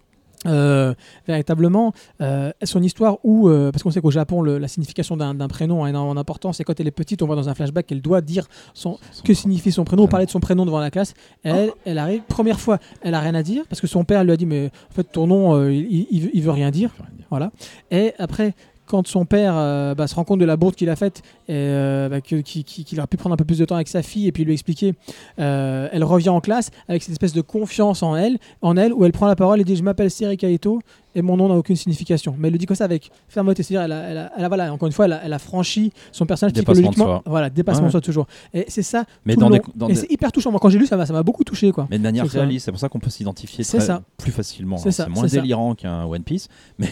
Véritablement son histoire où parce qu'on sait qu'au Japon la signification d'un prénom a énormément d'importance, et quand elle est petite on voit dans un flashback qu'elle doit dire que signifie son prénom, parler de son prénom devant la classe. Elle arrive, première fois elle a rien à dire parce que son père lui a dit mais en fait ton nom il veut rien dire, voilà. Et après quand son père se rend compte de la bourde qu'il a faite et qu'il aurait pu prendre un peu plus de temps avec sa fille et puis lui expliquer, elle revient en classe avec cette espèce de confiance en elle où elle prend la parole et dit je m'appelle Serika Ito et mon nom n'a aucune signification, mais elle le dit comme ça avec fermeté, c'est-à-dire elle a encore une fois elle a franchi son personnage psychologiquement, dépassement de soi toujours, et c'est ça, mais et c'est hyper touchant. Moi quand j'ai lu ça m'a beaucoup touché quoi. Mais de manière réaliste, c'est pour ça qu'on peut s'identifier plus facilement. C'est moins délirant qu'un One Piece, mais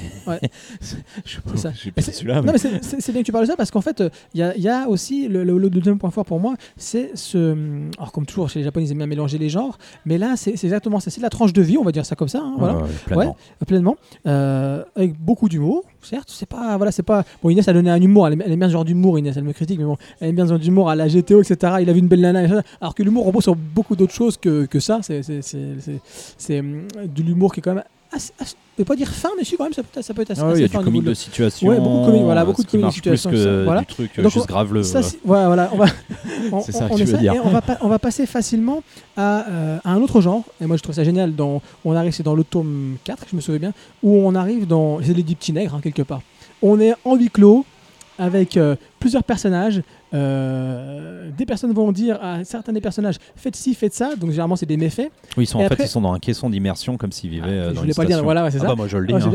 j'ai pas celui-là. Non mais c'est bien que tu parles de ça parce qu'en fait il y a aussi le deuxième point fort pour moi, c'est alors comme toujours chez les Japonais ils aiment bien mélanger les genres, mais là c'est exactement ça, c'est la tranche de vie, on va dire ça comme ça, pleinement. Avec beaucoup d'humour, certes, c'est pas bon. Inès a donné un humour, elle aime bien ce genre d'humour, Inès elle me critique, mais bon, elle aime bien ce genre d'humour à la GTO, etc. Il a vu une belle nana, alors que l'humour repose sur beaucoup d'autres choses que ça. C'est de l'humour qui est quand même assez, je vais pas dire fin, mais si quand même ça peut être assez il y a fin du comique de situation, beaucoup de comique de situation, plus que du truc juste graveleux. C'est ça que tu veux dire. Et on va passer facilement à un autre genre, et moi je trouve ça génial. C'est dans le tome 4, je me souviens bien, où on arrive dans, j'ai dit Petit Nègre quelque part, on est en huis clos avec plusieurs personnages. Des personnes vont dire à certains des personnages faites ci, faites ça, donc généralement c'est des méfaits. Oui, ils sont dans un caisson d'immersion comme s'ils vivaient dans une station. Je voulais pas dire, voilà, c'est ça. Moi je le dis.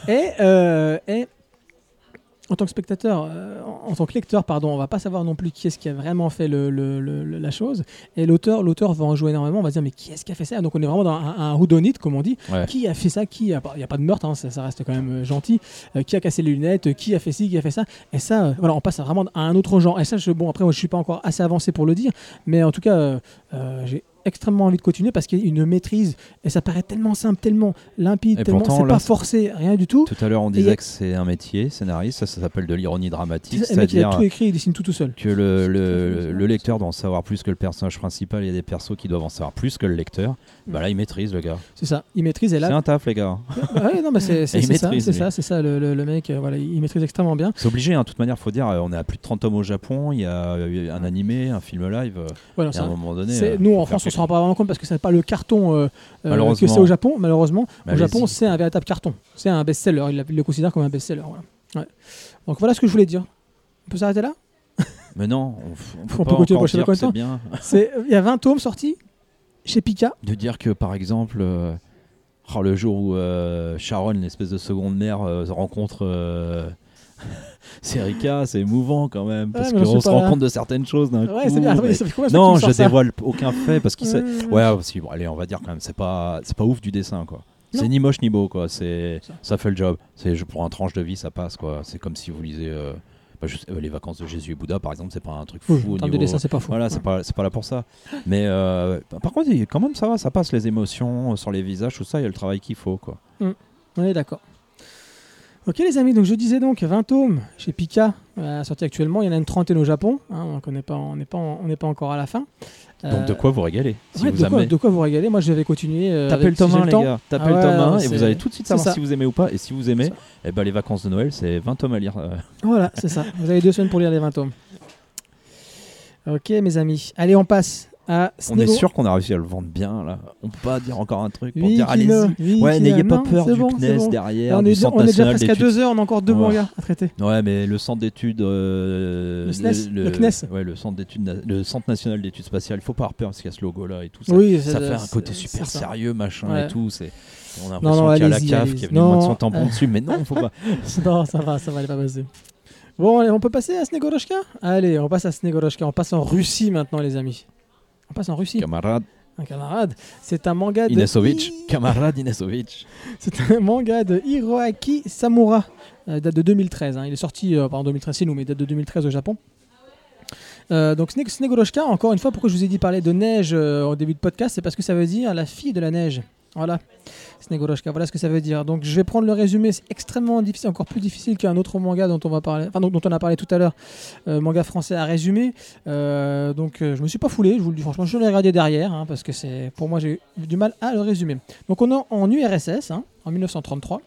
Et en tant que spectateur, en tant que lecteur, on va pas savoir non plus qui est-ce qui a vraiment fait la chose. Et l'auteur va en jouer énormément. On va se dire mais qui est-ce qui a fait ça? Donc on est vraiment dans un whodunit comme on dit. Ouais. Qui a fait ça? Il y a pas de meurtre, ça reste quand même gentil. Qui a cassé les lunettes? Qui a fait ci? Qui a fait ça? Et ça, on passe vraiment à un autre genre. Et ça, après moi je suis pas encore assez avancé pour le dire, mais en tout cas j'ai extrêmement envie de continuer parce qu'il y a une maîtrise et ça paraît tellement simple, tellement limpide, tellement c'est pas forcé, rien du tout. Tout à l'heure on disait que c'est un métier, scénariste, ça s'appelle de l'ironie dramatique, c'est-à-dire il a tout écrit, il dessine tout seul. Que le lecteur doit en savoir plus que le personnage principal, il y a des persos qui doivent en savoir plus que le lecteur. Bah là il maîtrise le gars. C'est ça, il maîtrise et là. C'est un taf les gars. Ouais, non mais c'est ça le mec, il maîtrise extrêmement bien. C'est obligé, de toute manière, faut dire, on est à plus de 30 tomes au Japon, il y a un animé, un film live. Et à un moment donné, nous en France on se rend pas vraiment compte parce que c'est pas le carton que c'est au Japon, malheureusement. Au Japon c'est un véritable carton, c'est un best-seller, il le considère comme un best-seller. Voilà. Ouais. Donc voilà ce que je voulais dire. On peut s'arrêter là? Mais non, on peut continuer encore dire que c'est bien. Il y a 20 tomes sortis chez Pika. De dire que par exemple le jour où Sharon, une espèce de seconde mère, rencontre c'est Rika, c'est émouvant quand même, parce mais j'en qu'on suis se pas rend là. compte de certaines choses d'un Ouais, coup. c'est bien. mais- Ça fait combien de fois Non, que tu je sors ça dévoile aucun fait parce qu'il Ouais, ouais, bon, allez, on va dire quand même, c'est pas ouf du dessin quoi. Non. C'est ni moche ni beau quoi. C'est Ça. ça fait le job. Pour un tranche de vie, ça passe quoi. C'est comme si vous lisez les vacances de Jésus et Bouddha par exemple, c'est pas un truc fou Oui, au en termes niveau. de dessin, c'est pas fou. Voilà, Ouais. c'est pas là pour ça. Mais par contre, quand même, ça va, ça passe les émotions sur les visages, tout ça, il y a le travail qu'il faut quoi. On est d'accord. Ok les amis, donc je disais donc 20 tomes chez Pika, sorti actuellement, il y en a une trentaine au Japon, hein, donc on n'est pas encore à la fin. Donc de quoi vous régaler si ouais, vous de quoi vous régaler. Moi je vais continuer. Tapez le tome 1 les gars, tapez le tome 1 et c'est- vous allez tout de suite c'est savoir ça. si vous aimez ou pas. Et si vous aimez, C'est ça. eh ben, les vacances de Noël, c'est 20 tomes à lire. Voilà, c'est ça. Vous avez 2 semaines pour lire les 20 tomes. Ok mes amis, allez on passe à On est Snego. sûr qu'on a réussi à le vendre bien là. On peut pas dire encore un truc pour Oui, dire Kino, allez-y. oui, Ouais, Kino. n'ayez pas Non, peur c'est du bon, c'est CNES bon. derrière, On du est Centre déjà National presque à d'études. 2 heures, on a encore 2 Ouais. mangas à traiter. Ouais, mais le centre d'études, Le SNES, le CNES. Ouais, le centre d'études, le Centre National d'études spatiales. Il faut pas avoir peur parce qu'il y a ce logo là et tout ça. Oui, Ça fait un côté c'est super ça. sérieux, machin Ouais. et tout. On a Non, l'impression non, qu'il y a la allez-y, CAF allez-y. qui est venue mettre Non, son tampon dessus, mais non, faut pas. Non, ça va, elle est pas passée. Bon, allez, on peut passer à Snegoroshka. Allez, on passe à Snegoroshka. On passe en Russie maintenant, les amis. On passe en Russie. Camarade Un camarade. C'est un manga de Inesovic, camarade Inesovic. C'est un manga de Hiroaki Samura. Date de 2013. Hein. Il est sorti en 2013 chez nous, mais date de 2013 au Japon. Donc Snegoroshka, encore une fois, pourquoi je vous ai dit parler de neige au début de podcast, c'est parce que ça veut dire la fille de la neige. Voilà, Snegoroshka, voilà ce que ça veut dire. Donc je vais prendre le résumé, c'est extrêmement difficile, encore plus difficile qu'un autre manga dont on va parler, enfin dont on a parlé tout à l'heure, manga français à résumer. Donc je me suis pas foulé, je vous le dis franchement, je l'ai regardé derrière, hein, parce que c'est, pour moi j'ai eu du mal à le résumer. Donc on est en URSS, hein, en 1933.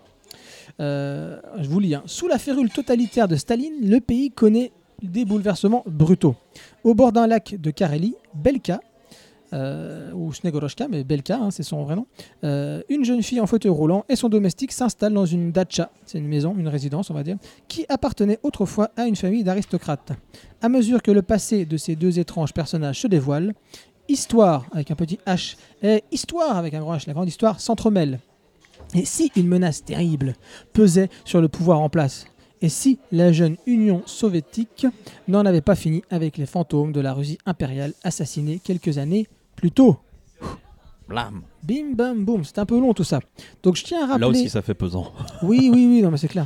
Je vous lis, hein. Sous la férule totalitaire de Staline, le pays connaît des bouleversements brutaux. Au bord d'un lac de Carélie, Belka, ou Snegoroshka, mais Belka, hein, c'est son vrai nom, une jeune fille en fauteuil roulant et son domestique s'installent dans une dacha, c'est une maison, une résidence on va dire, qui appartenait autrefois à une famille d'aristocrates. À mesure que le passé de ces deux étranges personnages se dévoile, histoire avec un petit H et histoire avec un grand H, la grande histoire s'entremêle. Et si une menace terrible pesait sur le pouvoir en place? Et si la jeune Union soviétique n'en avait pas fini avec les fantômes de la Russie impériale assassinés quelques années plus tôt? Blam. Bim bam boum, c'est un peu long tout ça. Donc je tiens à rappeler... Là aussi, ça fait pesant. Oui, non mais c'est clair.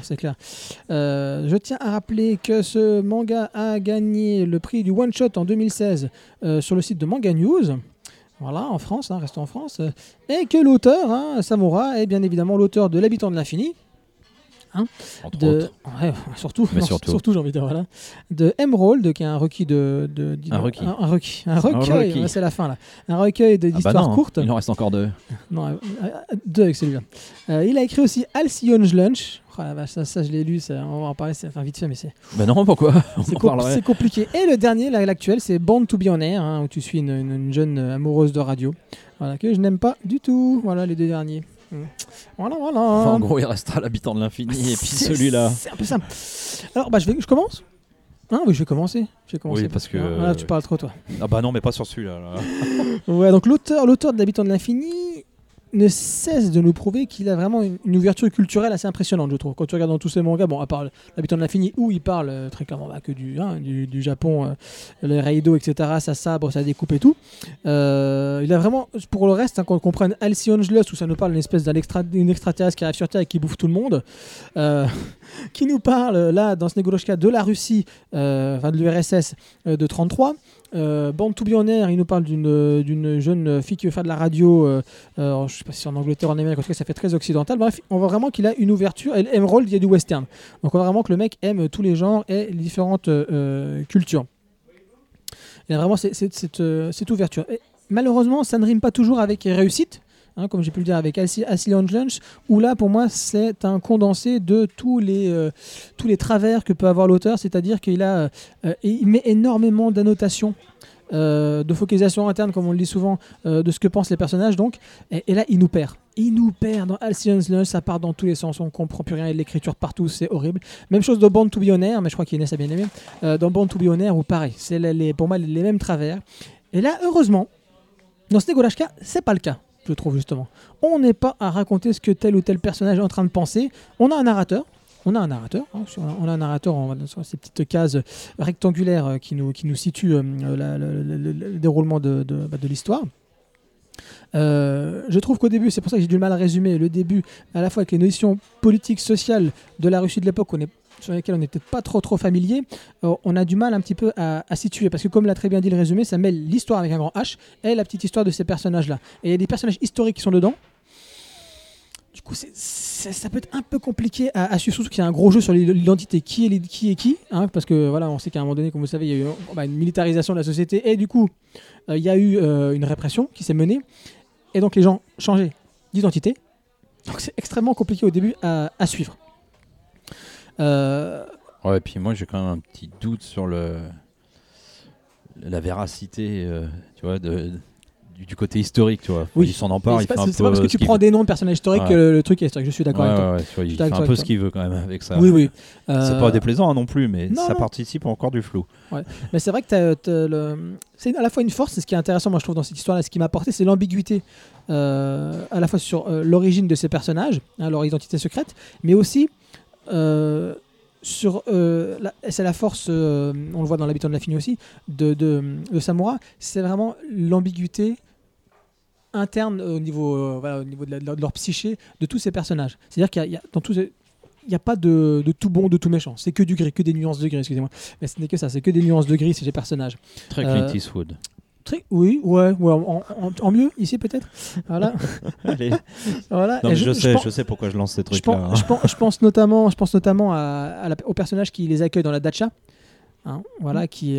Je tiens à rappeler que ce manga a gagné le prix du One Shot en 2016 sur le site de Manga News. Voilà, en France, hein, restons en France. Et que l'auteur, hein, Samura, est bien évidemment l'auteur de L'Habitant de l'Infini. Entre autres. Ouais, surtout, Mais non, surtout. j'ai envie de dire, voilà. De Emerald, qui est un recueil Un recueil. Un recueil, ouais, c'est la fin là. Un recueil d'histoires courtes. Il en reste encore 2. Non, 2 avec celui-là. Il a écrit aussi Alcyon's Lunch. Oh la vache, ça je l'ai lu, on va en parler, c'est vite fait, mais c'est Ben non, pourquoi On en parlerait. c'est compliqué. Et le dernier, l'actuel, c'est Born to be on Air, hein, où tu suis une jeune amoureuse de radio, voilà, que je n'aime pas du tout. Voilà les deux derniers. Voilà. Enfin, en gros, il restera L'Habitant de l'Infini et puis celui-là. C'est un peu simple. Alors, je commence. Ah oui, je vais commencer. Oui, parce que... Voilà, tu parles trop, toi. Ah bah non, mais pas sur celui-là. Là. Ouais, donc l'auteur de L'Habitant de l'Infini ne cesse de nous prouver qu'il a vraiment une ouverture culturelle assez impressionnante, je trouve. Quand tu regardes dans tous ces mangas, bon, à part L'Habitant de l'Infini, où il parle très clairement que du Japon, les Reido, etc., sa sabre, sa découpe et tout. Il a vraiment, pour le reste, hein, quand on comprenne Alcyon's Lust, où ça nous parle d'une espèce d'une extraterrestre qui arrive sur Terre et qui bouffe tout le monde, qui nous parle, là, dans Snegoroshka, de la Russie, enfin de l'URSS de 33. Born to be on Air, il nous parle d'une jeune fille qui veut faire de la radio, je ne sais pas si c'est en Angleterre ou en Amérique, en tout cas ça fait très occidental. Bref, on voit vraiment qu'il a une ouverture. Et Emerald, il y a du western. Donc on voit vraiment que le mec aime tous les genres et les différentes cultures. Il a vraiment cette ouverture. Et malheureusement, ça ne rime pas toujours avec réussite. Hein, comme j'ai pu le dire avec Alcyon's Lunch, où là pour moi c'est un condensé de tous les travers que peut avoir l'auteur, c'est-à-dire qu'il il met énormément d'annotations, de focalisation interne comme on le dit souvent, de ce que pensent les personnages, donc, et là il nous perd dans Alcyon's Lunch, ça part dans tous les sens, on comprend plus rien, il y a de l'écriture partout, c'est horrible. Même chose dans Born to be on Air, mais je crois qu'Inès a bien aimé, dans Born to be on Air, où pareil, c'est pour moi les mêmes travers, et là heureusement dans Snegoroshka c'est pas le cas. Je trouve justement. On n'est pas à raconter ce que tel ou tel personnage est en train de penser. On a un narrateur on a un narrateur. On a un narrateur sur ces petites cases rectangulaires qui nous situent le déroulement de l'histoire. Je trouve qu'au début, c'est pour ça que j'ai du mal à résumer le début, à la fois avec les notions politiques, sociales de la Russie de l'époque, sur lesquelles on n'est peut-être pas trop familier, on a du mal un petit peu à situer, parce que comme l'a très bien dit le résumé, ça mêle l'histoire avec un grand H et la petite histoire de ces personnages-là. Et il y a des personnages historiques qui sont dedans. Du coup, ça peut être un peu compliqué à suivre, surtout qu'il y a un gros jeu sur l'identité, qui est qui, hein, parce que voilà, on sait qu'à un moment donné, comme vous savez, il y a eu une militarisation de la société, et du coup, il y a eu une répression qui s'est menée, et donc les gens changeaient d'identité. Donc c'est extrêmement compliqué au début à suivre. Ouais, et puis moi j'ai quand même un petit doute sur la véracité, tu vois, du côté historique, tu vois. Oui. Il s'en empare, il fait un peu. C'est pas parce que tu prends des noms de personnages historiques que le truc est historique. Je suis d'accord avec toi. Ouais, tu vois, il fait un peu ce qu'il veut quand même avec ça. Oui. C'est pas déplaisant non plus, mais non. Participe encore du flou. Ouais. Mais c'est vrai que c'est à la fois une force, c'est ce qui est intéressant, moi je trouve, dans cette histoire-là, ce qui m'a apporté, c'est l'ambiguïté à la fois sur l'origine de ces personnages, hein, leur identité secrète, mais aussi c'est la force, on le voit dans l'habitant de l'infini aussi, de Samura, c'est vraiment l'ambiguïté interne au niveau de leur psyché de tous ces personnages. C'est-à-dire qu'il y a dans tous il n'y a pas de tout bon, de tout méchant. C'est que du gris, que des nuances de gris, excusez-moi. Mais ce n'est que ça, c'est que des nuances de gris, c'est les personnages. Très Clint Eastwood. Oui, en mieux, ici peut-être. Voilà. Allez. Voilà. Non, je sais pourquoi je lance ces trucs-là. Je pense notamment au personnage qui les accueille dans la dacha. Hein, voilà, qui est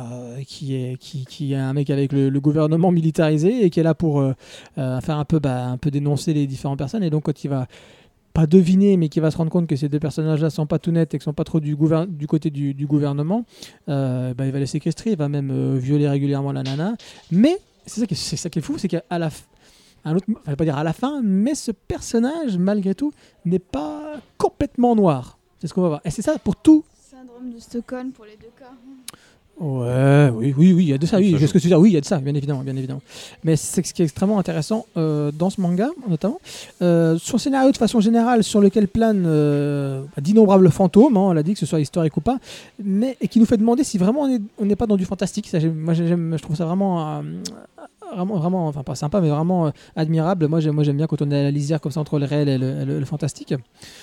un mec avec le gouvernement militarisé et qui est là pour faire un peu dénoncer les différentes personnes. Et donc quand il va pas deviner, mais qui va se rendre compte que ces deux personnages-là sont pas tout nets et que sont pas trop du côté du gouvernement, il va les séquestrer, il va même violer régulièrement la nana. Mais c'est ça qui est fou, c'est qu'à la je vais pas dire à la fin, mais ce personnage, malgré tout, n'est pas complètement noir. C'est ce qu'on va voir. Et c'est ça pour tout. Syndrome de Stockholm pour les deux cas. Ouais, oui, il y a de ça, oui, ce que tu veux dire, oui, il y a de ça, bien évidemment. Mais c'est ce qui est extrêmement intéressant dans ce manga, notamment. Son scénario, de façon générale, sur lequel planent d'innombrables fantômes, hein, on l'a dit, que ce soit historique ou pas, et qui nous fait demander si vraiment on n'est pas dans du fantastique. Ça, je trouve ça vraiment, enfin pas sympa, mais vraiment admirable. Moi, j'aime bien quand on est à la lisière comme ça entre le réel et le fantastique.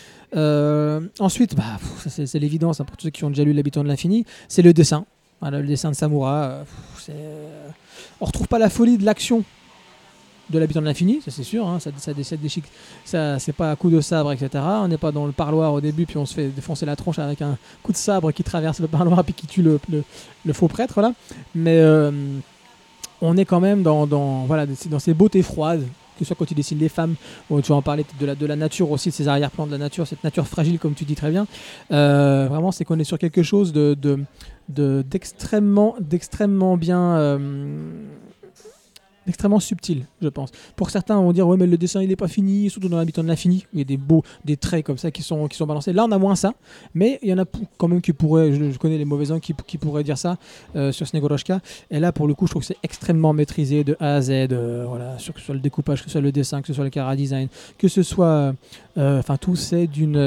Ensuite, ça, c'est l'évidence, hein, pour tous ceux qui ont déjà lu L'Habitant de l'Infini, c'est le dessin. Voilà, le dessin de Samura. On retrouve pas la folie de l'action de L'Habitant de l'Infini, ça c'est sûr. Hein, ça décide des chics. Ça, c'est pas à coup de sabre, etc. On n'est pas dans le parloir au début, puis on se fait défoncer la tronche avec un coup de sabre qui traverse le parloir puis qui tue le faux prêtre là. Mais on est quand même dans ces beautés froides. Que ce soit quand tu dessines les femmes, ou tu vas en parler de la nature aussi, de ces arrière-plans de la nature, cette nature fragile comme tu dis très bien. Vraiment, c'est qu'on est sur quelque chose d'extrêmement bien, extrêmement subtil, je pense. Pour certains, on va dire ouais, mais le dessin il est pas fini, surtout dans l'Habitant de l'Infini, où il y a des traits comme ça qui sont balancés. Là, on a moins ça, mais il y en a quand même qui pourraient, je connais les mauvais uns qui pourraient dire ça sur Snegoroshka. Et là, pour le coup, je trouve que c'est extrêmement maîtrisé de A à Z, voilà, que ce soit le découpage, que ce soit le dessin, que ce soit le chara-design, que ce soit, tout c'est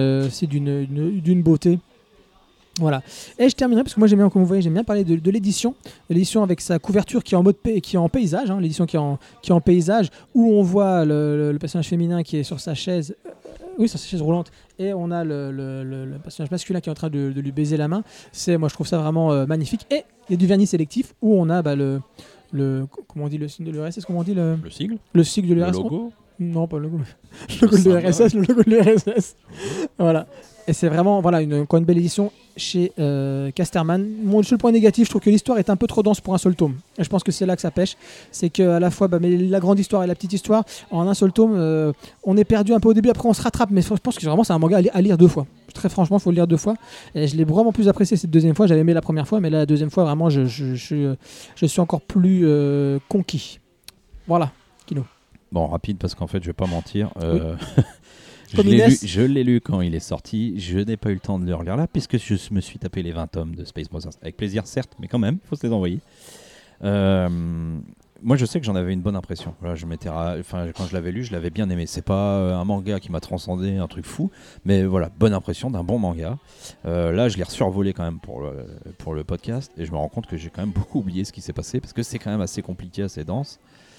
d'une beauté. Voilà. Et je terminerai parce que moi j'aime bien, comme vous voyez, j'aime bien parler de l'édition avec sa couverture qui est en mode qui est en paysage, hein, l'édition qui est en paysage, où on voit le personnage féminin qui est sur sa chaise, sur sa chaise roulante, et on a le personnage masculin qui est en train de lui baiser la main. Moi je trouve ça vraiment magnifique. Et il y a du vernis sélectif où on a comment on dit le signe de l'URSS, comment on dit le sigle, le sigle de l'URSS. Le logo. Non, pas le logo. Le logo de l'URSS, le logo de l'URSS. Voilà. Et c'est vraiment encore une belle édition chez Casterman. Mon seul point négatif, je trouve que l'histoire est un peu trop dense pour un seul tome. Et je pense que c'est là que ça pêche. C'est qu'à la fois, mais la grande histoire et la petite histoire, en un seul tome, on est perdu un peu au début, après on se rattrape. Mais je pense que vraiment c'est un manga à lire 2 fois. Très franchement, il faut le lire 2 fois. Et je l'ai vraiment plus apprécié cette deuxième fois. J'avais aimé la première fois, mais là, la deuxième fois, vraiment, je suis encore plus conquis. Voilà, Kino. Bon, rapide parce qu'en fait, je vais pas mentir. Oui. Je l'ai lu quand il est sorti. Je n'ai pas eu le temps de le relire là, puisque je me suis tapé les 20 tomes de Space Brothers. Avec plaisir, certes, mais quand même, il faut se les envoyer. moi je sais que j'en avais une bonne impression. Voilà, quand je l'avais lu, je l'avais bien aimé. C'est pas un manga qui m'a transcendé, un truc fou, mais voilà, bonne impression d'un bon manga. Là, je l'ai survolé quand même pour le podcast, et je me rends compte que j'ai quand même beaucoup oublié ce qui s'est passé, parce que c'est quand même assez compliqué, assez dense.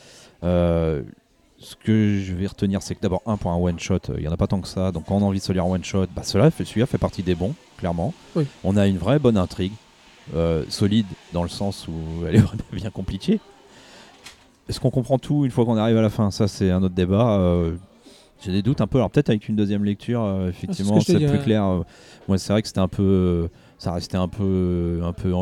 Ce que je vais retenir, c'est que d'abord, pour un one-shot, il n'y en a pas tant que ça. Donc quand on a envie de se lire un one-shot, celui-là fait partie des bons, clairement. Oui. On a une vraie bonne intrigue, solide, dans le sens où elle est vraiment bien compliquée. Est-ce qu'on comprend tout une fois qu'on arrive à la fin? Ça, c'est un autre débat. J'ai des doutes un peu. Alors peut-être avec une deuxième lecture, effectivement, c'est plus clair. Moi, c'est vrai que c'était un peu... ça restait un peu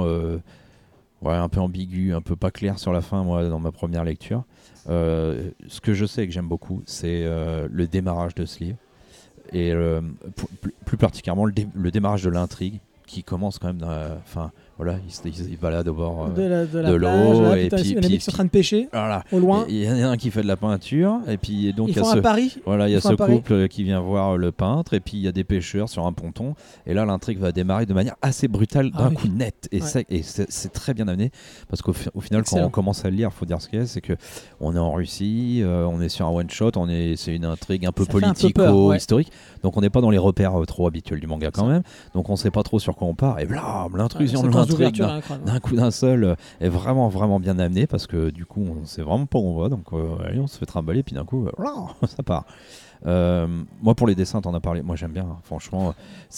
ambigu, un peu pas clair sur la fin, moi, dans ma première lecture. Ce que je sais et que j'aime beaucoup, c'est le démarrage de ce livre. Et plus particulièrement le démarrage de l'intrigue, qui commence quand même dans la fin. Voilà, il se balade au bord de l'eau, et puis ils sont en train de pêcher, voilà, au loin. Il y en a un qui fait de la peinture, et puis donc ils font un pari. Voilà, il y a ce couple qui vient voir le peintre, et puis il y a des pêcheurs sur un ponton, et là l'intrigue va démarrer de manière assez brutale, d'un coup net, et c'est très bien amené, parce qu'au final, excellent. Quand on commence à le lire, il faut dire ce qu'il y a, c'est que on est en Russie, on est sur un one shot, c'est une intrigue un peu politico-historique, donc on n'est pas dans les repères trop habituels du manga quand même, donc on sait pas trop sur quoi on part, et blam, l'intrusion de l'intrigue d'un coup d'un seul est vraiment vraiment bien amené, parce que du coup on sait vraiment pas où on va, donc allez, on se fait trimballer, puis d'un coup ça part. Moi pour les dessins, t'en as parlé, moi j'aime bien, franchement,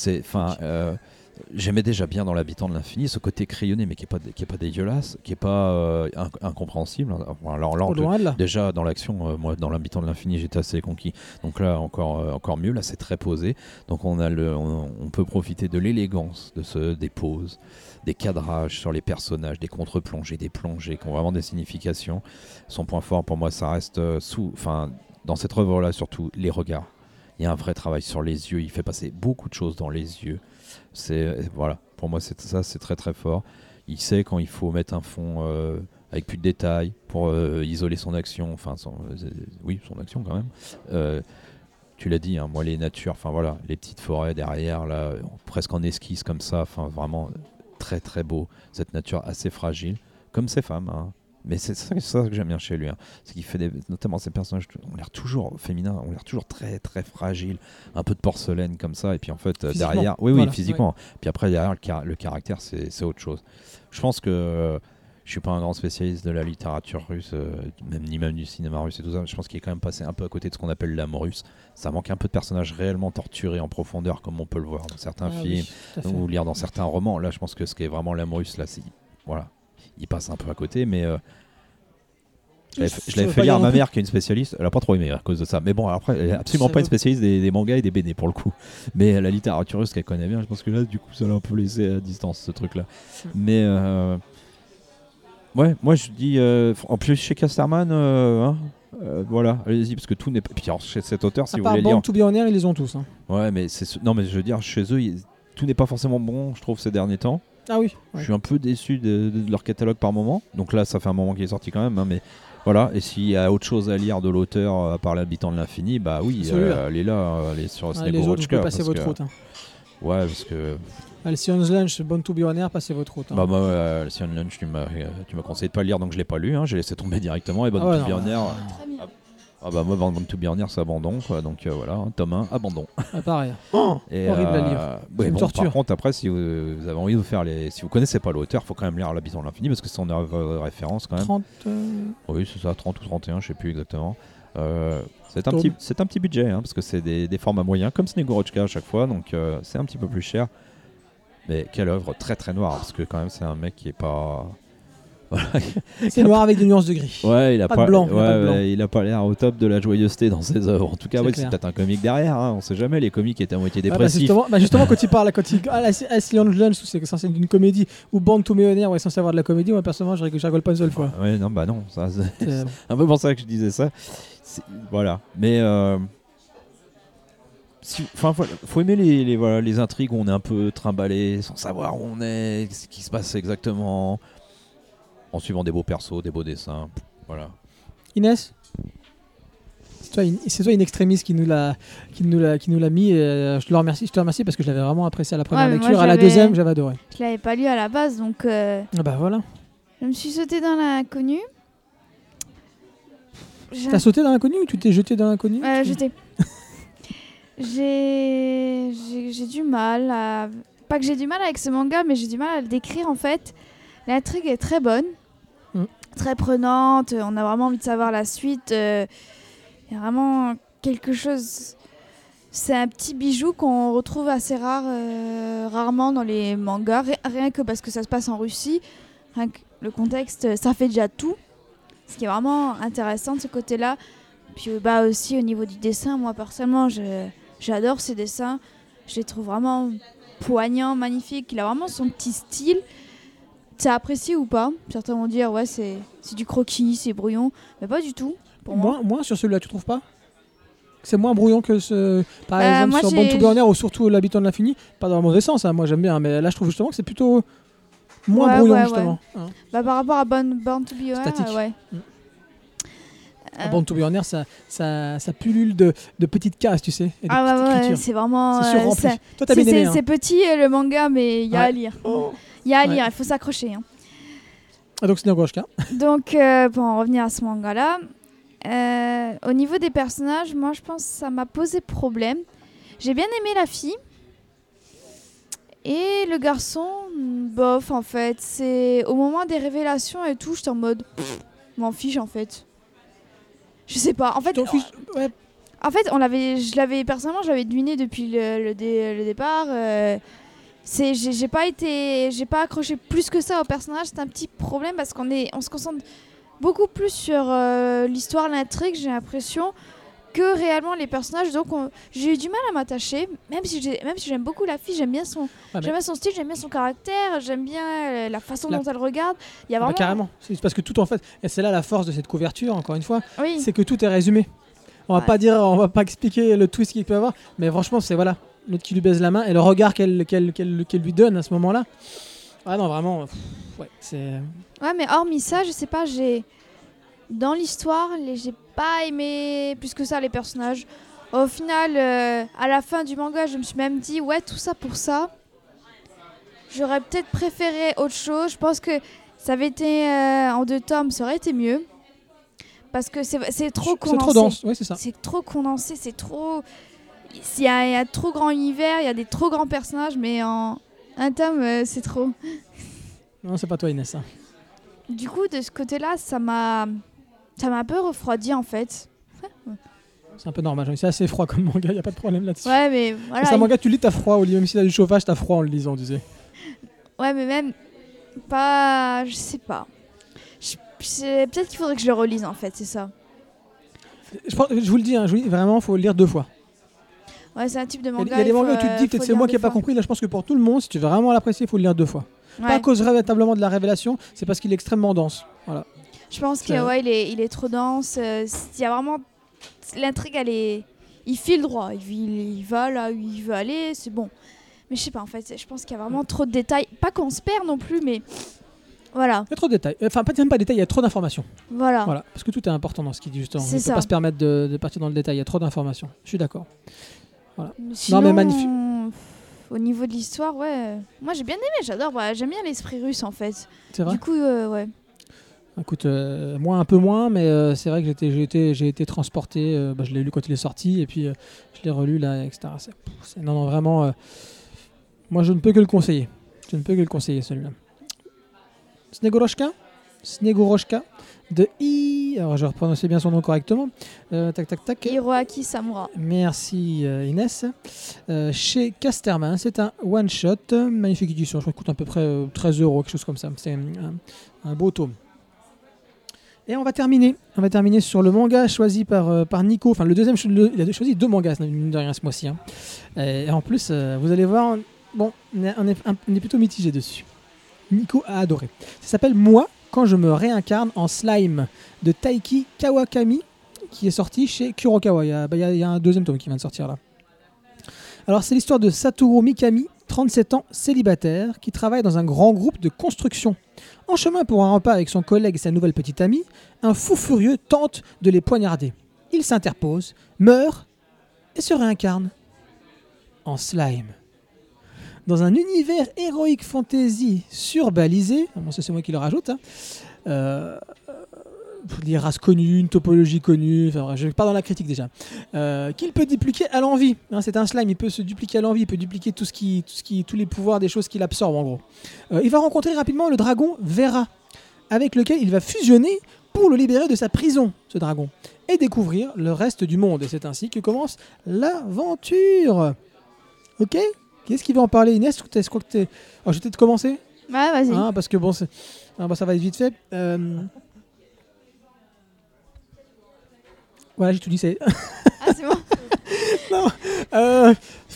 j'aimais déjà bien dans l'Habitant de l'Infini ce côté crayonné, mais qui est pas dégueulasse, qui est pas incompréhensible. Alors là, déjà dans l'action, moi dans l'Habitant de l'Infini j'étais assez conquis, donc là encore mieux, là c'est très posé, donc on peut profiter de l'élégance des poses, des cadrages sur les personnages, des contre-plongées, des plongées qui ont vraiment des significations. Son point fort pour moi, ça reste dans cette œuvre-là, surtout les regards. Il y a un vrai travail sur les yeux, il fait passer beaucoup de choses dans les yeux. Voilà, pour moi c'est très très fort. Il sait quand il faut mettre un fond avec plus de détails pour isoler son action, son action quand même. Tu l'as dit, hein, moi les natures, voilà, les petites forêts derrière, là, presque en esquisse comme ça, vraiment très très beau, cette nature assez fragile, comme ces femmes, hein. Mais c'est ça que j'aime bien chez lui, hein. C'est qu'il fait notamment ces personnages ont l'air toujours féminins, ont l'air toujours très très fragiles, un peu de porcelaine comme ça, et puis en fait derrière, voilà, physiquement, ouais. Puis après derrière le caractère c'est autre chose. Je pense que je suis pas un grand spécialiste de la littérature russe, ni même du cinéma russe et tout ça. Je pense qu'il est quand même passé un peu à côté de ce qu'on appelle l'amour russe. Ça manque un peu de personnages réellement torturés en profondeur, comme on peut le voir dans certains films, ou lire dans certains romans. Là, je pense que ce qui est vraiment l'amour russe, là, voilà, il passe un peu à côté, mais je l'avais fait lire à ma mère, qui est une spécialiste. Elle a pas trop aimé à cause de ça. Mais bon, après, elle est absolument pas une spécialiste des mangas et des BD pour le coup. Mais la littérature russe qu'elle connaît bien, je pense que là, du coup, ça l'a un peu laissé à distance, ce truc-là. Mais ouais, moi je dis, en plus chez Casterman, voilà, allez-y, parce que tout n'est pas. Puis alors, chez cet auteur, si vous voulez lire. Born to be on Air, ils les ont tous. Hein. Ouais, mais non, mais je veux dire, chez eux, tout n'est pas forcément bon, je trouve, ces derniers temps. Ah oui. Ouais. Je suis un peu déçu de leur catalogue par moment. Donc là, ça fait un moment qu'il est sorti quand même, hein, mais voilà. Et s'il y a autre chose à lire de l'auteur à part l'Habitant de l'Infini, bah oui, elle est là, elle est sur Snegorochka. Les autres, vous pouvez passer votre route. Hein. Ouais, parce que. Le Sion's Lunch, Born to be on Air, passez votre route. Hein. Bah moi, le Sion's Lunch, tu m'as conseillé de pas le lire, donc je l'ai pas lu. Hein, j'ai laissé tomber directement. Et Born to be on Air. Bah moi, Born to be on Air, c'est abandon, quoi. Donc voilà, hein, tome 1, abandon. Ah, pareil. Horrible à lire. Ouais, bon, par contre, après, si vous avez envie de vous faire si vous connaissez pas l'auteur, faut quand même lire L'Habitant de l'Infini, parce que c'est son œuvre de référence quand même. 30 Oui, c'est ça, 30 ou 31, je sais plus exactement. C'est un petit budget, hein, parce que c'est des formats moyens, comme Snegorochka à chaque fois, donc c'est un petit peu plus cher. Mais quelle œuvre très très noire, parce que quand même c'est un mec qui est pas... c'est noir avec des nuances de gris. Ouais, il a pas de blanc. Il a pas l'air au top de la joyeuseté dans ses œuvres. En tout cas, c'est peut-être un comique derrière, hein, on sait jamais, les comiques étaient à moitié dépressifs. Justement, quand il parle, Sion's Lunch, où c'est censé être une comédie, ou Born to be on Air, où est censé avoir de la comédie, moi personnellement, je rigole pas une seule fois. Ouais, non, bah non, ça, c'est un peu pour ça que je disais ça. Voilà, mais... faut aimer les intrigues où on est un peu trimballé sans savoir où on est, ce qui se passe exactement, en suivant des beaux persos, des beaux dessins. Voilà. Inès, c'est toi in extremis qui nous l'a mis. Et je te remercie parce que je l'avais vraiment apprécié à la première lecture. À la deuxième, j'avais adoré. Je l'avais pas lu à la base, donc. Bah voilà. Je me suis sautée dans l'inconnu. T'as sauté dans l'inconnu ou tu t'es jeté dans l'inconnu? Jeté. J'ai du mal à... Pas que j'ai du mal avec ce manga, mais j'ai du mal à le décrire en fait. L'intrigue est très bonne, très prenante, on a vraiment envie de savoir la suite. Il y a vraiment quelque chose... C'est un petit bijou qu'on retrouve assez rarement dans les mangas, rien que parce que ça se passe en Russie. Rien que le contexte, ça fait déjà tout. Ce qui est vraiment intéressant de ce côté-là. Puis aussi au niveau du dessin, moi personnellement, j'adore ces dessins. Je les trouve vraiment poignants, magnifiques. Il a vraiment son petit style. C'est apprécié ou pas? Certains vont dire, ouais, c'est du croquis, c'est brouillon. Mais pas du tout, pour moi. Moi, sur celui-là, tu trouves pas? C'est moins brouillon que par exemple moi, sur Born to Be On Air ou surtout L'Habitant de l'Infini. Pas dans le mauvais sens, hein, moi j'aime bien. Mais là, je trouve justement que c'est plutôt moins brouillon, justement. Ouais. Hein. Par rapport à Born to Be On Air, statique. Ouais. Born to Be On Air, ça pullule de petites cases, tu sais. Et de petites écritures. C'est vraiment... C'est surrempli. Toi, t'as bien aimé. C'est petit le manga, mais il y a à lire. Il y a à lire, il faut s'accrocher. Hein. Ah, donc, Snegoroshka. Donc, pour en revenir à ce manga-là, au niveau des personnages, moi, je pense que ça m'a posé problème. J'ai bien aimé la fille. Et le garçon, bof, en fait. C'est au moment des révélations et tout, j'étais en mode... m'en fiche, en fait. Je sais pas. En fait, ouais. En fait, personnellement, je l'avais deviné depuis le départ. J'ai pas accroché plus que ça au personnage. C'est un petit problème parce qu'on se concentre beaucoup plus sur l'histoire, l'intrigue, j'ai l'impression, que réellement les personnages. Donc j'ai eu du mal à m'attacher, même si j'aime beaucoup la fille, j'aime bien son style, j'aime bien son caractère, j'aime bien la façon dont elle regarde. Il y a vraiment... carrément. C'est parce que tout en fait, et c'est là la force de cette couverture, encore une fois, oui. C'est que tout est résumé. On va pas expliquer le twist qu'il peut avoir, mais franchement, c'est voilà, l'autre qui lui baise la main et le regard qu'elle lui donne à ce moment-là. Ah non, vraiment, ouais, c'est... Ouais, mais hormis ça, je sais pas, dans l'histoire, j'ai pas aimé plus que ça les personnages. Au final, à la fin du manga, je me suis même dit, ouais, tout ça pour ça. J'aurais peut-être préféré autre chose. Je pense que ça avait été en 2 tomes, ça aurait été mieux. Parce que c'est trop condensé. C'est trop dense, ouais, c'est ça. C'est trop condensé, c'est trop... Il y a trop grand univers, il y a des trop grands personnages, mais en un tome, c'est trop. Non, c'est pas toi, Inès. Ça. Du coup, de ce côté-là, ça m'a un peu refroidi, en fait. C'est un peu normal, c'est assez froid comme manga, il y a pas de problème là-dessus. Ouais, mais voilà. C'est un manga, tu lis, t'as froid, même si t'as du chauffage, t'as froid en le lisant, tu sais. Ouais, mais même pas... Je sais pas. Peut-être qu'il faudrait que je le relise, en fait, c'est ça. Je vous le dis, vraiment, il faut le lire 2 fois. Ouais, c'est un type de manga. Il y a des mangas où tu te dis, peut-être c'est moi qui n'ai pas compris. Là, je pense que pour tout le monde, si tu veux vraiment l'apprécier, il faut le lire 2 fois. Ouais. Pas à cause véritablement de la révélation, c'est parce qu'il est extrêmement dense. Voilà. Je pense qu'il est trop dense. Il y a vraiment... L'intrigue, il file droit. Il va là où il veut aller, c'est bon. Mais je sais pas, en fait, je pense qu'il y a vraiment trop de détails. Pas qu'on se perd non plus, mais... Voilà. Il y a trop de détails. Enfin, même pas de détails, il y a trop d'informations. Voilà. Parce que tout est important dans ce qu'il dit, justement. C'est on ne peut pas se permettre de partir dans le détail, il y a trop d'informations. Je suis d'accord. Voilà. Sinon, non, mais magnifique. Au niveau de l'histoire, ouais. Moi, j'ai bien aimé, j'adore. J'aime bien l'esprit russe, en fait. C'est vrai. Du coup, ouais. Écoute, moi un peu moins, mais c'est vrai que j'ai été transporté. Je l'ai lu quand il est sorti, et puis je l'ai relu là, etc. Non, vraiment. Moi, je ne peux que le conseiller. Celui-là. Snegoroshka de alors je reprononçais bien son nom correctement. Tac. Hiroaki Samura. Merci Inès. Chez Casterman, c'est un one shot, magnifique édition. Je crois qu'il coûte à peu près 13 €, quelque chose comme ça. C'est un beau tome. Et on va terminer sur le manga choisi par Nico. Enfin, le deuxième, il a choisi 2 mangas mine de rien ce mois-ci. Hein. Et en plus, vous allez voir, bon, on est plutôt mitigé dessus. Nico a adoré. Ça s'appelle Moi, quand je me réincarne en slime de Taiki Kawakami, qui est sorti chez Kurokawa. Il y a un 2e tome qui vient de sortir là. Alors, c'est l'histoire de Satoru Mikami, 37 ans, célibataire, qui travaille dans un grand groupe de construction. En chemin pour un repas avec son collègue et sa nouvelle petite amie, un fou furieux tente de les poignarder. Il s'interpose, meurt et se réincarne en slime. Dans un univers héroïque fantasy surbalisé, bon, ça c'est moi qui le rajoute, des races connues, une topologie connue, enfin, je pars dans la critique déjà, qu'il peut dupliquer à l'envie. Hein, c'est un slime, il peut se dupliquer à l'envie, il peut dupliquer tous les pouvoirs des choses qu'il absorbe en gros. Il va rencontrer rapidement le dragon Vera, avec lequel il va fusionner pour le libérer de sa prison, ce dragon, et découvrir le reste du monde. Et c'est ainsi que commence l'aventure. Ok ? Qui est-ce qui va en parler, Inès ? Je crois que t'es... Oh, je vais peut-être commencer. Ouais, vas-y. Hein, parce que bon, ça va être vite fait. Voilà, j'ai tout dit. Ah, c'est bon. Non,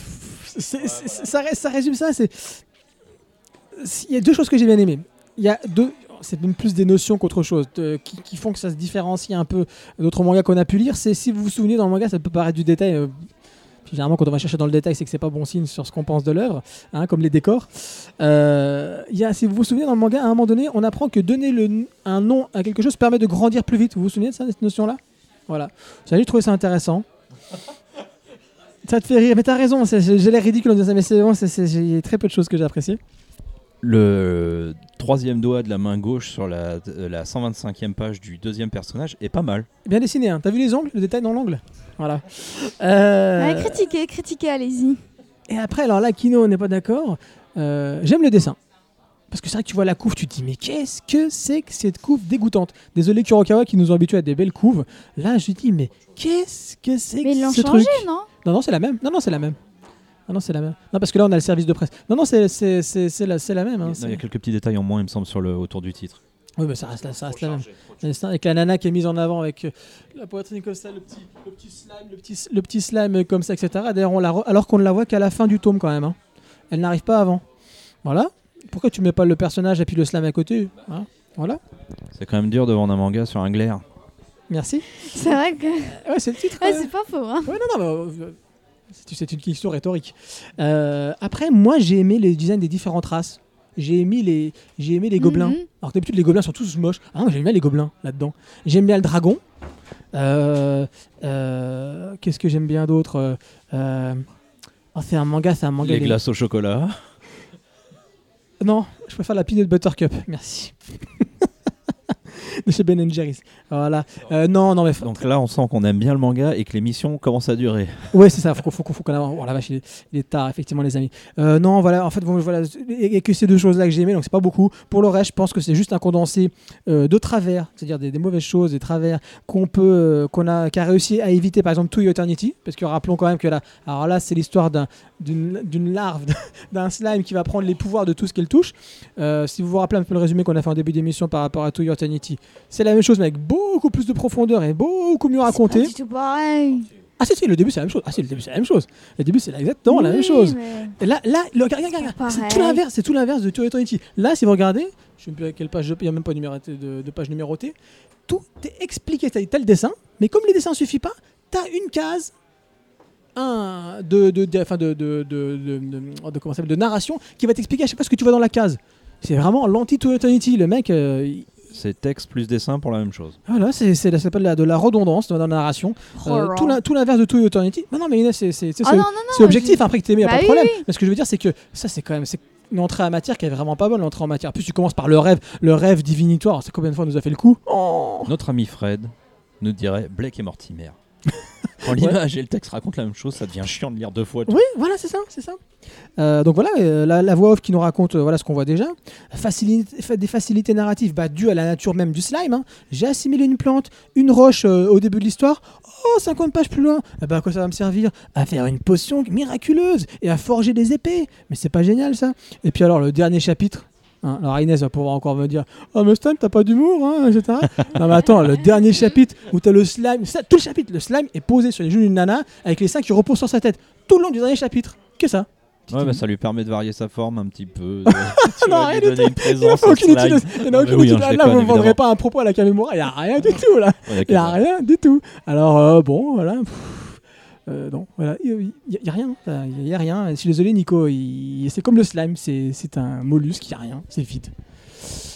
ça résume ça. Il y a deux choses que j'ai bien aimées. Il y a deux. C'est même plus des notions qu'autre chose qui font que ça se différencie un peu d'autres mangas qu'on a pu lire. C'est, si vous vous souvenez, dans le manga, ça peut paraître du détail. Généralement, quand on va chercher dans le détail, c'est que c'est pas bon signe sur ce qu'on pense de l'œuvre, hein, comme les décors. Si vous vous souvenez, dans le manga, à un moment donné, on apprend que donner un nom à quelque chose permet de grandir plus vite. Vous vous souvenez de ça, cette notion-là ? Voilà. J'ai trouvé ça intéressant. Ça te fait rire, mais t'as raison. J'ai l'air ridicule en disant ça, mais c'est bon. Il y a très peu de choses que j'ai appréciées. Le troisième doigt de la main gauche sur la 125e page du deuxième personnage est pas mal. Bien dessiné, hein. T'as vu les ongles, le détail dans l'ongle ? Voilà. Ouais, critiquez, allez-y. Et après, alors là, Kino, on n'est pas d'accord. J'aime le dessin. Parce que c'est vrai que tu vois la couve, tu te dis, mais qu'est-ce que c'est que cette couve dégoûtante ? Désolé Kurokawa qui nous ont habitués à des belles couves. Là, je me dis, mais qu'est-ce que c'est Mais ils que l'ont ce changé, truc ? non ? Non, c'est la même. Non, c'est la même. Non, parce que là, on a le service de presse. Non, c'est la même. Hein, il y a quelques petits détails en moins, il me semble, autour du titre. Oui, mais ça reste la même. Avec la nana qui est mise en avant, avec la poitrine comme ça, le petit slime comme ça, etc. D'ailleurs, alors qu'on ne la voit qu'à la fin du tome quand même. Hein. Elle n'arrive pas avant. Voilà. Pourquoi tu mets pas le personnage et puis le slime à côté, hein? Voilà. C'est quand même dur de vendre un manga sur un glaire. Merci. C'est vrai que... Ouais, c'est le titre. Ouais, c'est pas faux. Hein. Ouais, non, mais... c'est une question rhétorique. Après, moi, j'ai aimé les designs des différentes races. J'ai aimé les gobelins. Alors que d'habitude, les gobelins sont tous moches. Ah non, j'aime bien les gobelins là-dedans. J'aime bien le dragon. Qu'est-ce que j'aime bien d'autre c'est un manga. Les glaces au chocolat. Non, je préfère la peanut butter cup. Merci. De chez Ben & Jerry's. Voilà. Non, mais... Donc là, on sent qu'on aime bien le manga et que l'émission commence à durer. Ouais, c'est ça. Faut qu'on avance. Oh la vache, il est tard, effectivement, les amis. Non, voilà. En fait, voilà. Et que ces deux choses-là que j'ai aimées, donc c'est pas beaucoup. Pour le reste, je pense que c'est juste un condensé de travers, c'est-à-dire des mauvaises choses, des travers qu'a réussi à éviter, par exemple, To Eternity, parce que rappelons quand même que là, alors là, c'est l'histoire d'une larve, d'un slime qui va prendre les pouvoirs de tout ce qu'elle touche. Si vous vous rappelez un peu le résumé qu'on a fait en début d'émission par rapport à To Eternity, c'est la même chose mais avec beaucoup plus de profondeur et beaucoup mieux raconté. C'est pas du tout pareil. Ah si, le début c'est la même chose. Le début c'est exactement la même chose. Mais... Et là, regarde, c'est tout l'inverse de To Eternity. Là, si vous regardez, je ne sais plus à quelle page, il n'y a même pas de page numérotée, tout est expliqué. T'as le dessin, mais comme les dessins ne suffisent pas, t'as une case de narration qui va t'expliquer à chaque fois ce que tu vois dans la case. C'est vraiment l'anti-To Eternity. Le mec... c'est texte plus dessin pour la même chose. Voilà, ça s'appelle de la redondance dans la narration. Tout l'inverse de To Eternity. Non, mais Inès, c'est objectif. Après que tu aimais, il n'y a pas de problème. Oui. Mais ce que je veux dire, c'est que ça, c'est quand même une entrée en matière qui est vraiment pas bonne, l'entrée en matière. Plus tu commences par le rêve divinitoire. C'est combien de fois on nous a fait le coup ? Notre ami Fred nous dirait Blake et Mortimer. Quand l'image et le texte racontent la même chose, ça devient chiant de lire deux fois. Oui, voilà, c'est ça. Donc voilà, la voix off qui nous raconte voilà ce qu'on voit déjà. Des facilités narratives dues à la nature même du slime. Hein. J'ai assimilé une plante, une roche au début de l'histoire. 50 pages plus loin. À quoi ça va me servir ? À faire une potion miraculeuse et à forger des épées. Mais c'est pas génial ça ? Et puis alors le dernier chapitre. Hein, alors Inès va pouvoir encore me dire mais Stan t'as pas d'humour hein, etc. Non mais attends, le dernier chapitre où t'as le slime, tout le chapitre, le slime est posé sur les genoux d'une nana avec les seins qui reposent sur sa tête tout le long du dernier chapitre. Que ça? Ouais, ça lui permet de varier sa forme un petit peu. Non, rien lui donner une présence au slime. Il n'y a aucune utilité. Là, vous ne vendrez pas un propos à la Kamemura. Il n'y a rien du tout là. Il n'y a rien du tout. Alors bon, voilà. Non, voilà, il y a rien. Il y a rien. Je suis désolé, Nico. C'est comme le slime. C'est un mollusque. Il y a rien. C'est vide.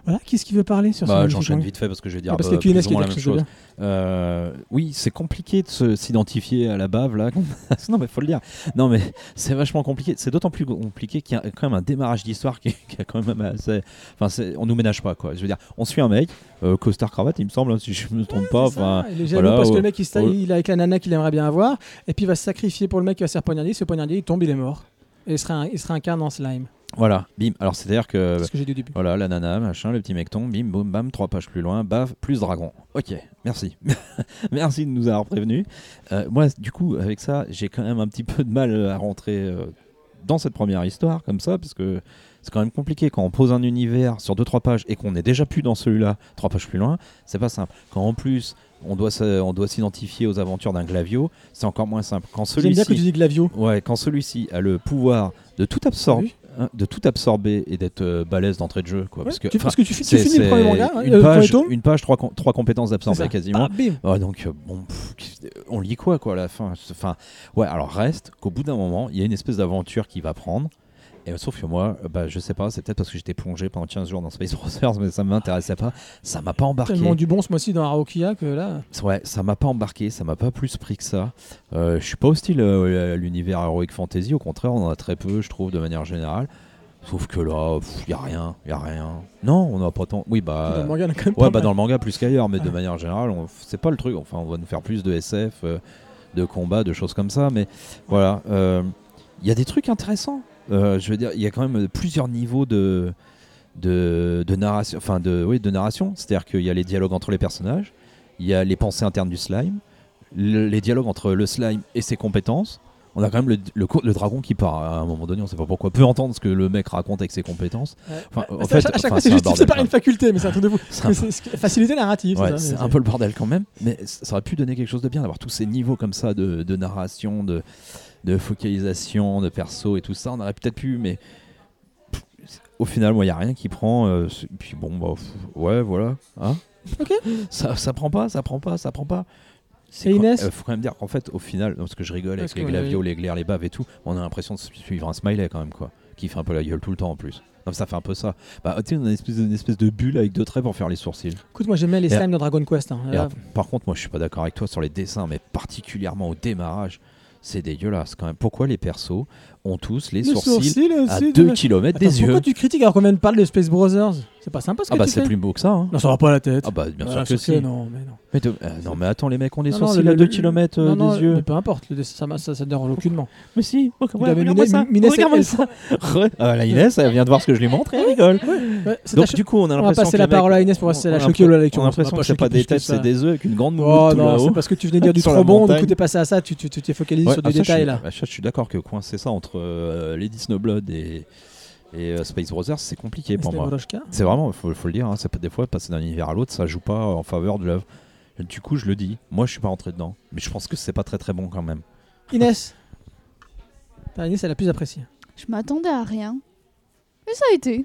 Voilà, qui est-ce qui veut parler sur ce J'enchaîne vite fait parce que je vais dire parce qu'il y a qu'une plus ou moins la qui a même quelque chose chose. Oui, c'est compliqué de s'identifier à la bave là. Non mais faut le dire. Non mais c'est vachement compliqué. C'est d'autant plus compliqué qu'il y a quand même un démarrage d'histoire qui a quand même assez. Enfin, on nous ménage pas quoi. Je veux dire, on suit un mec, costard cravate, il me semble, hein, si je me trompe pas. Enfin, il est jaloux parce que le mec il est avec la nana qu'il aimerait bien avoir, et puis il va se sacrifier pour le mec qui va se faire poignarder. Ce poignardier, il tombe, il est mort. Et il se réincarne en slime. Voilà, bim. Alors c'est-à-dire que, c'est ce que j'ai dit au début. Voilà, la nana, machin, le petit mec tombe, bim, boum, bam, 3 pages plus loin, baf, plus dragon. Ok, merci. Merci de nous avoir prévenus. Moi, du coup, avec ça, j'ai quand même un petit peu de mal à rentrer dans cette première histoire, comme ça, parce que c'est quand même compliqué. Quand on pose un univers sur 2-3 pages et qu'on n'est déjà plus dans celui-là, 3 pages plus loin, c'est pas simple. Quand en plus, on doit s'identifier aux aventures d'un Glavio, c'est encore moins simple. J'aime bien que tu dis Glavio. Ouais, quand celui-ci a le pouvoir de tout absorber. De tout absorber et d'être balèze d'entrée de jeu quoi. Ouais, parce que tu finis le premier manga, une page 3 compétences d'absorber quasiment. Ouais, donc on lit quoi à la fin. Enfin, ouais, alors reste qu'au bout d'un moment il y a une espèce d'aventure qui va prendre. Et sauf que moi, je sais pas, c'est peut-être parce que j'étais plongé pendant 15 jours dans Space Brothers, mais ça m'intéressait pas, ça m'a pas embarqué. Tellement du bon ce mois-ci dans Arokia que là. Ouais, ça m'a pas embarqué, ça m'a pas plus pris que ça. Je suis pas hostile à l'univers Heroic Fantasy, au contraire, on en a très peu, je trouve, de manière générale. Sauf que là, y a rien. Non, on n'a pas tant. Oui, dans le manga, on a quand même pas mal. Dans le manga plus qu'ailleurs, mais de manière générale, c'est pas le truc. Enfin, on va nous faire plus de SF, de combat, de choses comme ça, mais voilà. Il y a des trucs intéressants. Je veux dire, il y a quand même plusieurs niveaux de narration, de narration. C'est-à-dire qu'il y a les dialogues entre les personnages, il y a les pensées internes du slime, les dialogues entre le slime et ses compétences. On a quand même le dragon qui part à un moment donné, on sait pas pourquoi, peut entendre ce que le mec raconte avec ses compétences. En fait, à chaque fois c'est justifié par une faculté, mais c'est un truc de fou. Facilité narrative. Ouais, c'est un peu le bordel quand même, mais ça aurait pu donner quelque chose de bien, d'avoir tous ces niveaux comme ça de narration, de focalisation, de perso et tout ça. On aurait peut-être pu, mais au final, il n'y a rien qui prend. Puis bon, ouais, voilà. Hein ok. Ça prend pas. C'est Inès. Faut quand même dire qu'en fait, au final, parce que je rigole avec les Glavio, les glaires, les baves et tout, on a l'impression de suivre un smiley quand même, quoi, qui fait un peu la gueule tout le temps en plus. Donc ça fait un peu ça. Tu sais, on a une espèce de bulle avec 2 traits pour faire les sourcils. Écoute, moi j'aime bien les slimes dans Dragon Quest. Par contre, moi je suis pas d'accord avec toi sur les dessins, mais particulièrement au démarrage. C'est dégueulasse quand même. Pourquoi les persos ont tous les sourcils à 2 km des yeux? Pourquoi tu critiques alors qu'on vient de parler de Space Brothers? C'est pas sympa ce que tu fais. C'est plus beau que ça. Hein. Non, ça va pas à la tête. Bien sûr que si. Non. Mais attends, les mecs ont des sourcils à 2 km des yeux. Mais peu importe, ça ne dérange aucunement. Mais si, regarde-moi ça. La Inès, elle vient de voir ce que je lui montre et elle rigole. Donc du coup, on a l'impression on va passer la parole à Inès pour passer la choquer ou la lecture. On a l'impression que c'est pas des têtes, c'est des œufs avec une grande moumoute tout là-haut. C'est parce que tu venais dire du trop bon, du coup t'es passé à ça, tu t'es focalisé sur des détails là. Je suis d'accord que coincer ça entre Lady Snowblood et Space Brothers, c'est compliqué pour moi. C'est vraiment, faut le dire, des fois passer d'un univers à l'autre, ça joue pas en faveur de l'œuvre. Du coup, je le dis, moi je suis pas rentré dedans, mais je pense que c'est pas très très bon quand même. Inès, Inès, elle a plus apprécié. Je m'attendais à rien, mais ça a été.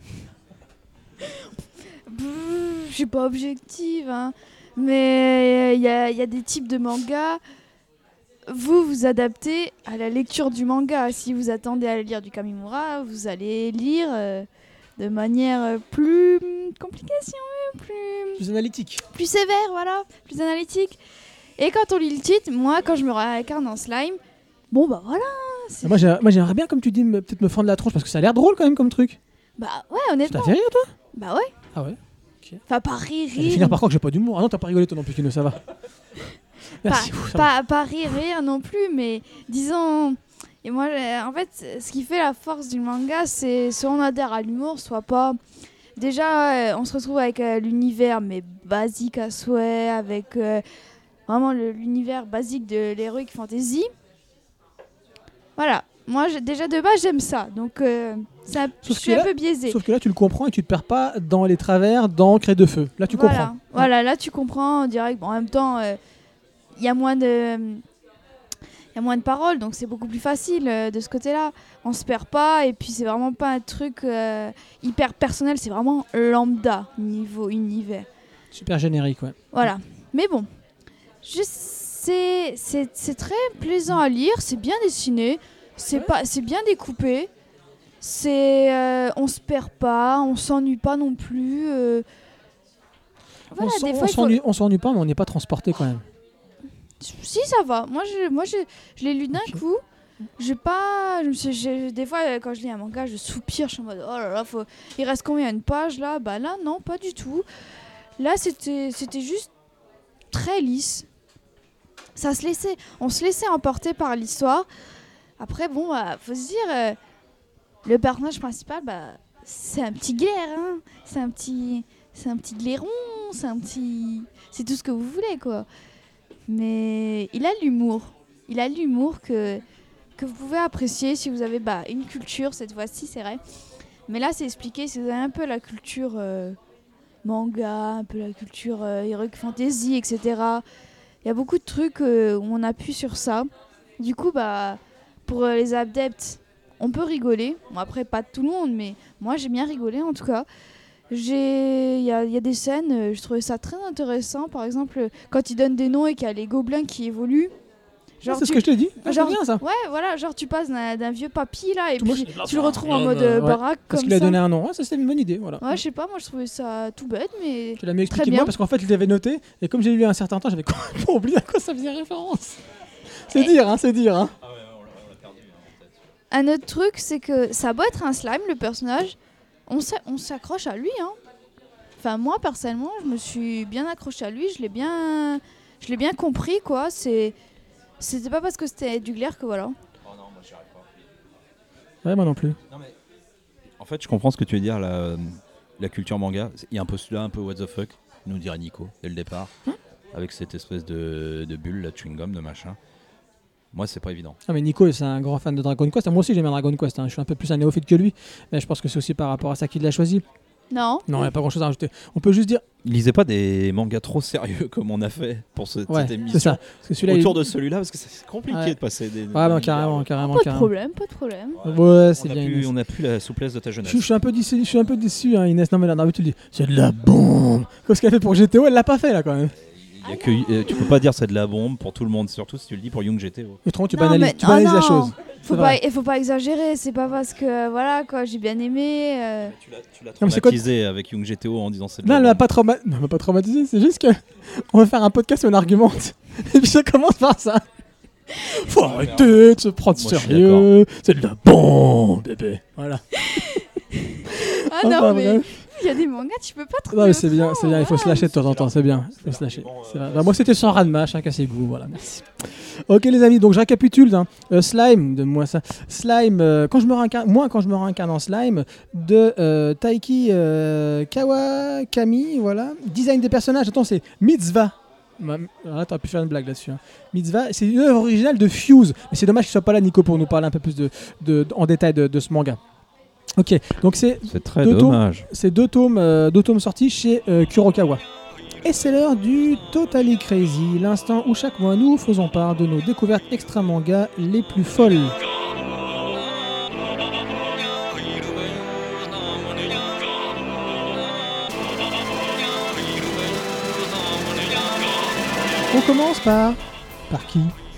Je suis pas objective, hein. Mais il y a des types de mangas. Vous adaptez à la lecture du manga. Si vous attendez à lire du Kamimura, vous allez lire de manière plus compliquée, si on veut, plus analytique. Plus sévère, voilà, plus analytique. Et quand on lit le titre, moi, quand je me réincarne en slime, bon bah voilà. Moi j'aimerais bien, comme tu dis, peut-être me fendre la tronche parce que ça a l'air drôle quand même comme truc. Bah ouais, honnêtement. Ça t'a fait rire toi? Bah ouais. Ah ouais. Okay. Enfin, pas rire. Finir par croire que j'ai pas d'humour. Ah non, t'as pas rigolé toi non plus, Kino, ça va. Merci, pas rire non plus, mais disons. Et moi, en fait, ce qui fait la force du manga, c'est soit on adhère à l'humour, soit pas. Déjà, on se retrouve avec l'univers, mais basique à souhait, avec vraiment l'univers basique de l'heroic fantasy. Voilà. Moi, déjà de base, j'aime ça. Donc, je suis un peu biaisée. Sauf que là, tu le comprends et tu te perds pas dans les travers d'encre et de feu. Là, tu comprends. Voilà, là, tu comprends direct. Bon, en même temps, il y a moins de paroles, donc c'est beaucoup plus facile de ce côté-là. On se perd pas, et puis c'est vraiment pas un truc hyper personnel, c'est vraiment lambda niveau univers. Super générique, ouais. Voilà. Mais bon, c'est très plaisant à lire, c'est bien dessiné, c'est bien découpé. On se perd pas, on s'ennuie pas non plus. Voilà, des fois, on s'ennuie pas, mais on n'est pas transporté quand même. Si, ça va. Moi, je l'ai lu d'un coup. Des fois, quand je lis un manga, je soupire. Je suis en mode, oh là là, il reste combien une page là? Bah là, non, pas du tout. Là, c'était juste très lisse. On se laissait emporter par l'histoire. Après, bon, faut se dire, le personnage principal, c'est un petit glaire, hein. C'est un petit glairon, c'est tout ce que vous voulez, quoi. Mais il a l'humour. Il a l'humour que vous pouvez apprécier si vous avez une culture, cette fois-ci, c'est vrai. Mais là, c'est expliqué, si vous avez un peu la culture manga, un peu la culture heroic fantasy, etc. Il y a beaucoup de trucs où on appuie sur ça. Du coup, pour les adeptes, on peut rigoler. Bon, après, pas tout le monde, mais moi, j'ai bien rigolé, en tout cas. Il y a des scènes, je trouvais ça très intéressant. Par exemple, quand il donne des noms et qu'il y a les gobelins qui évoluent. Genre, c'est ce que je te dis. Genre, bien ça. Ouais, voilà, genre tu passes d'un vieux papy là et Tout puis tu le retrouves en mode ouais. baraque comme ça. Parce qu'il a donné un nom. Ouais, ça, c'était une bonne idée. Voilà. Ouais, je sais pas, moi je trouvais ça tout bête, mais. Tu l'as mieux expliqué moi parce qu'en fait, je l'avais noté et comme j'ai lu un certain temps, j'avais complètement oublié à quoi ça faisait référence. C'est dire, hein, c'est dire. Hein. Ah ouais, on l'a perdu. Un autre truc, c'est que ça a beau être un slime, le personnage, on s'accroche à lui, hein. Enfin, moi personnellement, je me suis bien accroché à lui, je l'ai bien compris, quoi. C'était pas parce que c'était du glaire que voilà. Oh non, moi j'y arrive pas. Ouais, moi non plus. Non, mais... En fait, je comprends ce que tu veux dire, la culture manga. Il y a un peu celui-là, un peu what the fuck, nous dirait Nico, dès le départ, avec cette espèce de bulle, la chewing-gum, de machin. Moi, c'est pas évident. Ah, mais Nico, c'est un grand fan de Dragon Quest. Moi aussi, j'aime bien Dragon Quest. Hein. Je suis un peu plus un néophyte que lui, mais je pense que c'est aussi par rapport à ça qu'il l'a choisi. Non, il n'y a pas grand-chose à rajouter. On peut juste dire. Il lisait pas des mangas trop sérieux comme on a fait pour cette émission. C'est ça. Parce que autour de celui-là, parce que c'est compliqué de passer des. Ouais, non, carrément. pas de problème. Ouais, c'est bien. On n'a plus la souplesse de ta jeunesse. Je suis un peu déçu, hein, Inès. Non, mais là, tu le dis. C'est de la bombe. Qu'est-ce qu'elle a fait pour GTO, elle l'a pas fait là quand même. Tu peux pas dire c'est de la bombe pour tout le monde, surtout si tu le dis pour Young GTO. Tu banalises la chose. Il faut pas exagérer, c'est pas parce que voilà quoi, j'ai bien aimé. Tu l'as traumatisé avec Young GTO en disant c'est de la bombe. Non, elle m'a pas traumatisé, c'est juste que on va faire un podcast où on argumente. Et puis ça commence par ça. Faut arrêter de se prendre sérieux, c'est de la bombe, bébé. Voilà. Ah non, mais il y a des mangas, tu peux pas trop. Non, mais c'est bien, il faut se lâcher de temps en temps, c'est bien. Il faut se lâcher. Moi, c'était sans Ranma, chacun ses goûts, voilà, merci. Ok, les amis, donc je récapitule. Slime, donne-moi ça. Slime, quand je me réincarne en slime, de Taiki Kawakami, voilà. Design des personnages, attends, c'est Mitzvah. T'aurais pu faire une blague là-dessus. Hein. Mitzvah, c'est une œuvre originale de Fuse. Mais c'est dommage qu'il soit pas là, Nico, pour nous parler un peu plus en détail de ce manga. Ok, donc c'est très dommage. C'est deux tomes sortis chez Kurokawa. Et c'est l'heure du Totally Crazy, l'instant où chaque mois nous faisons part de nos découvertes extra manga les plus folles. On commence par qui ?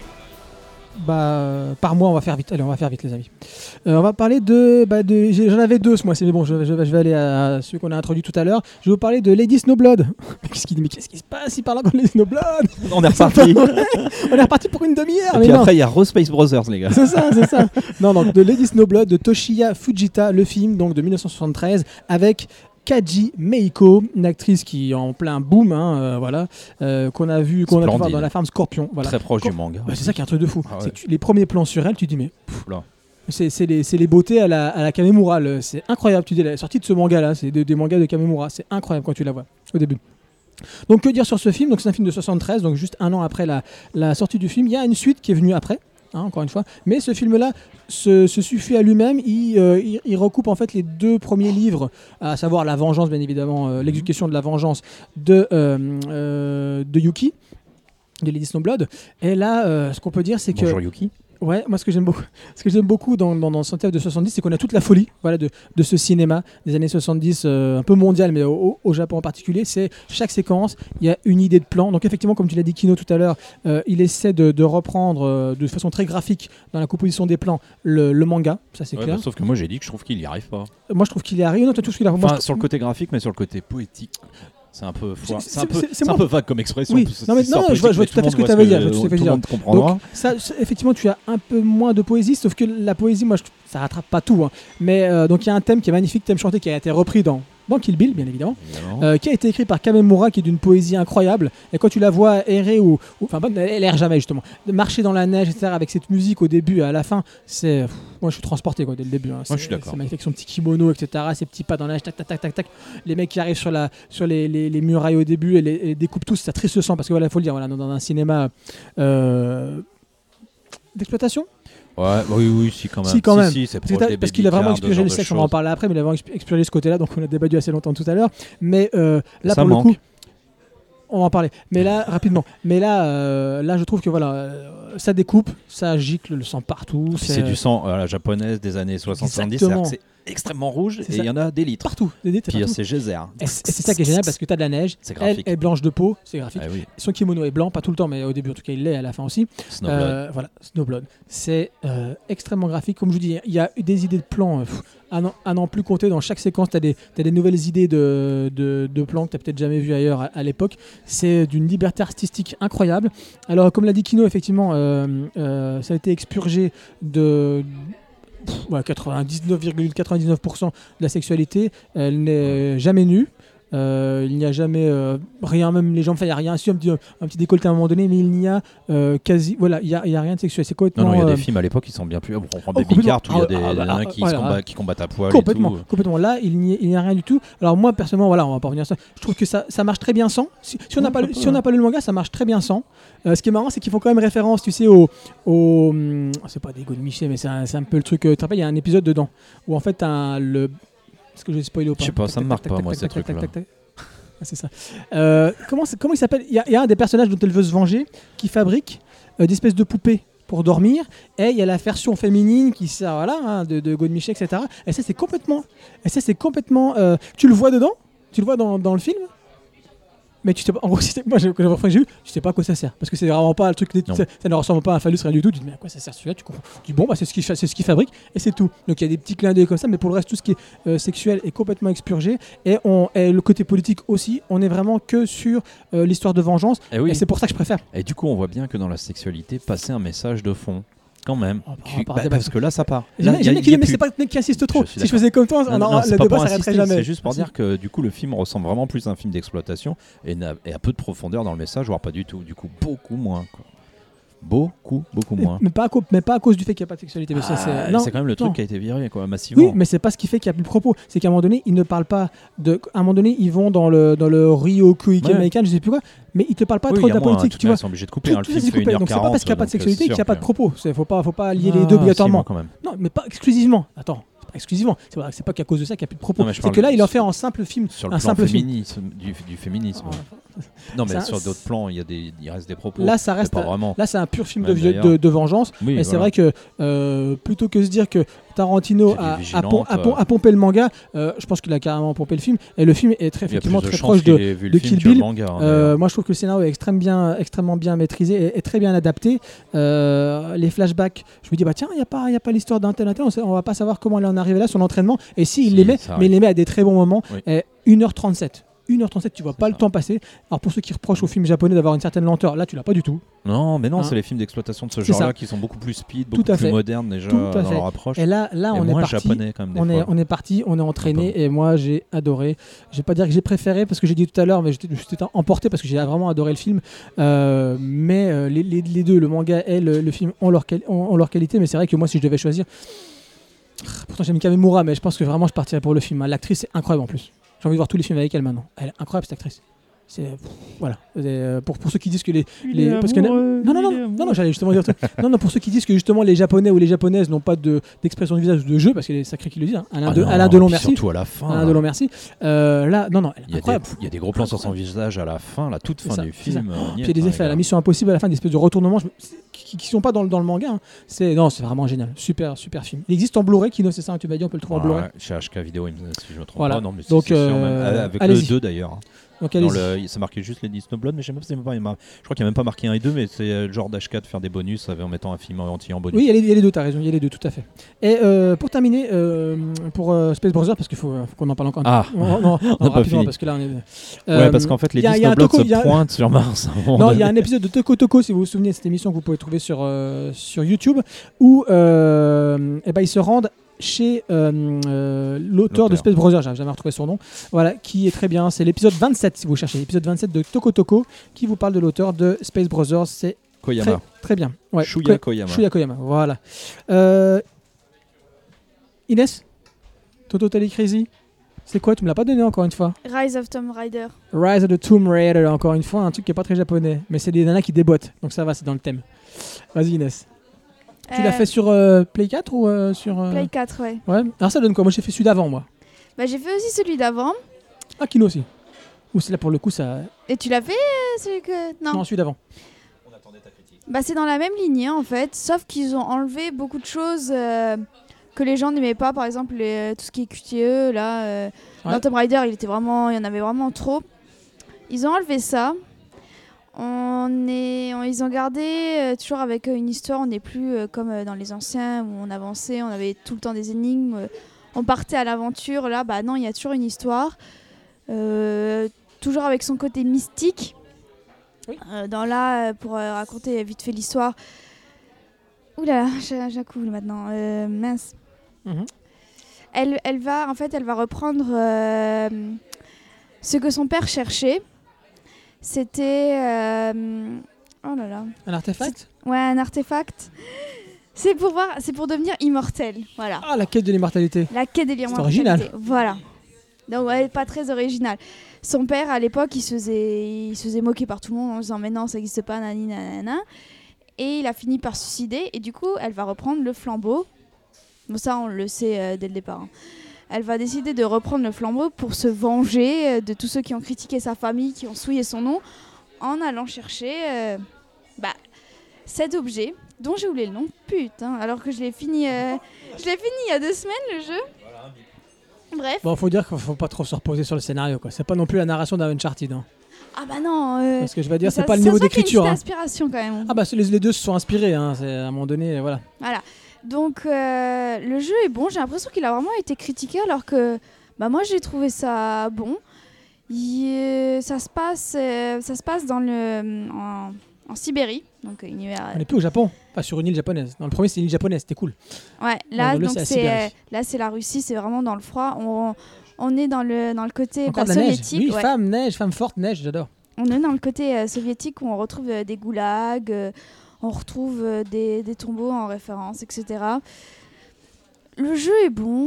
Par moi, on va faire vite. Allez, on va faire vite, les amis. On va parler j'en avais deux ce mois-ci, mais bon, je vais aller à celui qu'on a introduit tout à l'heure. Je vais vous parler de Lady Snowblood. Qu'est-ce qui se passe? Il parle encore de Lady Snowblood. On est reparti. On est reparti pour une demi-heure. Et puis après, il y a Rose Space Brothers, les gars. C'est ça. Non, donc de Lady Snowblood de Toshiya Fujita, le film donc de 1973 avec Kaji Meiko, une actrice qui est en plein boom, voilà, qu'on a pu voir dans La Ferme Scorpion. Voilà. Très proche du manga. Ouais, c'est ça qui est un truc de fou. Ah ouais. C'est que les premiers plans sur elle, tu dis mais c'est les beautés à la Kamemura. C'est incroyable. Tu dis la sortie de ce manga-là, c'est des mangas de Kamemura. C'est incroyable quand tu la vois au début. Donc que dire sur ce film? Donc c'est un film de 73, donc juste un an après la sortie du film. Il y a une suite qui est venue après. Encore une fois, mais ce film-là se suffit à lui-même. Il recoupe en fait les deux premiers livres, à savoir La Vengeance, bien évidemment, l'exécution de la vengeance de Yuki, de Lady Snowblood. Et là, ce qu'on peut dire, c'est que Bonjour Yuki. Ouais, moi ce que j'aime beaucoup dans Santiago de 70, c'est qu'on a toute la folie, voilà, de ce cinéma des années 70, un peu mondial, mais au Japon en particulier. C'est chaque séquence, il y a une idée de plan. Donc effectivement, comme tu l'as dit Kino tout à l'heure, il essaie de reprendre de façon très graphique dans la composition des plans le manga, ça c'est clair. Sauf que moi j'ai dit que je trouve qu'il y arrive pas. Moi je trouve qu'il est arrivé. Non, toi, tout ce qu'il a. Enfin, sur le côté graphique, mais sur le côté poétique. C'est un peu c'est un peu vague comme expression. Oui, non, je vois tout à fait ce que tu avais dit. Tout le monde comprendra. Donc, ça, effectivement, tu as un peu moins de poésie, sauf que la poésie, moi, ça rattrape pas tout. Hein. Mais donc, il y a un thème qui est magnifique, thème chanté, qui a été repris dans Kill Bill, bien évidemment, qui a été écrit par Kamemura, qui est d'une poésie incroyable. Et quand tu la vois errer, enfin, elle erre jamais, justement, marcher dans la neige, etc., avec cette musique au début et à la fin, c'est. Moi, je suis transporté dès le début. Hein. Moi, je suis d'accord. C'est magnifique, son petit kimono, etc., ses petits pas dans la neige, tac, tac, tac, tac, tac. Les mecs qui arrivent sur les murailles au début et les découpent tous, ça triste sang, parce que voilà, faut le dire, voilà, dans un cinéma d'exploitation. Ouais, oui, si quand même. Si, quand même. Si, c'est proche des parce qu'il a vraiment baby-cars, expurgé le sexe, on va en parler après, mais il a vraiment expurgé ce côté-là, donc on a débattu assez longtemps tout à l'heure. Mais là, pour le coup, on va en parler. Mais là, rapidement. Mais là, je trouve que voilà, ça découpe, ça gicle le sang partout. C'est du sang à la japonaise des années 70. C'est extrêmement rouge et il y en a des litres. Partout. Des litres. Puis c'est geyser. Et c'est ça qui est génial parce que tu as de la neige. C'est graphique. Elle est blanche de peau, c'est graphique. Ah, oui. Son kimono est blanc, pas tout le temps, mais au début en tout cas il l'est, à la fin aussi. Snowblood. Voilà, Snowblood. C'est extrêmement graphique. Comme je vous dis, il y a des idées de plans à n'en plus compter. Dans chaque séquence, tu as des nouvelles idées de plans que tu n'as peut-être jamais vu ailleurs à l'époque. C'est d'une liberté artistique incroyable. Alors, comme l'a dit Kino, effectivement, ça a été expurgé de 99,99% de la sexualité. Elle n'est jamais nue. Il n'y a jamais rien, même les jambes, il n'y a rien, si un petit décolleté à un moment donné, mais il n'y a quasi, voilà, il y a rien de sexuel. C'est complètement. Non, il y a des films à l'époque qui sont bien plus. On prend Baby-Cars, où il y a des nains qui combattent à poil. Complètement. Là, il n'y a rien du tout. Alors moi, personnellement, voilà, on va pas revenir à ça. Je trouve que ça marche très bien sans. Si on n'a pas lu le manga, ça marche très bien sans. Ce qui est marrant, c'est qu'ils font quand même référence, tu sais, c'est pas des Godemiché, mais c'est un peu le truc. Tu te rappelles, il y a un épisode dedans où en fait est-ce que je vais spoiler ou pas? Je sais pas, ça me marque pas, moi, ces trucs-là. C'est ça. Comment il s'appelle? Il y a un des personnages dont elle veut se venger qui fabrique des espèces de poupées pour dormir, et il y a la version féminine qui sert, voilà, de Godemiché, etc. Et ça, c'est complètement. Tu le vois dedans? Tu le vois dans le film? Mais tu sais pas, en gros, moi, j'ai vu, tu sais pas à quoi ça sert. Parce que c'est vraiment pas le truc, ça ne ressemble pas à un phallus, rien du tout. Tu te dis, mais à quoi ça sert celui-là? Tu dis, bon, c'est ce qu'il fabrique, et c'est tout. Donc il y a des petits clins d'œil comme ça, mais pour le reste, tout ce qui est sexuel est complètement expurgé. Et le côté politique aussi, on est vraiment que sur l'histoire de vengeance. Et c'est pour ça que je préfère. Et du coup, on voit bien que dans la sexualité, passer un message de fond. Quand même. Parce que là, ça part. Mais c'est pas le mec qui insiste trop. Si je faisais comme toi, le débat s'arrêterait jamais. C'est juste pour dire que du coup, le film ressemble vraiment plus à un film d'exploitation et a peu de profondeur dans le message, voire pas du tout. Du coup, beaucoup moins. Quoi. Beaucoup moins. Mais pas à cause du fait qu'il n'y a pas de sexualité. C'est quand même le truc qui a été viré, quoi, massivement. Oui, mais c'est pas ce qui fait qu'il n'y a plus de propos. C'est qu'à un moment donné, ils ne parlent pas de. À un moment donné, ils vont dans le Ryokuike américain, je sais plus quoi, mais ils te parlent pas trop de la politique. Tu vois, ils sont obligés de couper. Le film fait 1h40. Donc c'est pas parce qu'il n'y a pas de sexualité qu'il n'y a pas de propos. Faut pas lier les deux obligatoirement. Non, mais pas exclusivement. Attends. Exclusivement, c'est pas qu'à cause de ça qu'il n'y a plus de propos. C'est que là, il en fait un simple film. Sur le plan féminisme, du féminisme. Non, mais sur d'autres plans, il reste des propos. Là, ça reste. Pas vraiment. Là, c'est un pur film de vengeance. Oui, et c'est vrai que plutôt que se dire que Tarantino a pompé le manga, je pense qu'il a carrément pompé le film. Et le film est effectivement très proche de Kill Bill. Moi, je trouve que le scénario est extrêmement bien maîtrisé et très bien adapté. Les flashbacks, je me dis, tiens, il n'y a pas l'histoire d'un tel, on va pas savoir comment il en est arrivé là, son entraînement. Et il les met, mais il les met à des très bons moments. 1h37. 1h37, tu vois pas le temps passer. Alors pour ceux qui reprochent aux films japonais d'avoir une certaine lenteur, là tu l'as pas du tout. Non, mais non, c'est les films d'exploitation de ce genre-là qui sont beaucoup plus speed, beaucoup plus modernes déjà dans leur approche. Et là on est parti. Japonais quand même. On est parti, on est entraîné et moi j'ai adoré. Je vais pas dire que j'ai préféré parce que j'ai dit tout à l'heure, mais j'étais emporté parce que j'ai vraiment adoré le film. Mais les deux, le manga et le film ont leur qualité, mais c'est vrai que moi si je devais choisir, pourtant j'aime Kamemura, mais je pense que vraiment je partirais pour le film. L'actrice est incroyable en plus. J'ai envie de voir tous les films avec elle maintenant. Elle est incroyable cette actrice. Voilà. Pour ceux qui disent que parce que non, j'allais justement dire ça. Non, pour ceux qui disent que justement les Japonais ou les Japonaises n'ont pas d'expression de visage ou de jeu, parce que c'est sacré qui le disent. Alain Delon, merci. Surtout à la fin. Alain Delon, merci. Là, non, elle est incroyable. Il y a des gros plans sur son visage à la fin, la toute fin du film. Puis il y a des effets à la Mission Impossible à la fin, des espèces de retournements qui qui sont pas dans le manga. Hein. C'est vraiment génial. Super film. Il existe en Blu-ray, Kino, c'est ça, hein, tu m'as dit, on peut le trouver en Blu-ray. Chez HK Vidéo, si je me trompe Voilà. pas. Non, mais Donc, c'est sûr, même, avec allez-y. le 2 d'ailleurs. Donc Ça marquait juste les Lady Snowblood, mais je sais même pas, je crois qu'il n'y a même pas marqué 1 et 2, mais c'est le genre d'HK de faire des bonus en mettant un film entier en bonus. Oui, il y a les deux, t'as raison, il y a les deux, tout à fait. Et pour terminer, pour Space Brothers, parce qu'il faut qu'on en parle encore. Ah, non, on n'a pas fini. parce que là on est. Ouais, parce qu'en fait, les Lady Snowblood se pointent sur Mars. Non, il y a un épisode de Toko Toko, si vous vous souvenez de cette émission que vous pouvez trouver sur YouTube, où ils se rendent chez l'auteur de Space Brothers, j'avais jamais retrouvé son nom, voilà, qui est très bien. C'est l'épisode 27, si vous cherchez, l'épisode 27 de Toko Toko, qui vous parle de l'auteur de Space Brothers. C'est Koyama. Très bien. Ouais. Shuya Koyama. Shuya Koyama, voilà. Inès, Totally Crazy, c'est quoi? Tu me l'as pas donné encore une fois. Rise of Tomb Raider. Rise of the Tomb Raider, encore une fois, un truc qui est pas très japonais, mais c'est des nanas qui déboîtent, donc ça va, c'est dans le thème. Vas-y Inès. Tu l'as fait sur Play 4 ou sur... Play 4, ouais. Ouais. Alors ça donne quoi? Moi j'ai fait celui d'avant, moi. Bah, j'ai fait aussi celui d'avant. Ah, Kino aussi. Ou c'est là pour le coup ça... Et tu l'as fait celui que... Non, celui d'avant. On attendait ta critique. Bah, c'est dans la même lignée en fait, sauf qu'ils ont enlevé beaucoup de choses que les gens n'aimaient pas. Par exemple, tout ce qui est QTE, là. Dans Tomb Raider, il y en avait vraiment trop. Ils ont enlevé ça. Ils ont gardé toujours avec une histoire. On n'est plus comme dans les anciens où on avançait, on avait tout le temps des énigmes, on partait à l'aventure. Là, bah non, il y a toujours une histoire, toujours avec son côté mystique. Oui. Pour raconter vite fait l'histoire. Ouh là, j'accoule maintenant. Mince. Mm-hmm. Elle va reprendre ce que son père cherchait. C'était... oh là là. Un artefact? Ouais, un artefact. C'est pour devenir immortel. Voilà. Ah, la quête de l'immortalité. La quête de l'immortalité. C'est original. Voilà. Donc, ouais, pas très original. Son père, à l'époque, il se faisait moquer par tout le monde en disant « Mais non, ça n'existe pas, nani, nanana ». Et il a fini par se suicider. Et du coup, elle va reprendre le flambeau. Bon, ça, on le sait dès le départ. Hein. Elle va décider de reprendre le flambeau pour se venger de tous ceux qui ont critiqué sa famille, qui ont souillé son nom, en allant chercher cet objet dont j'ai oublié le nom. Putain, alors que je l'ai fini il y a 2 semaines, le jeu. Bref. Bon, faut dire qu'il faut pas trop se reposer sur le scénario, quoi. C'est pas non plus la narration d'Uncharted. Hein. Ah bah non. Parce que je vais dire, c'est pas le niveau d'écriture. C'est une petite inspiration quand même. Ah bah les deux se sont inspirés. Hein. C'est, à un moment donné, voilà. Voilà. Donc le jeu est bon. J'ai l'impression qu'il a vraiment été critiqué, alors que moi j'ai trouvé ça bon. Ça se passe en Sibérie, donc univers. On n'est plus au Japon, pas sur une île japonaise. Dans le premier, c'est une île japonaise, c'était cool. Ouais, là donc c'est la Russie, c'est vraiment dans le froid. On est dans le côté encore de la neige. soviétique. Oui, ouais. femme forte, neige, j'adore. On est dans le côté soviétique où on retrouve des goulags, on retrouve des tombeaux en référence, etc. Le jeu est bon,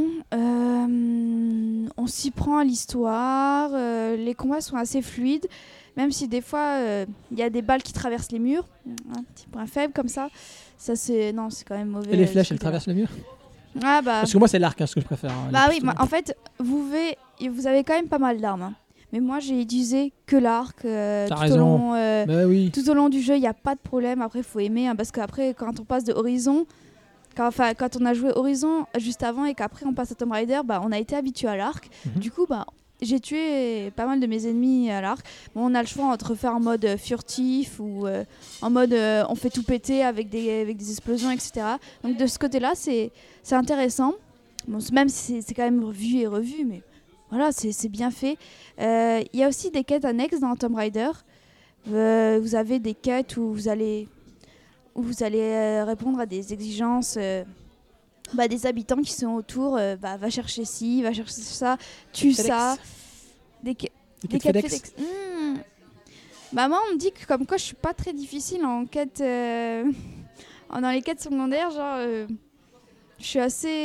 on s'y prend à l'histoire, les combats sont assez fluides, même si des fois il y a des balles qui traversent les murs, un petit point faible comme ça. C'est quand même mauvais. Et les flèches, elles traversent le mur? Ah bah. Parce que moi, c'est l'arc, ce que je préfère. Hein, bah oui, en fait, vous avez quand même pas mal d'armes. Hein. Mais moi, j'ai utilisé que l'arc tout au long du jeu. Il n'y a pas de problème. Après, il faut aimer. Hein, parce qu'après, quand on passe de Horizon, quand on a joué Horizon juste avant et qu'après on passe à Tomb Raider, on a été habitué à l'arc. Mm-hmm. Du coup, j'ai tué pas mal de mes ennemis à l'arc. Bon, on a le choix entre faire en mode furtif ou en mode on fait tout péter avec des explosions, etc. Donc de ce côté-là, c'est intéressant. Bon, même si c'est quand même revu et revu, mais voilà, c'est bien fait. Il y a aussi des quêtes annexes dans Tomb Raider. Vous avez des quêtes où vous allez répondre à des exigences des habitants qui sont autour. Va chercher ci, va chercher ça, tue FedEx. ça. Des quêtes FedEx. Moi, on me dit que comme quoi je suis pas très difficile en quête, dans les quêtes secondaires. Genre, je suis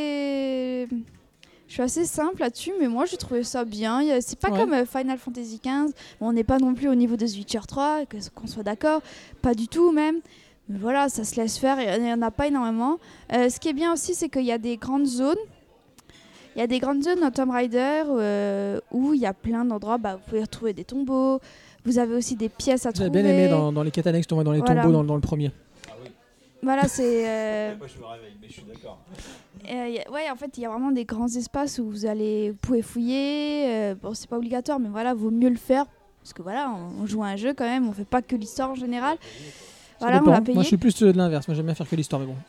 assez simple là-dessus, mais moi j'ai trouvé ça bien. C'est pas comme Final Fantasy XV. Bon, on n'est pas non plus au niveau de The Witcher 3, qu'on soit d'accord. Pas du tout même. Mais voilà, ça se laisse faire, il n'y en a pas énormément. Ce qui est bien aussi, c'est qu'il y a des grandes zones. Il y a des grandes zones dans Tomb Raider où il y a plein d'endroits, vous pouvez retrouver des tombeaux. Vous avez aussi des pièces à trouver. J'ai bien aimé dans les quêtes annexes, dans les tombeaux dans le premier. Voilà, c'est. Moi je me réveille, mais je suis d'accord. Ouais, en fait, il y a vraiment des grands espaces où vous pouvez fouiller. Bon, c'est pas obligatoire, mais voilà, vaut mieux le faire. Parce que voilà, on joue à un jeu quand même, on fait pas que l'histoire en général. Ça Voilà, on dépend. l'a payé. Moi, je suis plus de l'inverse. Moi, j'aime bien faire que l'histoire, mais bon.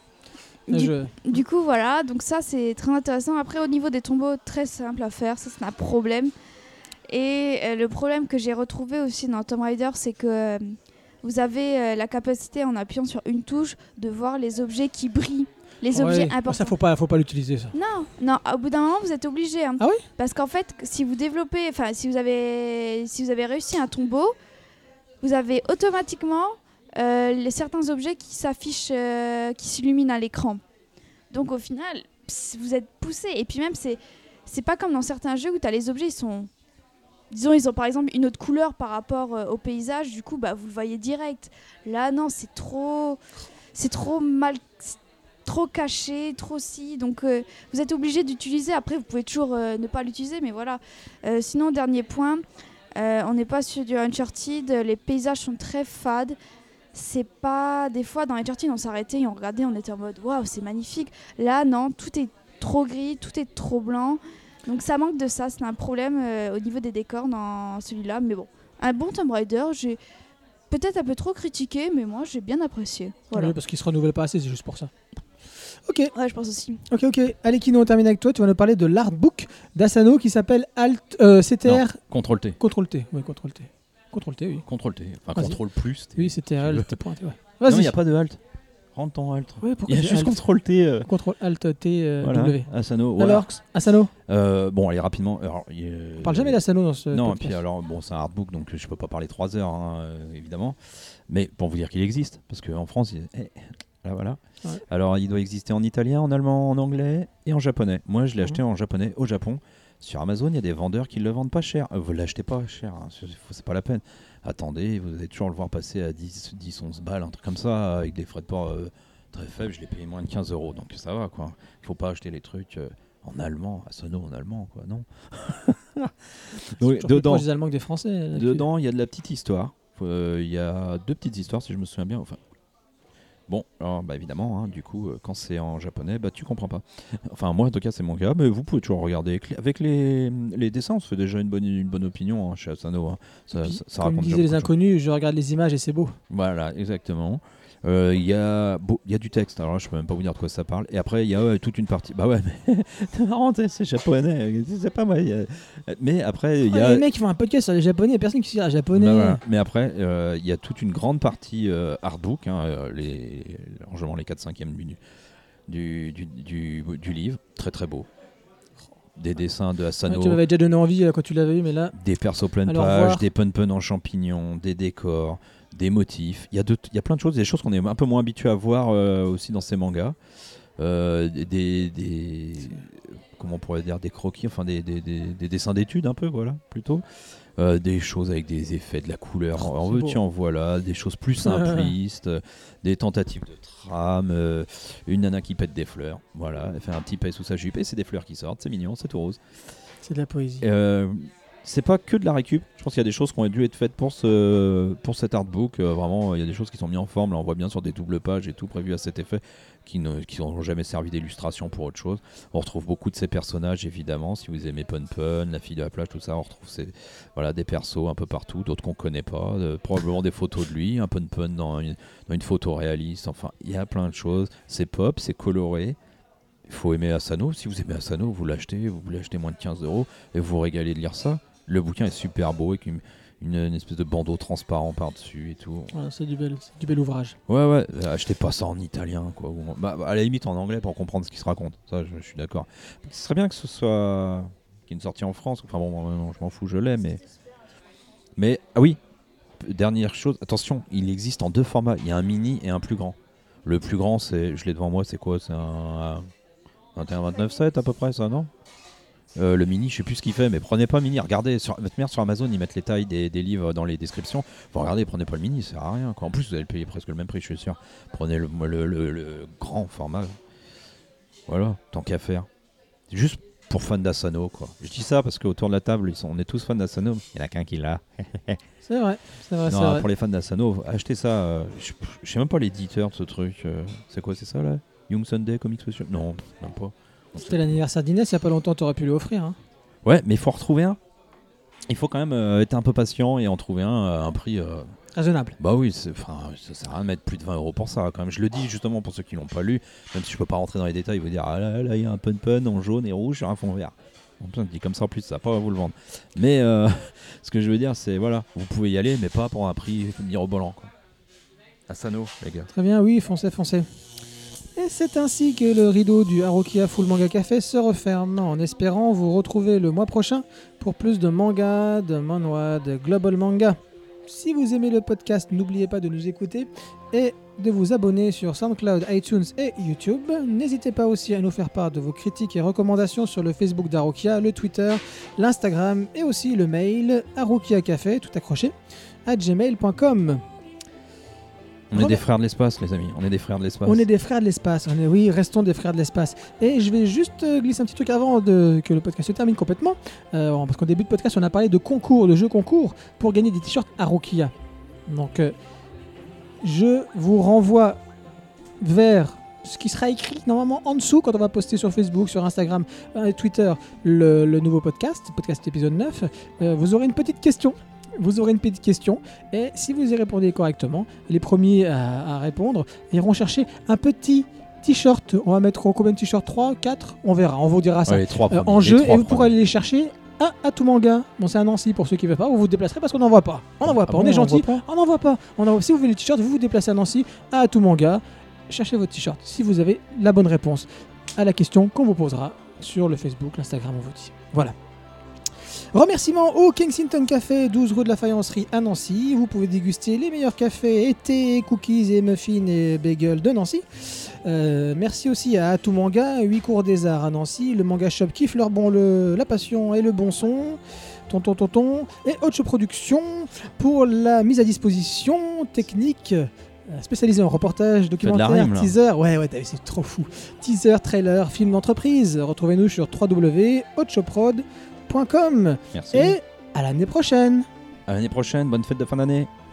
Du coup, voilà, donc ça c'est très intéressant. Après, au niveau des tombeaux, très simple à faire, ça c'est un problème. Et le problème que j'ai retrouvé aussi dans Tomb Raider, c'est que vous avez la capacité, en appuyant sur une touche, de voir les objets qui brillent, les objets importants. Ça, faut pas l'utiliser, ça. Non, au bout d'un moment, vous êtes obligé. Hein. Ah oui ? Parce qu'en fait, si vous développez, enfin, si vous avez réussi un tombeau, vous avez automatiquement certains objets qui s'affichent, qui s'illuminent à l'écran. Donc au final, vous êtes poussé. Et puis même, c'est pas comme dans certains jeux où tu as les objets, ils ont par exemple une autre couleur par rapport au paysage. Du coup, bah, vous le voyez direct. Là, non, c'est trop mal, trop caché, trop si. Donc vous êtes obligé d'utiliser. Après, vous pouvez toujours ne pas l'utiliser, mais voilà. Sinon, dernier point, on n'est pas sur du Uncharted. Les paysages sont très fades. C'est pas... Des fois, dans Uncharted, on s'arrêtait et on regardait, on était en mode « Waouh, c'est magnifique !» Là, non, tout est trop gris, tout est trop blanc. Donc ça manque de ça, c'est un problème au niveau des décors dans celui-là. Mais bon, un bon Tomb Raider, j'ai peut-être un peu trop critiqué, mais moi, j'ai bien apprécié. Voilà. Oui, parce qu'il se renouvelle pas assez, c'est juste pour ça. Ok. Ouais, je pense aussi. Ok. Allez, Kino, on termine avec toi. Tu vas nous parler de l'artbook d'Asano qui s'appelle CTR... Ctrl-T. Ctrl-T, oui, Ctrl-T. Ctrl-T, oui. Ctrl-T. Enfin, Vas-y. Ctrl plus. Oui, c'était Alt, pointé, ouais. Non, Vas-y. il n'y a pas de Alt. Rentre ton Alt. Ouais, pourquoi Il y a j'ai juste Alt Ctrl-T. Ctrl Alt T Voilà, W. Asano. Voilà. Alors, Asano, Bon, allez, rapidement. Alors, on parle jamais d'Asano dans ce Non, et podcast. puis alors, bon, c'est un artbook, donc je peux pas parler 3 heures, hein, évidemment. Mais pour vous dire qu'il existe, parce qu'en France, voilà. Ouais. Alors, il doit exister en italien, en allemand, en anglais et en japonais. Moi, je l'ai acheté en japonais au Japon. Sur Amazon, il y a des vendeurs qui le vendent pas cher. Vous l'achetez pas cher, hein, c'est pas la peine. Attendez, vous allez toujours le voir passer à 10, 11 balles, un truc comme ça, avec des frais de port très faibles. Je l'ai payé moins de 15 €, donc ça va, quoi. Il faut pas acheter les trucs en allemand, Asano en allemand, quoi, non. Donc, Dedans, des Allemands que des Français. Dedans, il y a de la petite histoire. Il y a 2 petites histoires, si je me souviens bien. Enfin, bon, alors, bah, évidemment, hein, du coup, quand c'est en japonais, bah, tu comprends pas. Enfin, moi, en tout cas, c'est mon cas. Mais vous pouvez toujours regarder. Avec les dessins, on se fait déjà une bonne opinion, hein, chez Asano. Hein. Ça Comme raconte disaient déjà les beaucoup de inconnus, je regarde les images et c'est beau. Voilà, exactement. Il y a du texte, alors là, je peux même pas vous dire de quoi ça parle. Et après, il y a toute une partie. Bah ouais, mais c'est marrant, c'est japonais, c'est pas moi. Mais après, il y a. Les mecs qui font un podcast sur les japonais, il n'y a personne qui sait japonais. Bah voilà. Mais après, il y a toute une grande partie artbook, hein, largement les 4/5 du livre, très très beau. Des dessins de Asano. Ouais, tu m'avais déjà donné envie quand tu l'avais eu, mais là. Des persos pleine page, des pun en champignons, des décors, des motifs. Il y a plein de choses, des choses qu'on est un peu moins habitué à voir aussi dans ces mangas. Comment on pourrait dire, des croquis, enfin des dessins d'études un peu, voilà, plutôt. Des choses avec des effets, de la couleur, en veux-tu, en voilà, des choses plus simplistes, des tentatives de trame, une nana qui pète des fleurs, voilà, elle fait un petit paix sous sa jupe et c'est des fleurs qui sortent, c'est mignon, c'est tout rose. C'est de la poésie. C'est pas que de la récup, je pense qu'il y a des choses qui ont dû être faites pour cet artbook, vraiment il y a des choses qui sont mises en forme, là on voit bien sur des doubles pages et tout prévu à cet effet, qui n'ont jamais servi d'illustration pour autre chose. On retrouve beaucoup de ces personnages évidemment, si vous aimez Pun, la fille de la plage, tout ça, on retrouve des persos un peu partout, d'autres qu'on connaît pas, probablement des photos de lui, un Pun dans une photo réaliste, enfin il y a plein de choses, c'est pop, c'est coloré. Il faut aimer Asano, si vous aimez Asano, vous l'achetez moins de 15 € et vous vous régalez de lire ça. Le bouquin est super beau avec une espèce de bandeau transparent par-dessus et tout. Ouais, c'est du bel ouvrage. Ouais, achetez pas ça en italien, quoi. À la limite en anglais pour comprendre ce qui se raconte. Ça, je suis d'accord. Ce serait bien que ce soit qu'il y ait une sortie en France. Enfin bon, je m'en fous, je l'ai, mais ah oui. Dernière chose, attention, il existe en 2 formats. Il y a un mini et un plus grand. Le plus grand, je l'ai devant moi, c'est quoi ? C'est un 21-29-7 à peu près, ça, non ? Le mini, je sais plus ce qu'il fait, mais prenez pas mini. Regardez, sur Amazon, ils mettent les tailles des livres dans les descriptions. Vous regardez, prenez pas le mini, ça sert à rien, quoi. En plus, vous allez payer presque le même prix, je suis sûr. Prenez le grand format. Voilà, tant qu'à faire. Juste pour fans d'Asano, quoi. Je dis ça parce qu'autour de la table, on est tous fans d'Asano. Il y en a qu'un qui l'a. C'est vrai, c'est vrai, Non, c'est vrai. pour les fans d'Asano, achetez ça. Je sais même pas l'éditeur de ce truc. C'est quoi, c'est ça là? Young Sunday Comics Special? Non, même pas. C'était l'anniversaire d'Inès, il y a pas longtemps, t'aurais pu lui offrir. Hein. Ouais, mais il faut en retrouver un. Il faut quand même être un peu patient et en trouver un à un prix. Raisonnable. Bah oui, ça sert à rien de mettre plus de 20 € pour ça quand même. Je le dis justement pour ceux qui l'ont pas lu, même si je peux pas rentrer dans les détails, vous dire ah là il y a un pun en jaune et rouge sur un fond vert. En plus, on dit comme ça en plus, ça va pas vous le vendre. Mais ce que je veux dire, c'est voilà, vous pouvez y aller, mais pas pour un prix mirobolant, quoi. Asano, les gars. Très bien, oui, foncez, foncez. Et c'est ainsi que le rideau du Harukia Full Manga Café se referme, en espérant vous retrouver le mois prochain pour plus de manga, de manhwa, de global manga. Si vous aimez le podcast, n'oubliez pas de nous écouter et de vous abonner sur SoundCloud, iTunes et YouTube. N'hésitez pas aussi à nous faire part de vos critiques et recommandations sur le Facebook d'Harukia, le Twitter, l'Instagram et aussi le mail harukiacafé, tout accroché, @gmail.com. On est des frères de l'espace, les amis. On est des frères de l'espace. On est des frères de l'espace. Oui, restons des frères de l'espace. Et je vais juste glisser un petit truc avant que le podcast se termine complètement. Parce qu'au début de podcast, on a parlé de concours, de jeux concours pour gagner des t-shirts Harukia. Donc, je vous renvoie vers ce qui sera écrit normalement en dessous quand on va poster sur Facebook, sur Instagram et Twitter le nouveau podcast épisode 9. Vous aurez une petite question. Et si vous y répondez correctement, les premiers à répondre iront chercher un petit t-shirt. On va mettre combien de t-shirts? 3, 4? On verra, on vous dira ça. Ouais, En jeu, et vous pourrez aller les chercher à tout manga. Bon, c'est à Nancy pour ceux qui ne veulent pas. Vous vous déplacerez parce qu'on n'en voit pas. On est gentil. On n'en voit pas. Si vous voulez les t-shirts, vous vous déplacez à Nancy, à tout manga. Cherchez votre t-shirt si vous avez la bonne réponse à la question qu'on vous posera sur le Facebook, l'Instagram, on vous dit. Voilà. Remerciements au Kensington Café, 12 rue de la Faïencerie à Nancy. Vous pouvez déguster les meilleurs cafés et thés, cookies et muffins et bagels de Nancy. Merci aussi à Atout Manga, 8 cours des arts à Nancy. Le manga shop kiffe la passion et le bon son. Tonton. Et Ocho Productions pour la mise à disposition technique spécialisée en reportage, documentaire, teaser. Ouais, c'est trop fou. Teaser, trailer, film d'entreprise. Retrouvez-nous sur www.ochoprod.com. Merci. Et à l'année prochaine. À l'année prochaine, bonne fête de fin d'année.